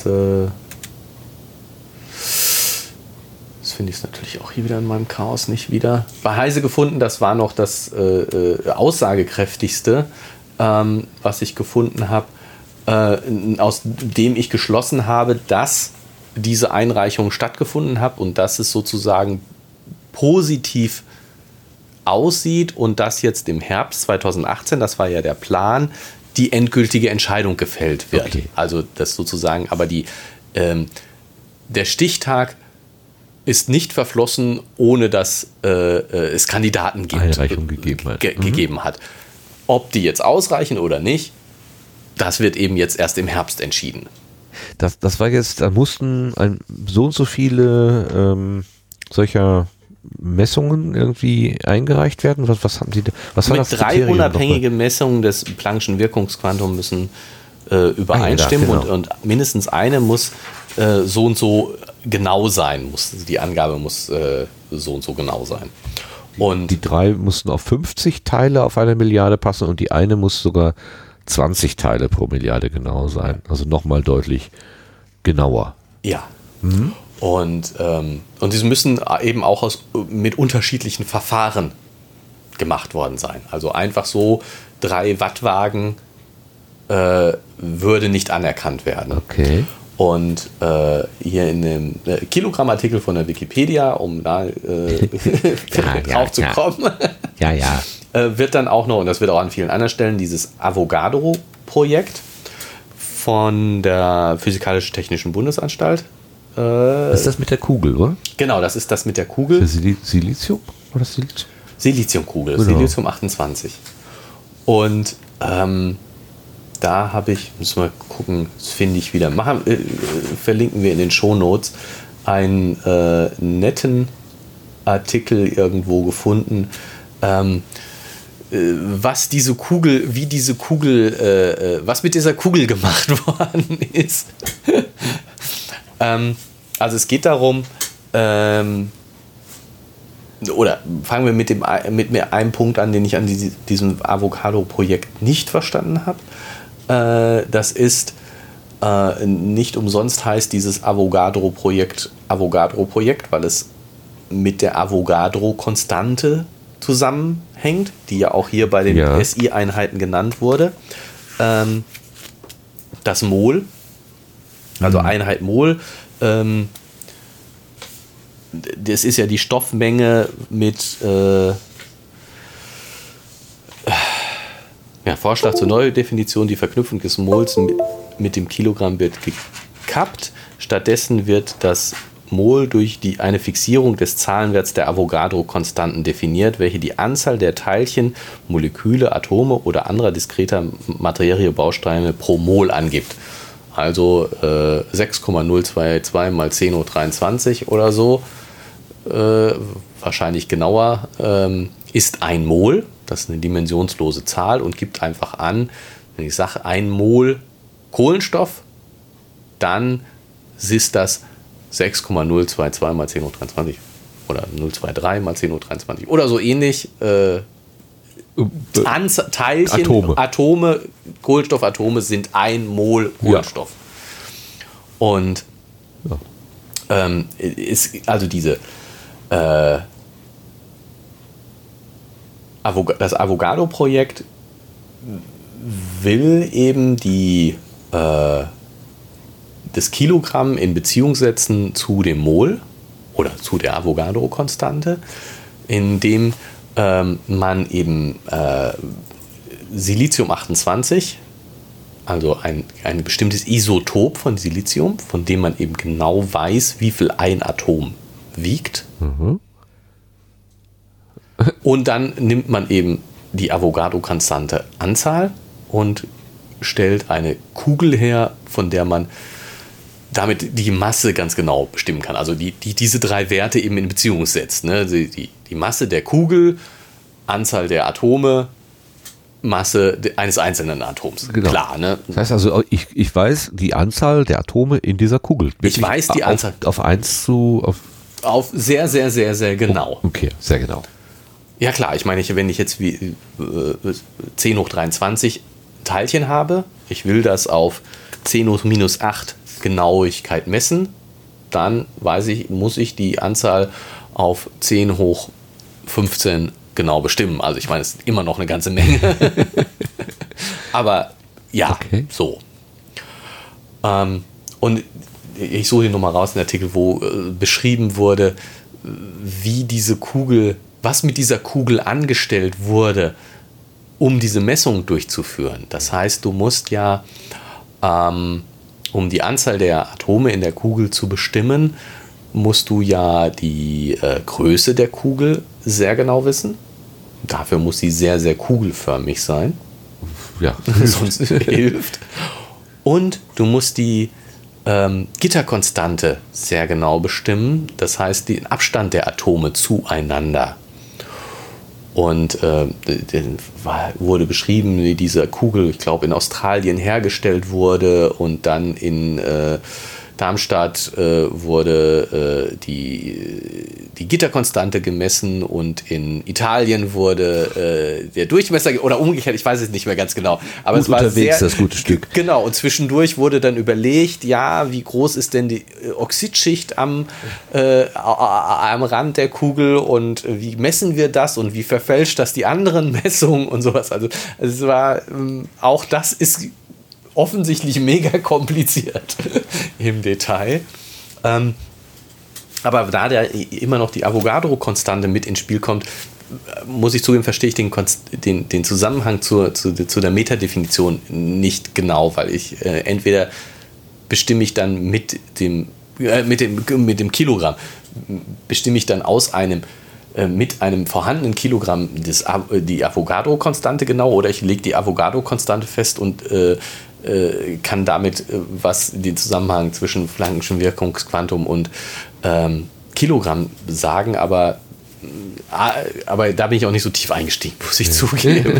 Jetzt finde ich es natürlich auch hier wieder in meinem Chaos nicht wieder. Bei Heise gefunden, das war noch das aussagekräftigste, was ich gefunden habe, aus dem ich geschlossen habe, dass diese Einreichung stattgefunden hat und dass es sozusagen positiv aussieht und dass jetzt im Herbst 2018, das war ja der Plan, die endgültige Entscheidung gefällt wird. Okay. Also das sozusagen, aber der Stichtag ist nicht verflossen, ohne dass es Kandidaten gegeben hat. Ob die jetzt ausreichen oder nicht, das wird eben jetzt erst im Herbst entschieden. Das war jetzt, da mussten so und so viele solcher Messungen irgendwie eingereicht werden. Was haben die? Was war das? Mit 3 unabhängige Messungen des Planck'schen Wirkungsquantums müssen übereinstimmen und mindestens eine muss so und so genau sein. Die Angabe muss so und so genau sein. Und die 3 mussten auf 50 Teile auf eine Milliarde passen und die eine muss sogar 20 Teile pro Milliarde genau sein. Also nochmal deutlich genauer. Ja. Mhm. Und diese müssen eben auch mit unterschiedlichen Verfahren gemacht worden sein. Also einfach so 3 Wattwagen würde nicht anerkannt werden. Okay. Und hier in dem Kilogrammartikel von der Wikipedia, um da drauf zu kommen, wird dann auch noch, und das wird auch an vielen anderen Stellen, dieses Avogadro-Projekt von der Physikalisch-Technischen Bundesanstalt. Das ist das mit der Kugel, oder? Genau, das ist das mit der Kugel. Für Silizium? Oder Silizium? Siliziumkugel, genau. Silizium 28. Und da habe ich, müssen wir gucken, das finde ich wieder. Verlinken wir in den Shownotes einen netten Artikel irgendwo gefunden, was mit dieser Kugel gemacht worden ist. Also es geht darum, oder fangen wir mit einem Punkt an, den ich an diesem Avocado-Projekt nicht verstanden habe. Das ist nicht umsonst heißt dieses Avogadro-Projekt, weil es mit der Avogadro-Konstante zusammenhängt, die ja auch hier bei den SI-Einheiten genannt wurde. Das Mol, also Einheit Mol, das ist ja die Stoffmenge mit Vorschlag zur Neudefinition, die Verknüpfung des Mols mit dem Kilogramm wird gekappt. Stattdessen wird das Mol durch eine Fixierung des Zahlenwerts der Avogadro-Konstanten definiert, welche die Anzahl der Teilchen, Moleküle, Atome oder anderer diskreter Materiebausteine pro Mol angibt. also 6,022 mal 10 hoch 23 oder so, wahrscheinlich genauer, ist 1 Mol. Das ist eine dimensionslose Zahl und gibt einfach an, wenn ich sage 1 Mol Kohlenstoff, dann ist das 6,022 mal 10 hoch 23 oder 023 mal 10 hoch 23 oder so ähnlich. Teilchen, Atome, Kohlenstoffatome sind 1 Mol Kohlenstoff. Ja. Und ist also diese das Avogadro-Projekt will eben das Kilogramm in Beziehung setzen zu dem Mol oder zu der Avogadro-Konstante, indem man eben Silizium-28, also ein bestimmtes Isotop von Silizium, von dem man eben genau weiß, wie viel ein Atom wiegt. Mhm. Und dann nimmt man eben die Avogadro-Konstante Anzahl und stellt eine Kugel her, von der man damit die Masse ganz genau bestimmen kann. Also diese 3 Werte eben in Beziehung setzt. Ne? Die Masse der Kugel, Anzahl der Atome, Masse eines einzelnen Atoms. Genau. Klar, ne? Das heißt also, ich weiß die Anzahl der Atome in dieser Kugel. Ich weiß die Anzahl. Auf sehr, sehr, sehr, sehr genau. Okay, sehr genau. Ja klar, ich meine, wenn ich jetzt 10 hoch 23 Teilchen habe, ich will das auf 10 hoch minus 8 Genauigkeit messen, dann muss ich die Anzahl auf 10 hoch 15 genau bestimmen. Also ich meine, es ist immer noch eine ganze Menge. Aber ja, okay. So. Und ich suche hier nochmal raus einen Artikel, wo beschrieben wurde, wie diese Kugel, was mit dieser Kugel angestellt wurde, um diese Messung durchzuführen. Das heißt, du musst ja, um die Anzahl der Atome in der Kugel zu bestimmen, musst du ja die Größe der Kugel sehr genau wissen. Dafür muss sie sehr, sehr kugelförmig sein. Ja. Sonst hilft. Und du musst die Gitterkonstante sehr genau bestimmen. Das heißt, den Abstand der Atome zueinander. Und wurde beschrieben, wie diese Kugel, ich glaube, in Australien hergestellt wurde und dann in Darmstadt wurde die Gitterkonstante gemessen und in Italien wurde der Durchmesser oder umgekehrt, ich weiß es nicht mehr ganz genau. Aber es war unterwegs, das gute Stück. Genau, und zwischendurch wurde dann überlegt, ja, wie groß ist denn die Oxidschicht am Rand der Kugel und wie messen wir das und wie verfälscht das die anderen Messungen und sowas. Also es war, auch das ist offensichtlich mega kompliziert im Detail. Aber da immer noch die Avogadro-Konstante mit ins Spiel kommt, muss ich zugeben, verstehe ich den Zusammenhang zu der Metadefinition nicht genau, weil ich entweder bestimme ich dann mit dem Kilogramm, bestimme ich dann mit einem vorhandenen Kilogramm die Avogadro-Konstante genau, oder ich lege die Avogadro-Konstante fest und kann damit den Zusammenhang zwischen Planck'schen Wirkungsquantum und Kilogramm sagen, aber da bin ich auch nicht so tief eingestiegen, muss ich zugeben.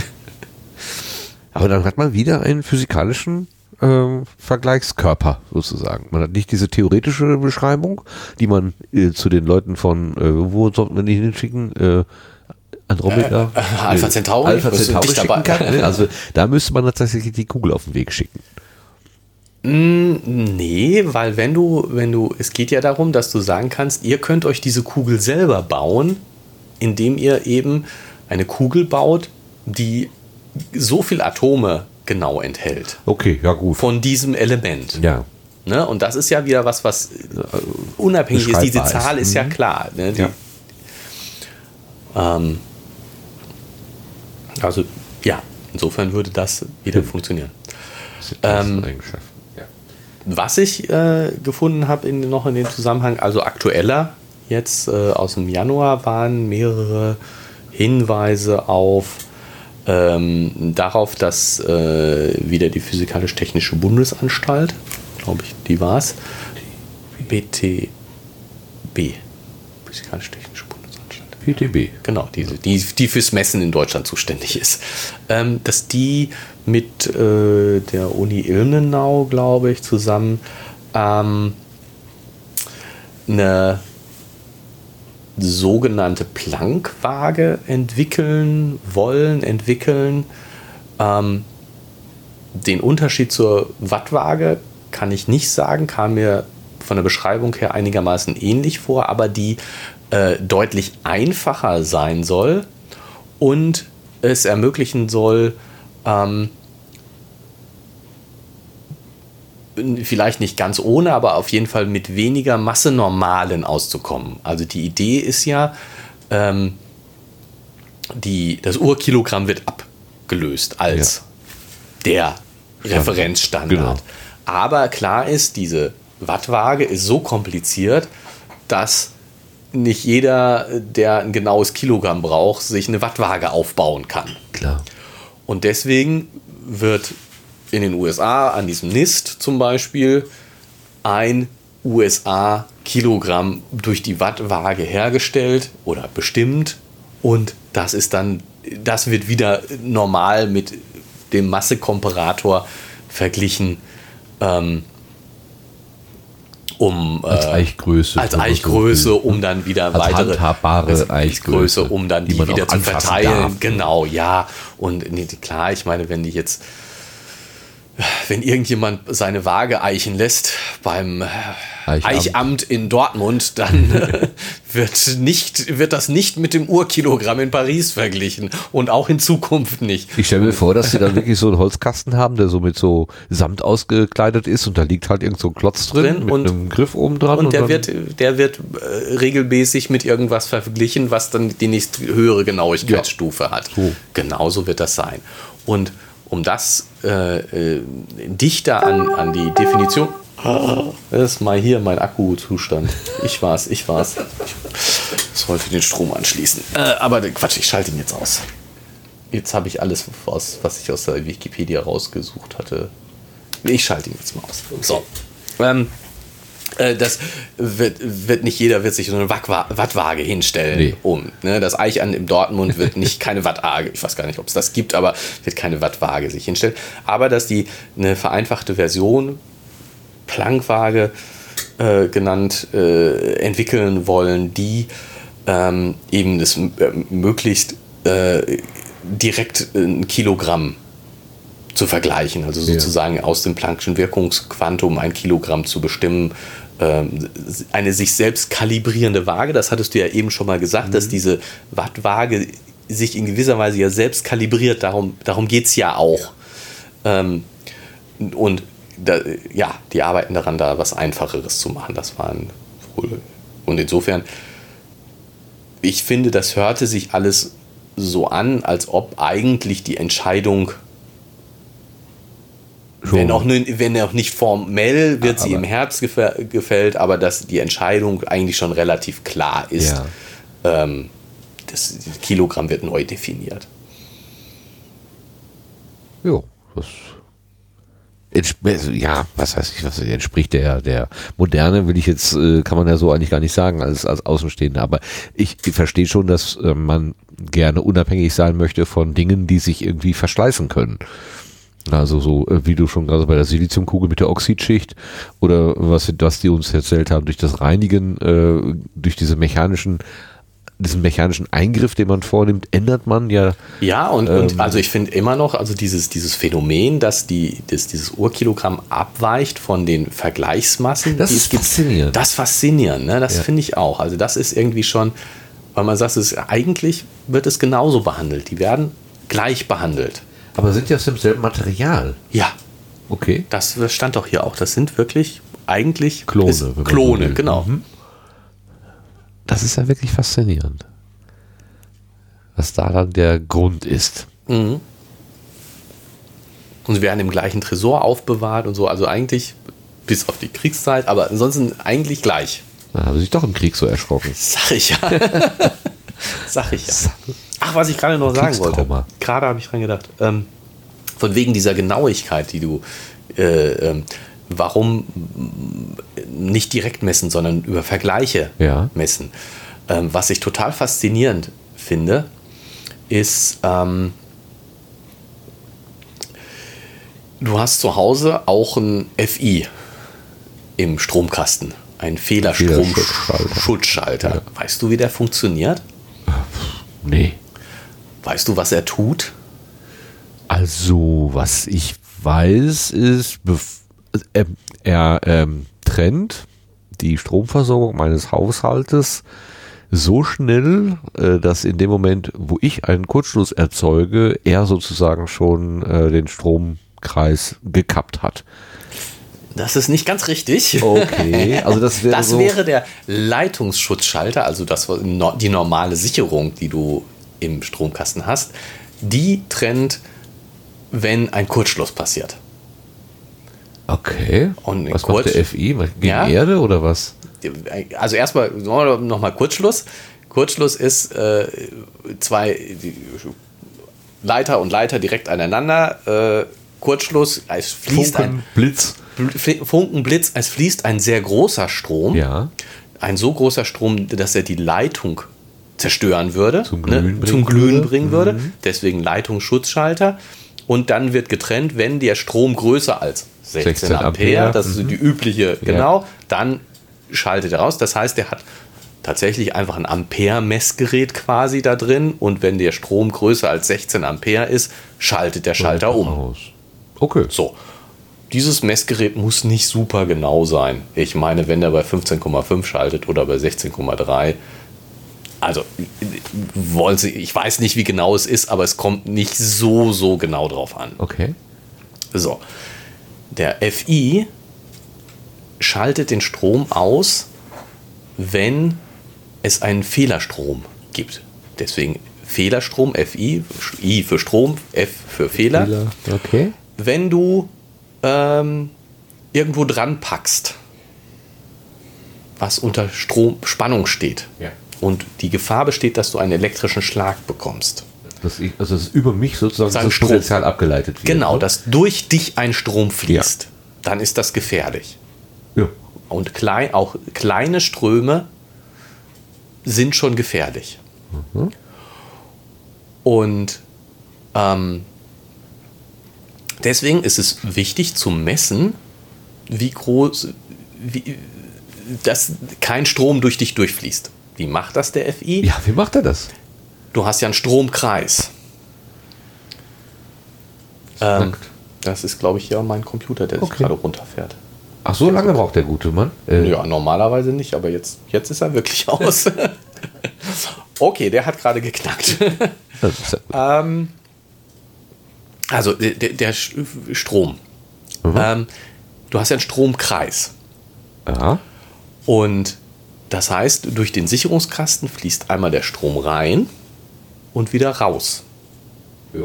Aber dann hat man wieder einen physikalischen Vergleichskörper sozusagen. Man hat nicht diese theoretische Beschreibung, die man zu den Leuten von, wo sollten wir die hinschicken? Andromeda? Alpha Centauri schicken kann. Also da müsste man tatsächlich die Kugel auf den Weg schicken. Nee, weil es geht ja darum, dass du sagen kannst, ihr könnt euch diese Kugel selber bauen, indem ihr eben eine Kugel baut, die so viel Atome genau enthält. Okay, ja gut. Von diesem Element. Ja. Ne? Und das ist ja wieder was unabhängig ist. Diese Zahl ist ja klar. Ne? Also ja, insofern würde das wieder funktionieren. Was ich gefunden habe noch in dem Zusammenhang, also aktueller jetzt aus dem Januar, waren mehrere Hinweise auf darauf, dass wieder die Physikalisch-Technische Bundesanstalt, glaube ich, die war es, BTB, Physikalisch-Technische Bundesanstalt. PTB. Genau, die fürs Messen in Deutschland zuständig ist. Dass die mit der Uni Ilmenau, glaube ich, zusammen eine sogenannte Planck-Waage entwickeln. Den Unterschied zur Wattwaage kann ich nicht sagen, kam mir von der Beschreibung her einigermaßen ähnlich vor, aber die deutlich einfacher sein soll und es ermöglichen soll, vielleicht nicht ganz ohne, aber auf jeden Fall mit weniger Massenormalen auszukommen. Also die Idee ist ja, das Urkilogramm wird abgelöst als der Referenzstandard. Genau. Aber klar ist, diese Wattwaage ist so kompliziert, dass nicht jeder, der ein genaues Kilogramm braucht, sich eine Wattwaage aufbauen kann. Klar. Und deswegen wird in den USA an diesem NIST zum Beispiel ein USA-Kilogramm durch die Wattwaage hergestellt oder bestimmt und das wird wieder normal mit dem Massekomparator verglichen, als Eichgröße, um dann wieder als weitere handhabbare Eichgröße, um dann die wieder zu verteilen. Darf. Genau, ja. Und klar, ich meine, wenn irgendjemand seine Waage eichen lässt beim Eichamt in Dortmund, dann wird das nicht mit dem Urkilogramm in Paris verglichen und auch in Zukunft nicht. Ich stelle mir vor, dass sie dann wirklich so einen Holzkasten haben, der so mit so Samt ausgekleidet ist und da liegt halt irgend so ein Klotz drin mit einem Griff oben dran. Und der wird regelmäßig mit irgendwas verglichen, was dann die nächste höhere Genauigkeitsstufe hat. So. Genauso wird das sein. Und um das dichter an die Definition. Das ist mal hier mein Akkuzustand. Ich war's. Ich sollte den Strom anschließen. Aber Quatsch, ich schalte ihn jetzt aus. Jetzt habe ich alles, was ich aus der Wikipedia rausgesucht hatte. Ich schalte ihn jetzt mal aus. So. Das wird nicht jeder wird sich so eine Wattwaage hinstellen. Nee. Das Eichamt im Dortmund wird nicht keine Wattwaage, ich weiß gar nicht, ob es das gibt, aber wird keine Wattwaage sich hinstellen. Aber dass die eine vereinfachte Version, Planck-Waage genannt, entwickeln wollen, die eben das möglichst direkt ein Kilogramm zu vergleichen, also sozusagen aus dem Planck'schen Wirkungsquantum ein Kilogramm zu bestimmen, eine sich selbst kalibrierende Waage, das hattest du ja eben schon mal gesagt, dass diese Wattwaage sich in gewisser Weise ja selbst kalibriert, darum geht es ja auch. Und die arbeiten daran, da was Einfacheres zu machen, und insofern, ich finde, das hörte sich alles so an, als ob eigentlich die Entscheidung, wenn auch nicht formell, wird sie im Herbst gefällt, aber dass die Entscheidung eigentlich schon relativ klar ist. Ja. Das Kilogramm wird neu definiert. Jo, was heißt nicht, was entspricht der Moderne, kann man ja so eigentlich gar nicht sagen als Außenstehender, aber ich verstehe schon, dass man gerne unabhängig sein möchte von Dingen, die sich irgendwie verschleißen können. Also so, wie du schon gerade bei der Siliziumkugel mit der Oxidschicht oder was die uns erzählt haben, durch das Reinigen, durch diesen mechanischen Eingriff, den man vornimmt, ändert man ja. Ja, und also ich finde immer noch, also dieses Phänomen, dass dieses Urkilogramm abweicht von den Vergleichsmassen. Das ist faszinierend. Das faszinierend, ne? Das finde ich auch. Also das ist irgendwie schon, weil man sagt, eigentlich wird es genauso behandelt. Die werden gleich behandelt. Aber sind die aus demselben Material? Ja. Okay. Das stand doch hier auch. Das sind wirklich eigentlich Klone, genau. Mhm. Das ist ja wirklich faszinierend. Was da dann der Grund ist. Mhm. Und sie werden im gleichen Tresor aufbewahrt und so. Also eigentlich bis auf die Kriegszeit, aber ansonsten eigentlich gleich. Da haben sie sich doch im Krieg so erschrocken. Sag ich ja. Sag ich ja. Ach, was ich gerade noch sagen wollte. Gerade habe ich dran gedacht. Von wegen dieser Genauigkeit, die du, warum nicht direkt messen, sondern über Vergleiche messen. Was ich total faszinierend finde, ist, du hast zu Hause auch ein FI im Stromkasten. Ein Fehlerstromschutzschalter. Ja. Weißt du, wie der funktioniert? Nee. Weißt du, was er tut? Also, was ich weiß, ist, er trennt die Stromversorgung meines Haushaltes so schnell, dass in dem Moment, wo ich einen Kurzschluss erzeuge, er sozusagen schon den Stromkreis gekappt hat. Das ist nicht ganz richtig. Okay, also das wäre der Leitungsschutzschalter, also die normale Sicherung, die du im Stromkasten hast, die trennt, wenn ein Kurzschluss passiert. Okay. Und was macht der FI? Gegen Erde oder was? Also erstmal nochmal Kurzschluss. Kurzschluss ist zwei Leiter und Leiter direkt aneinander. Kurzschluss, es fließt Funkenblitz, es fließt ein sehr großer Strom. Ja. Ein so großer Strom, dass er die Leitung zerstören würde, zum Glühen bringen würde. Deswegen Leitungsschutzschalter. Und dann wird getrennt, wenn der Strom größer als 16 Ampere, das ist die übliche, dann schaltet er raus. Das heißt, er hat tatsächlich einfach ein Ampere-Messgerät quasi da drin. Und wenn der Strom größer als 16 Ampere ist, schaltet der Schalter um. Okay. So. Dieses Messgerät muss nicht super genau sein. Ich meine, wenn er bei 15,5 schaltet oder bei 16,3, also ich weiß nicht, wie genau es ist, aber es kommt nicht so genau drauf an. Okay. So. Der FI schaltet den Strom aus, wenn es einen Fehlerstrom gibt. Deswegen Fehlerstrom, FI, I für Strom, F für Fehler. Okay. Wenn du irgendwo dran packst, was unter Spannung steht, und die Gefahr besteht, dass du einen elektrischen Schlag bekommst. Dass es über mich sozusagen das Potenzial abgeleitet wird. Genau, dass durch dich ein Strom fließt. Dann ist das gefährlich. Ja. Und auch kleine Ströme sind schon gefährlich. Mhm. Und deswegen ist es wichtig zu messen, dass kein Strom durch dich durchfließt. Wie macht das der FI? Ja, wie macht er das? Du hast ja einen Stromkreis. Das ist, glaube ich, ja mein Computer, der sich gerade runterfährt. Ach, so lange braucht der gute Mann? Ja, normalerweise nicht, aber jetzt ist er wirklich aus. Okay, der hat gerade geknackt. Das ist ja gut. Also der Strom. Mhm. Du hast ja einen Stromkreis. Ja. Und das heißt, durch den Sicherungskasten fließt einmal der Strom rein und wieder raus. Ja.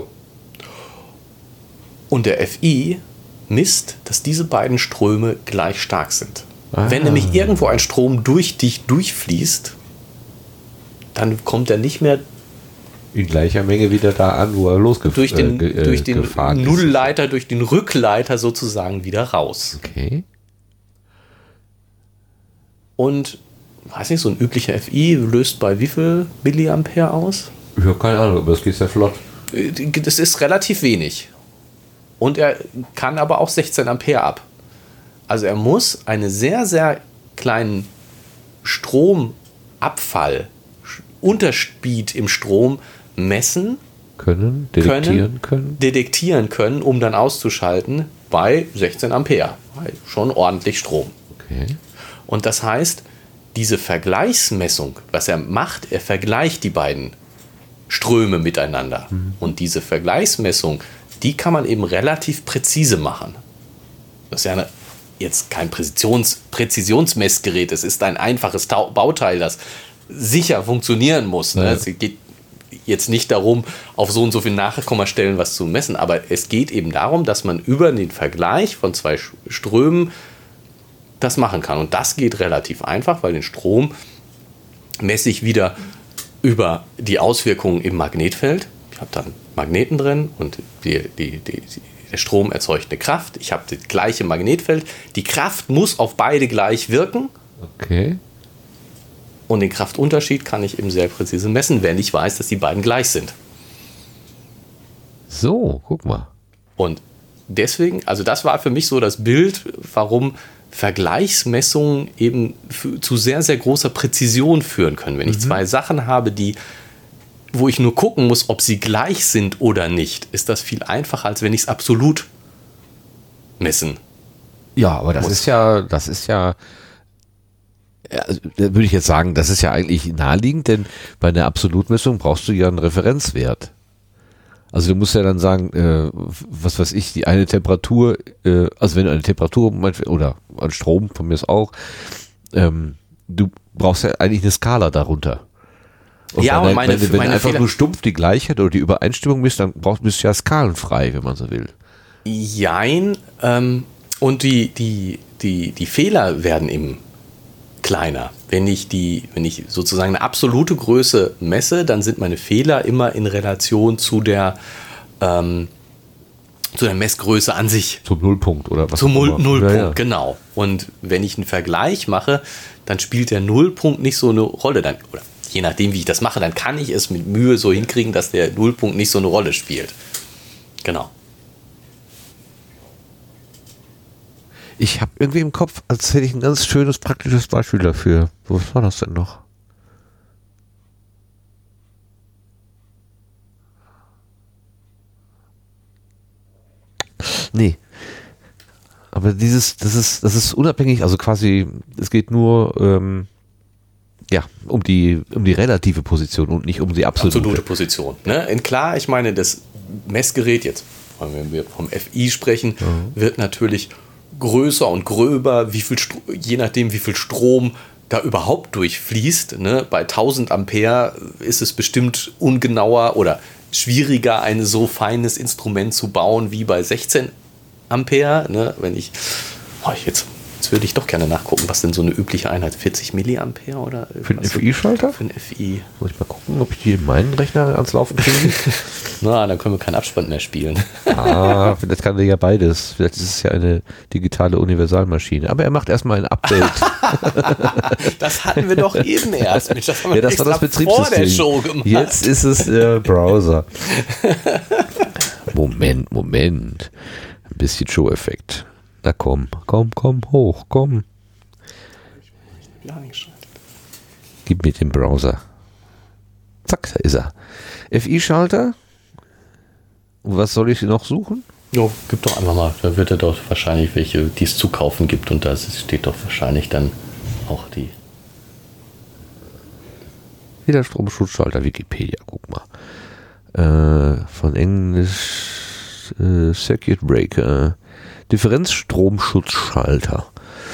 Und der FI misst, dass diese beiden Ströme gleich stark sind. Wenn nämlich irgendwo ein Strom durch dich durchfließt, dann kommt er nicht mehr in gleicher Menge wieder da an, wo er durch den Nullleiter, durch den Rückleiter sozusagen wieder raus. Okay. Und, weiß nicht, so ein üblicher FI löst bei wie viel Milliampere aus? Ich habe keine Ahnung, aber das geht sehr flott. Das ist relativ wenig. Und er kann aber auch 16 Ampere ab. Also er muss einen sehr, sehr kleinen Stromabfall, Unterspeed im Strom messen detektieren können, um dann auszuschalten bei 16 Ampere. Schon ordentlich Strom. Okay. Und das heißt, diese Vergleichsmessung, was er macht, er vergleicht die beiden Ströme miteinander. Mhm. Und diese Vergleichsmessung, die kann man eben relativ präzise machen. Das ist ja jetzt kein Präzisionsmessgerät, es ist ein einfaches Bauteil, das sicher funktionieren muss. Ne? Ja. Es geht jetzt nicht darum, auf so und so viele Nachkommastellen was zu messen, aber es geht eben darum, dass man über den Vergleich von zwei Strömen das machen kann. Und das geht relativ einfach, weil den Strom messe ich wieder über die Auswirkungen im Magnetfeld. Ich habe dann Magneten drin und der Strom erzeugt eine Kraft. Ich habe das gleiche Magnetfeld. Die Kraft muss auf beide gleich wirken. Okay. Und den Kraftunterschied kann ich eben sehr präzise messen, wenn ich weiß, dass die beiden gleich sind. So, guck mal. Und deswegen, also das war für mich so das Bild, warum Vergleichsmessungen eben zu sehr, sehr großer Präzision führen können. Wenn ich zwei Sachen habe, wo ich nur gucken muss, ob sie gleich sind oder nicht, ist das viel einfacher, als wenn ich es absolut messen. Ja, aber das ist ja, also, da würde ich jetzt sagen, das ist ja eigentlich naheliegend, denn bei einer Absolutmessung brauchst du ja einen Referenzwert. Also du musst ja dann sagen, was weiß ich, die eine Temperatur, also wenn du eine Temperatur oder ein Strom von mir ist auch, du brauchst ja eigentlich eine Skala darunter. Und ja, wenn du einfach nur stumpf die Gleichheit oder die Übereinstimmung bist, dann bist du ja skalenfrei, wenn man so will. Jein, und die Fehler werden eben kleiner. Wenn ich sozusagen eine absolute Größe messe, dann sind meine Fehler immer in Relation zu der Messgröße an sich. Zum Nullpunkt oder was? Zum Nullpunkt, ja. Genau. Und wenn ich einen Vergleich mache, dann spielt der Nullpunkt nicht so eine Rolle. Oder je nachdem, wie ich das mache, dann kann ich es mit Mühe so hinkriegen, dass der Nullpunkt nicht so eine Rolle spielt. Genau. Ich habe irgendwie im Kopf, als hätte ich ein ganz schönes, praktisches Beispiel dafür. Was war das denn noch? Nee. Aber das ist unabhängig, also quasi, es geht nur um die relative Position und nicht um die absolute Position. Ne? Klar, ich meine, das Messgerät jetzt, wenn wir vom FI sprechen, wird natürlich größer und gröber, je nachdem, wie viel Strom da überhaupt durchfließt. Ne? Bei 1000 Ampere ist es bestimmt ungenauer oder schwieriger, ein so feines Instrument zu bauen wie bei 16 Ampere. Ne? Jetzt würde ich doch gerne nachgucken, was denn so eine übliche Einheit, 40 Milliampere oder? Für einen FI-Schalter? Für einen FI. Muss ich mal gucken, ob ich die in meinen Rechner ans Laufen kriege? Na, dann können wir keinen Abspann mehr spielen. Vielleicht kann der ja beides. Vielleicht ist es ja eine digitale Universalmaschine. Aber er macht erstmal ein Update. Das hatten wir doch eben erst. Mensch, das haben wir das war das Betriebssystem. vor der Show gemacht. Jetzt ist es der Browser. Moment. Ein bisschen Show-Effekt. Na komm, hoch, komm. Gib mir den Browser. Zack, da ist er. FI-Schalter. Was soll ich noch suchen? Jo, gib doch einfach mal. Da wird er doch wahrscheinlich welche, die es zu kaufen gibt. Und da steht doch wahrscheinlich dann auch die. Widerstromschutzschalter, Wikipedia, guck mal. Von Englisch Circuit Breaker. Differenzstromschutzschalter.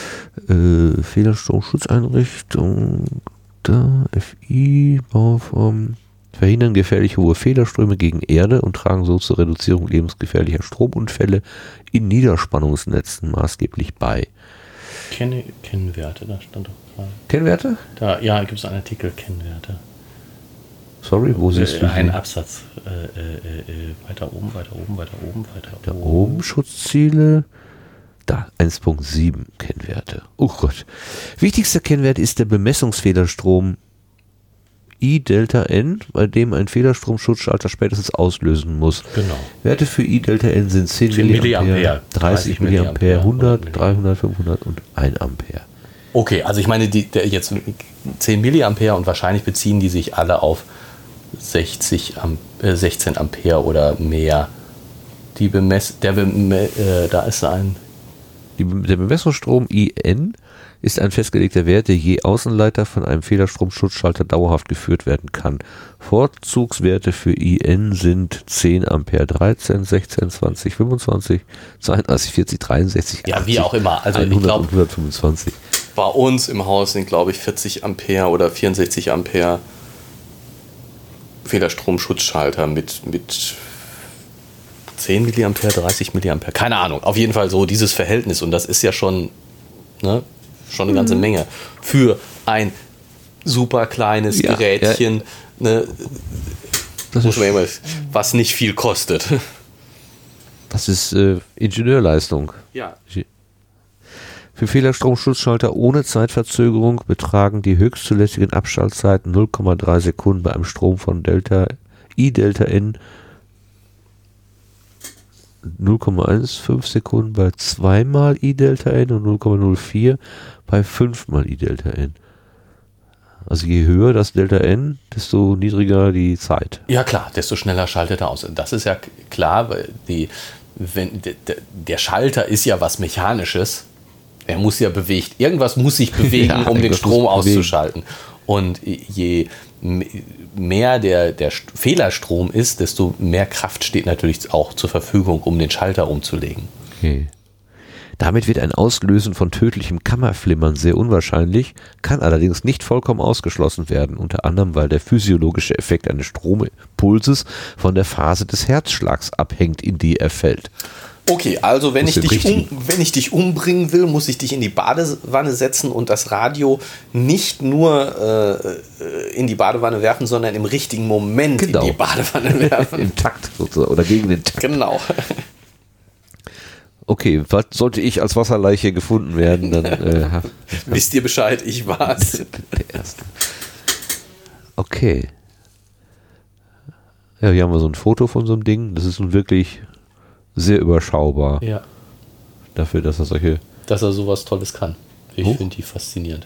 Fehlerstromschutzeinrichtung. Da, FI, Bauform. Verhindern gefährlich hohe Fehlerströme gegen Erde und tragen so zur Reduzierung lebensgefährlicher Stromunfälle in Niederspannungsnetzen maßgeblich bei. Kennwerte, da stand doch gerade. Kennwerte? Da, ja, gibt es einen Artikel, Kennwerte. Sorry, wo siehst du? Ein Absatz. Weiter oben. Da oben Schutzziele. Da, 1.7 Kennwerte. Oh Gott. Wichtigster Kennwert ist der Bemessungsfehlerstrom I-Delta-N, bei dem ein Fehlerstromschutzschalter spätestens auslösen muss. Genau. Werte für I-Delta-N sind 10 Milliampere, 30 Milliampere, 100, 300, 500 und 1 Ampere. Okay, also ich meine, jetzt 10 Milliampere und wahrscheinlich beziehen die sich alle auf 16 Ampere oder mehr. Da ist ein... Der Bemessungsstrom IN ist ein festgelegter Wert, der je Außenleiter von einem Fehlerstromschutzschalter dauerhaft geführt werden kann. Vorzugswerte für IN sind 10 Ampere, 13, 16, 20, 25, 32, 40, 63, 80, ja, wie auch immer. Also 100 ich glaube, und 125. Bei uns im Haus sind, glaube ich, 40 Ampere oder 64 Ampere Fehlerstromschutzschalter mit 10 Milliampere, 30 Milliampere. Keine Ahnung. Auf jeden Fall so dieses Verhältnis. Und das ist ja schon eine ganze Menge für ein super kleines Gerätchen, ne, Das muss ist, man immer, was nicht viel kostet. das ist Ingenieurleistung. Ja. Für Fehlerstromschutzschalter ohne Zeitverzögerung betragen die höchstzulässigen Abschaltzeiten 0,3 Sekunden bei einem Strom von I Delta N, 0,15 Sekunden bei 2 mal I Delta N und 0,04 bei 5 mal I Delta N. Also je höher das Delta N, desto niedriger die Zeit. Ja klar, desto schneller schaltet er aus. Das ist ja klar, weil der Schalter ist ja was Mechanisches. Er muss ja bewegt. Irgendwas muss sich bewegen, Ja, um den irgendwas Strom muss bewegen. auszuschalten. Und je mehr der Fehlerstrom ist, desto mehr Kraft steht natürlich auch zur Verfügung, um den Schalter umzulegen. Okay. Damit wird ein Auslösen von tödlichem Kammerflimmern sehr unwahrscheinlich, kann allerdings nicht vollkommen ausgeschlossen werden, unter anderem weil der physiologische Effekt eines Stromimpulses von der Phase des Herzschlags abhängt, in die er fällt. Okay, also wenn Das ich ist dich umbringen will, muss ich dich in die Badewanne setzen und das Radio nicht nur in die Badewanne werfen, sondern im richtigen Moment Genau. in die Badewanne werfen. Im Takt sozusagen, oder gegen den Takt. Genau. Okay, sollte ich als Wasserleiche gefunden werden, dann Wisst ihr Bescheid, ich war's. der Erste. Okay. Ja, hier haben wir so ein Foto von so einem Ding. Das ist nun wirklich sehr überschaubar Ja, dafür, dass er solche... dass er sowas Tolles kann. Ich Oh. finde die faszinierend.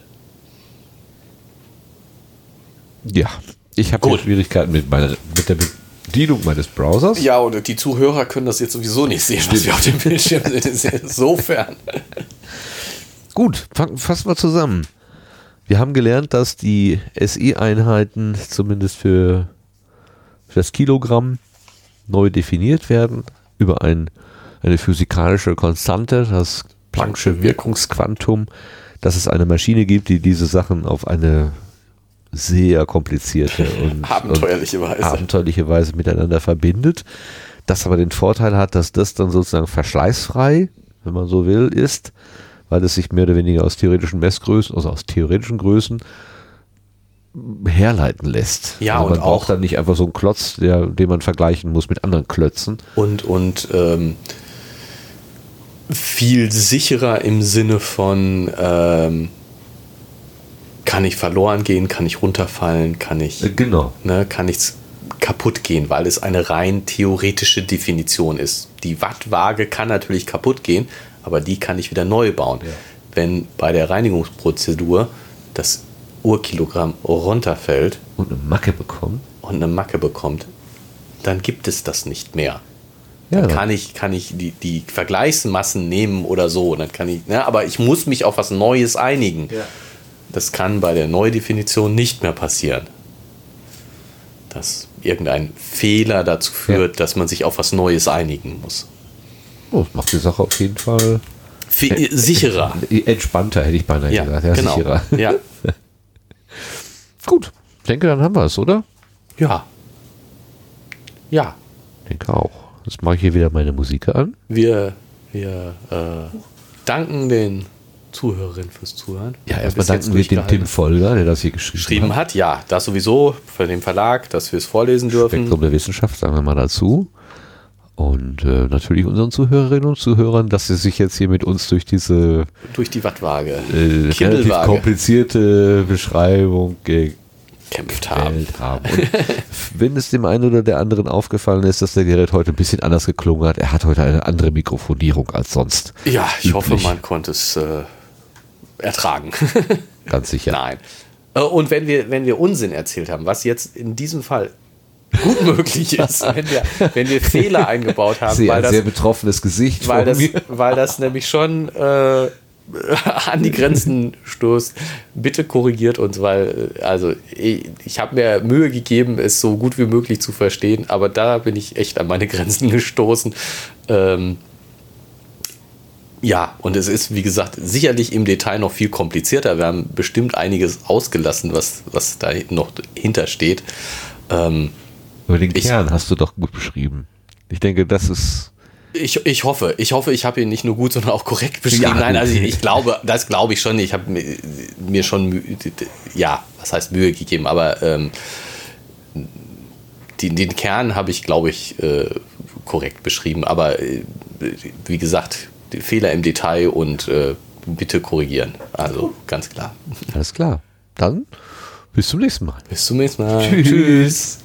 Ja, ich habe Gut. Schwierigkeiten mit der Bedienung meines Browsers. Ja, und die Zuhörer können das jetzt sowieso nicht sehen, was wir auf dem Bildschirm sehen. Insofern. Gut, fassen wir zusammen. Wir haben gelernt, dass die SI-Einheiten zumindest für das Kilogramm neu definiert werden über eine physikalische Konstante, das Planck'sche Wirkungsquantum, dass es eine Maschine gibt, die diese Sachen auf eine sehr komplizierte und abenteuerliche Weise miteinander verbindet. Das aber den Vorteil hat, dass das dann sozusagen verschleißfrei, wenn man so will, ist, weil es sich mehr oder weniger aus theoretischen Messgrößen, also aus theoretischen Größen herleiten lässt. Ja, also man und braucht auch dann nicht einfach so einen Klotz, den man vergleichen muss mit anderen Klötzen. Und viel sicherer im Sinne von kann ich verloren gehen, kann ich runterfallen, kann ich kaputt gehen, weil es eine rein theoretische Definition ist. Die Wattwaage kann natürlich kaputt gehen, aber die kann ich wieder neu bauen. Ja. Wenn bei der Reinigungsprozedur das Urkilogramm runterfällt und eine Macke bekommt, dann gibt es das nicht mehr. Ja, dann kann ich die Vergleichsmassen nehmen oder so. Dann kann ich, aber ich muss mich auf was Neues einigen. Ja. Das kann bei der Neudefinition nicht mehr passieren. Dass irgendein Fehler dazu führt, dass man sich auf was Neues einigen muss. Oh, das macht die Sache auf jeden Fall sicherer. Entspannter, hätte ich beinahe gesagt. Ja, genau. Sicherer. Ja. Gut, ich denke, dann haben wir es, oder? Ja. Ja. Ich denke auch. Jetzt mache ich hier wieder meine Musik an. Wir danken den Zuhörerinnen fürs Zuhören. Ja, erstmal danken wir dem Tim Folger, der das hier geschrieben hat. Ja, das sowieso für den Verlag, dass wir es vorlesen dürfen. Spektrum der Wissenschaft, sagen wir mal dazu. Und natürlich unseren Zuhörerinnen und Zuhörern, dass sie sich jetzt hier mit uns durch die Wattwaage, relativ komplizierte Beschreibung gekämpft haben. Und wenn es dem einen oder der anderen aufgefallen ist, dass der Gerät heute ein bisschen anders geklungen hat, er hat heute eine andere Mikrofonierung als sonst. Ja, ich hoffe, man konnte es ertragen. Ganz sicher. Nein. Und wenn wir Unsinn erzählt haben, was jetzt in diesem Fall gut möglich ist, wenn wir Fehler eingebaut haben, sehr betroffenes Gesicht, weil das nämlich schon an die Grenzen stoßt. Bitte korrigiert uns, weil ich habe mir Mühe gegeben, es so gut wie möglich zu verstehen, aber da bin ich echt an meine Grenzen gestoßen. Ja, und es ist, wie gesagt, sicherlich im Detail noch viel komplizierter. Wir haben bestimmt einiges ausgelassen, was da noch hintersteht. Aber den Kern hast du doch gut beschrieben. Ich denke, das ist... Ich hoffe, ich habe ihn nicht nur gut, sondern auch korrekt beschrieben. Ja, nein, also das glaube ich schon. Ich habe mir schon, was heißt Mühe gegeben, aber den Kern habe ich, glaube ich, korrekt beschrieben. Aber wie gesagt, Fehler im Detail und bitte korrigieren. Also ganz klar. Alles klar. Dann bis zum nächsten Mal. Bis zum nächsten Mal. Tschüss.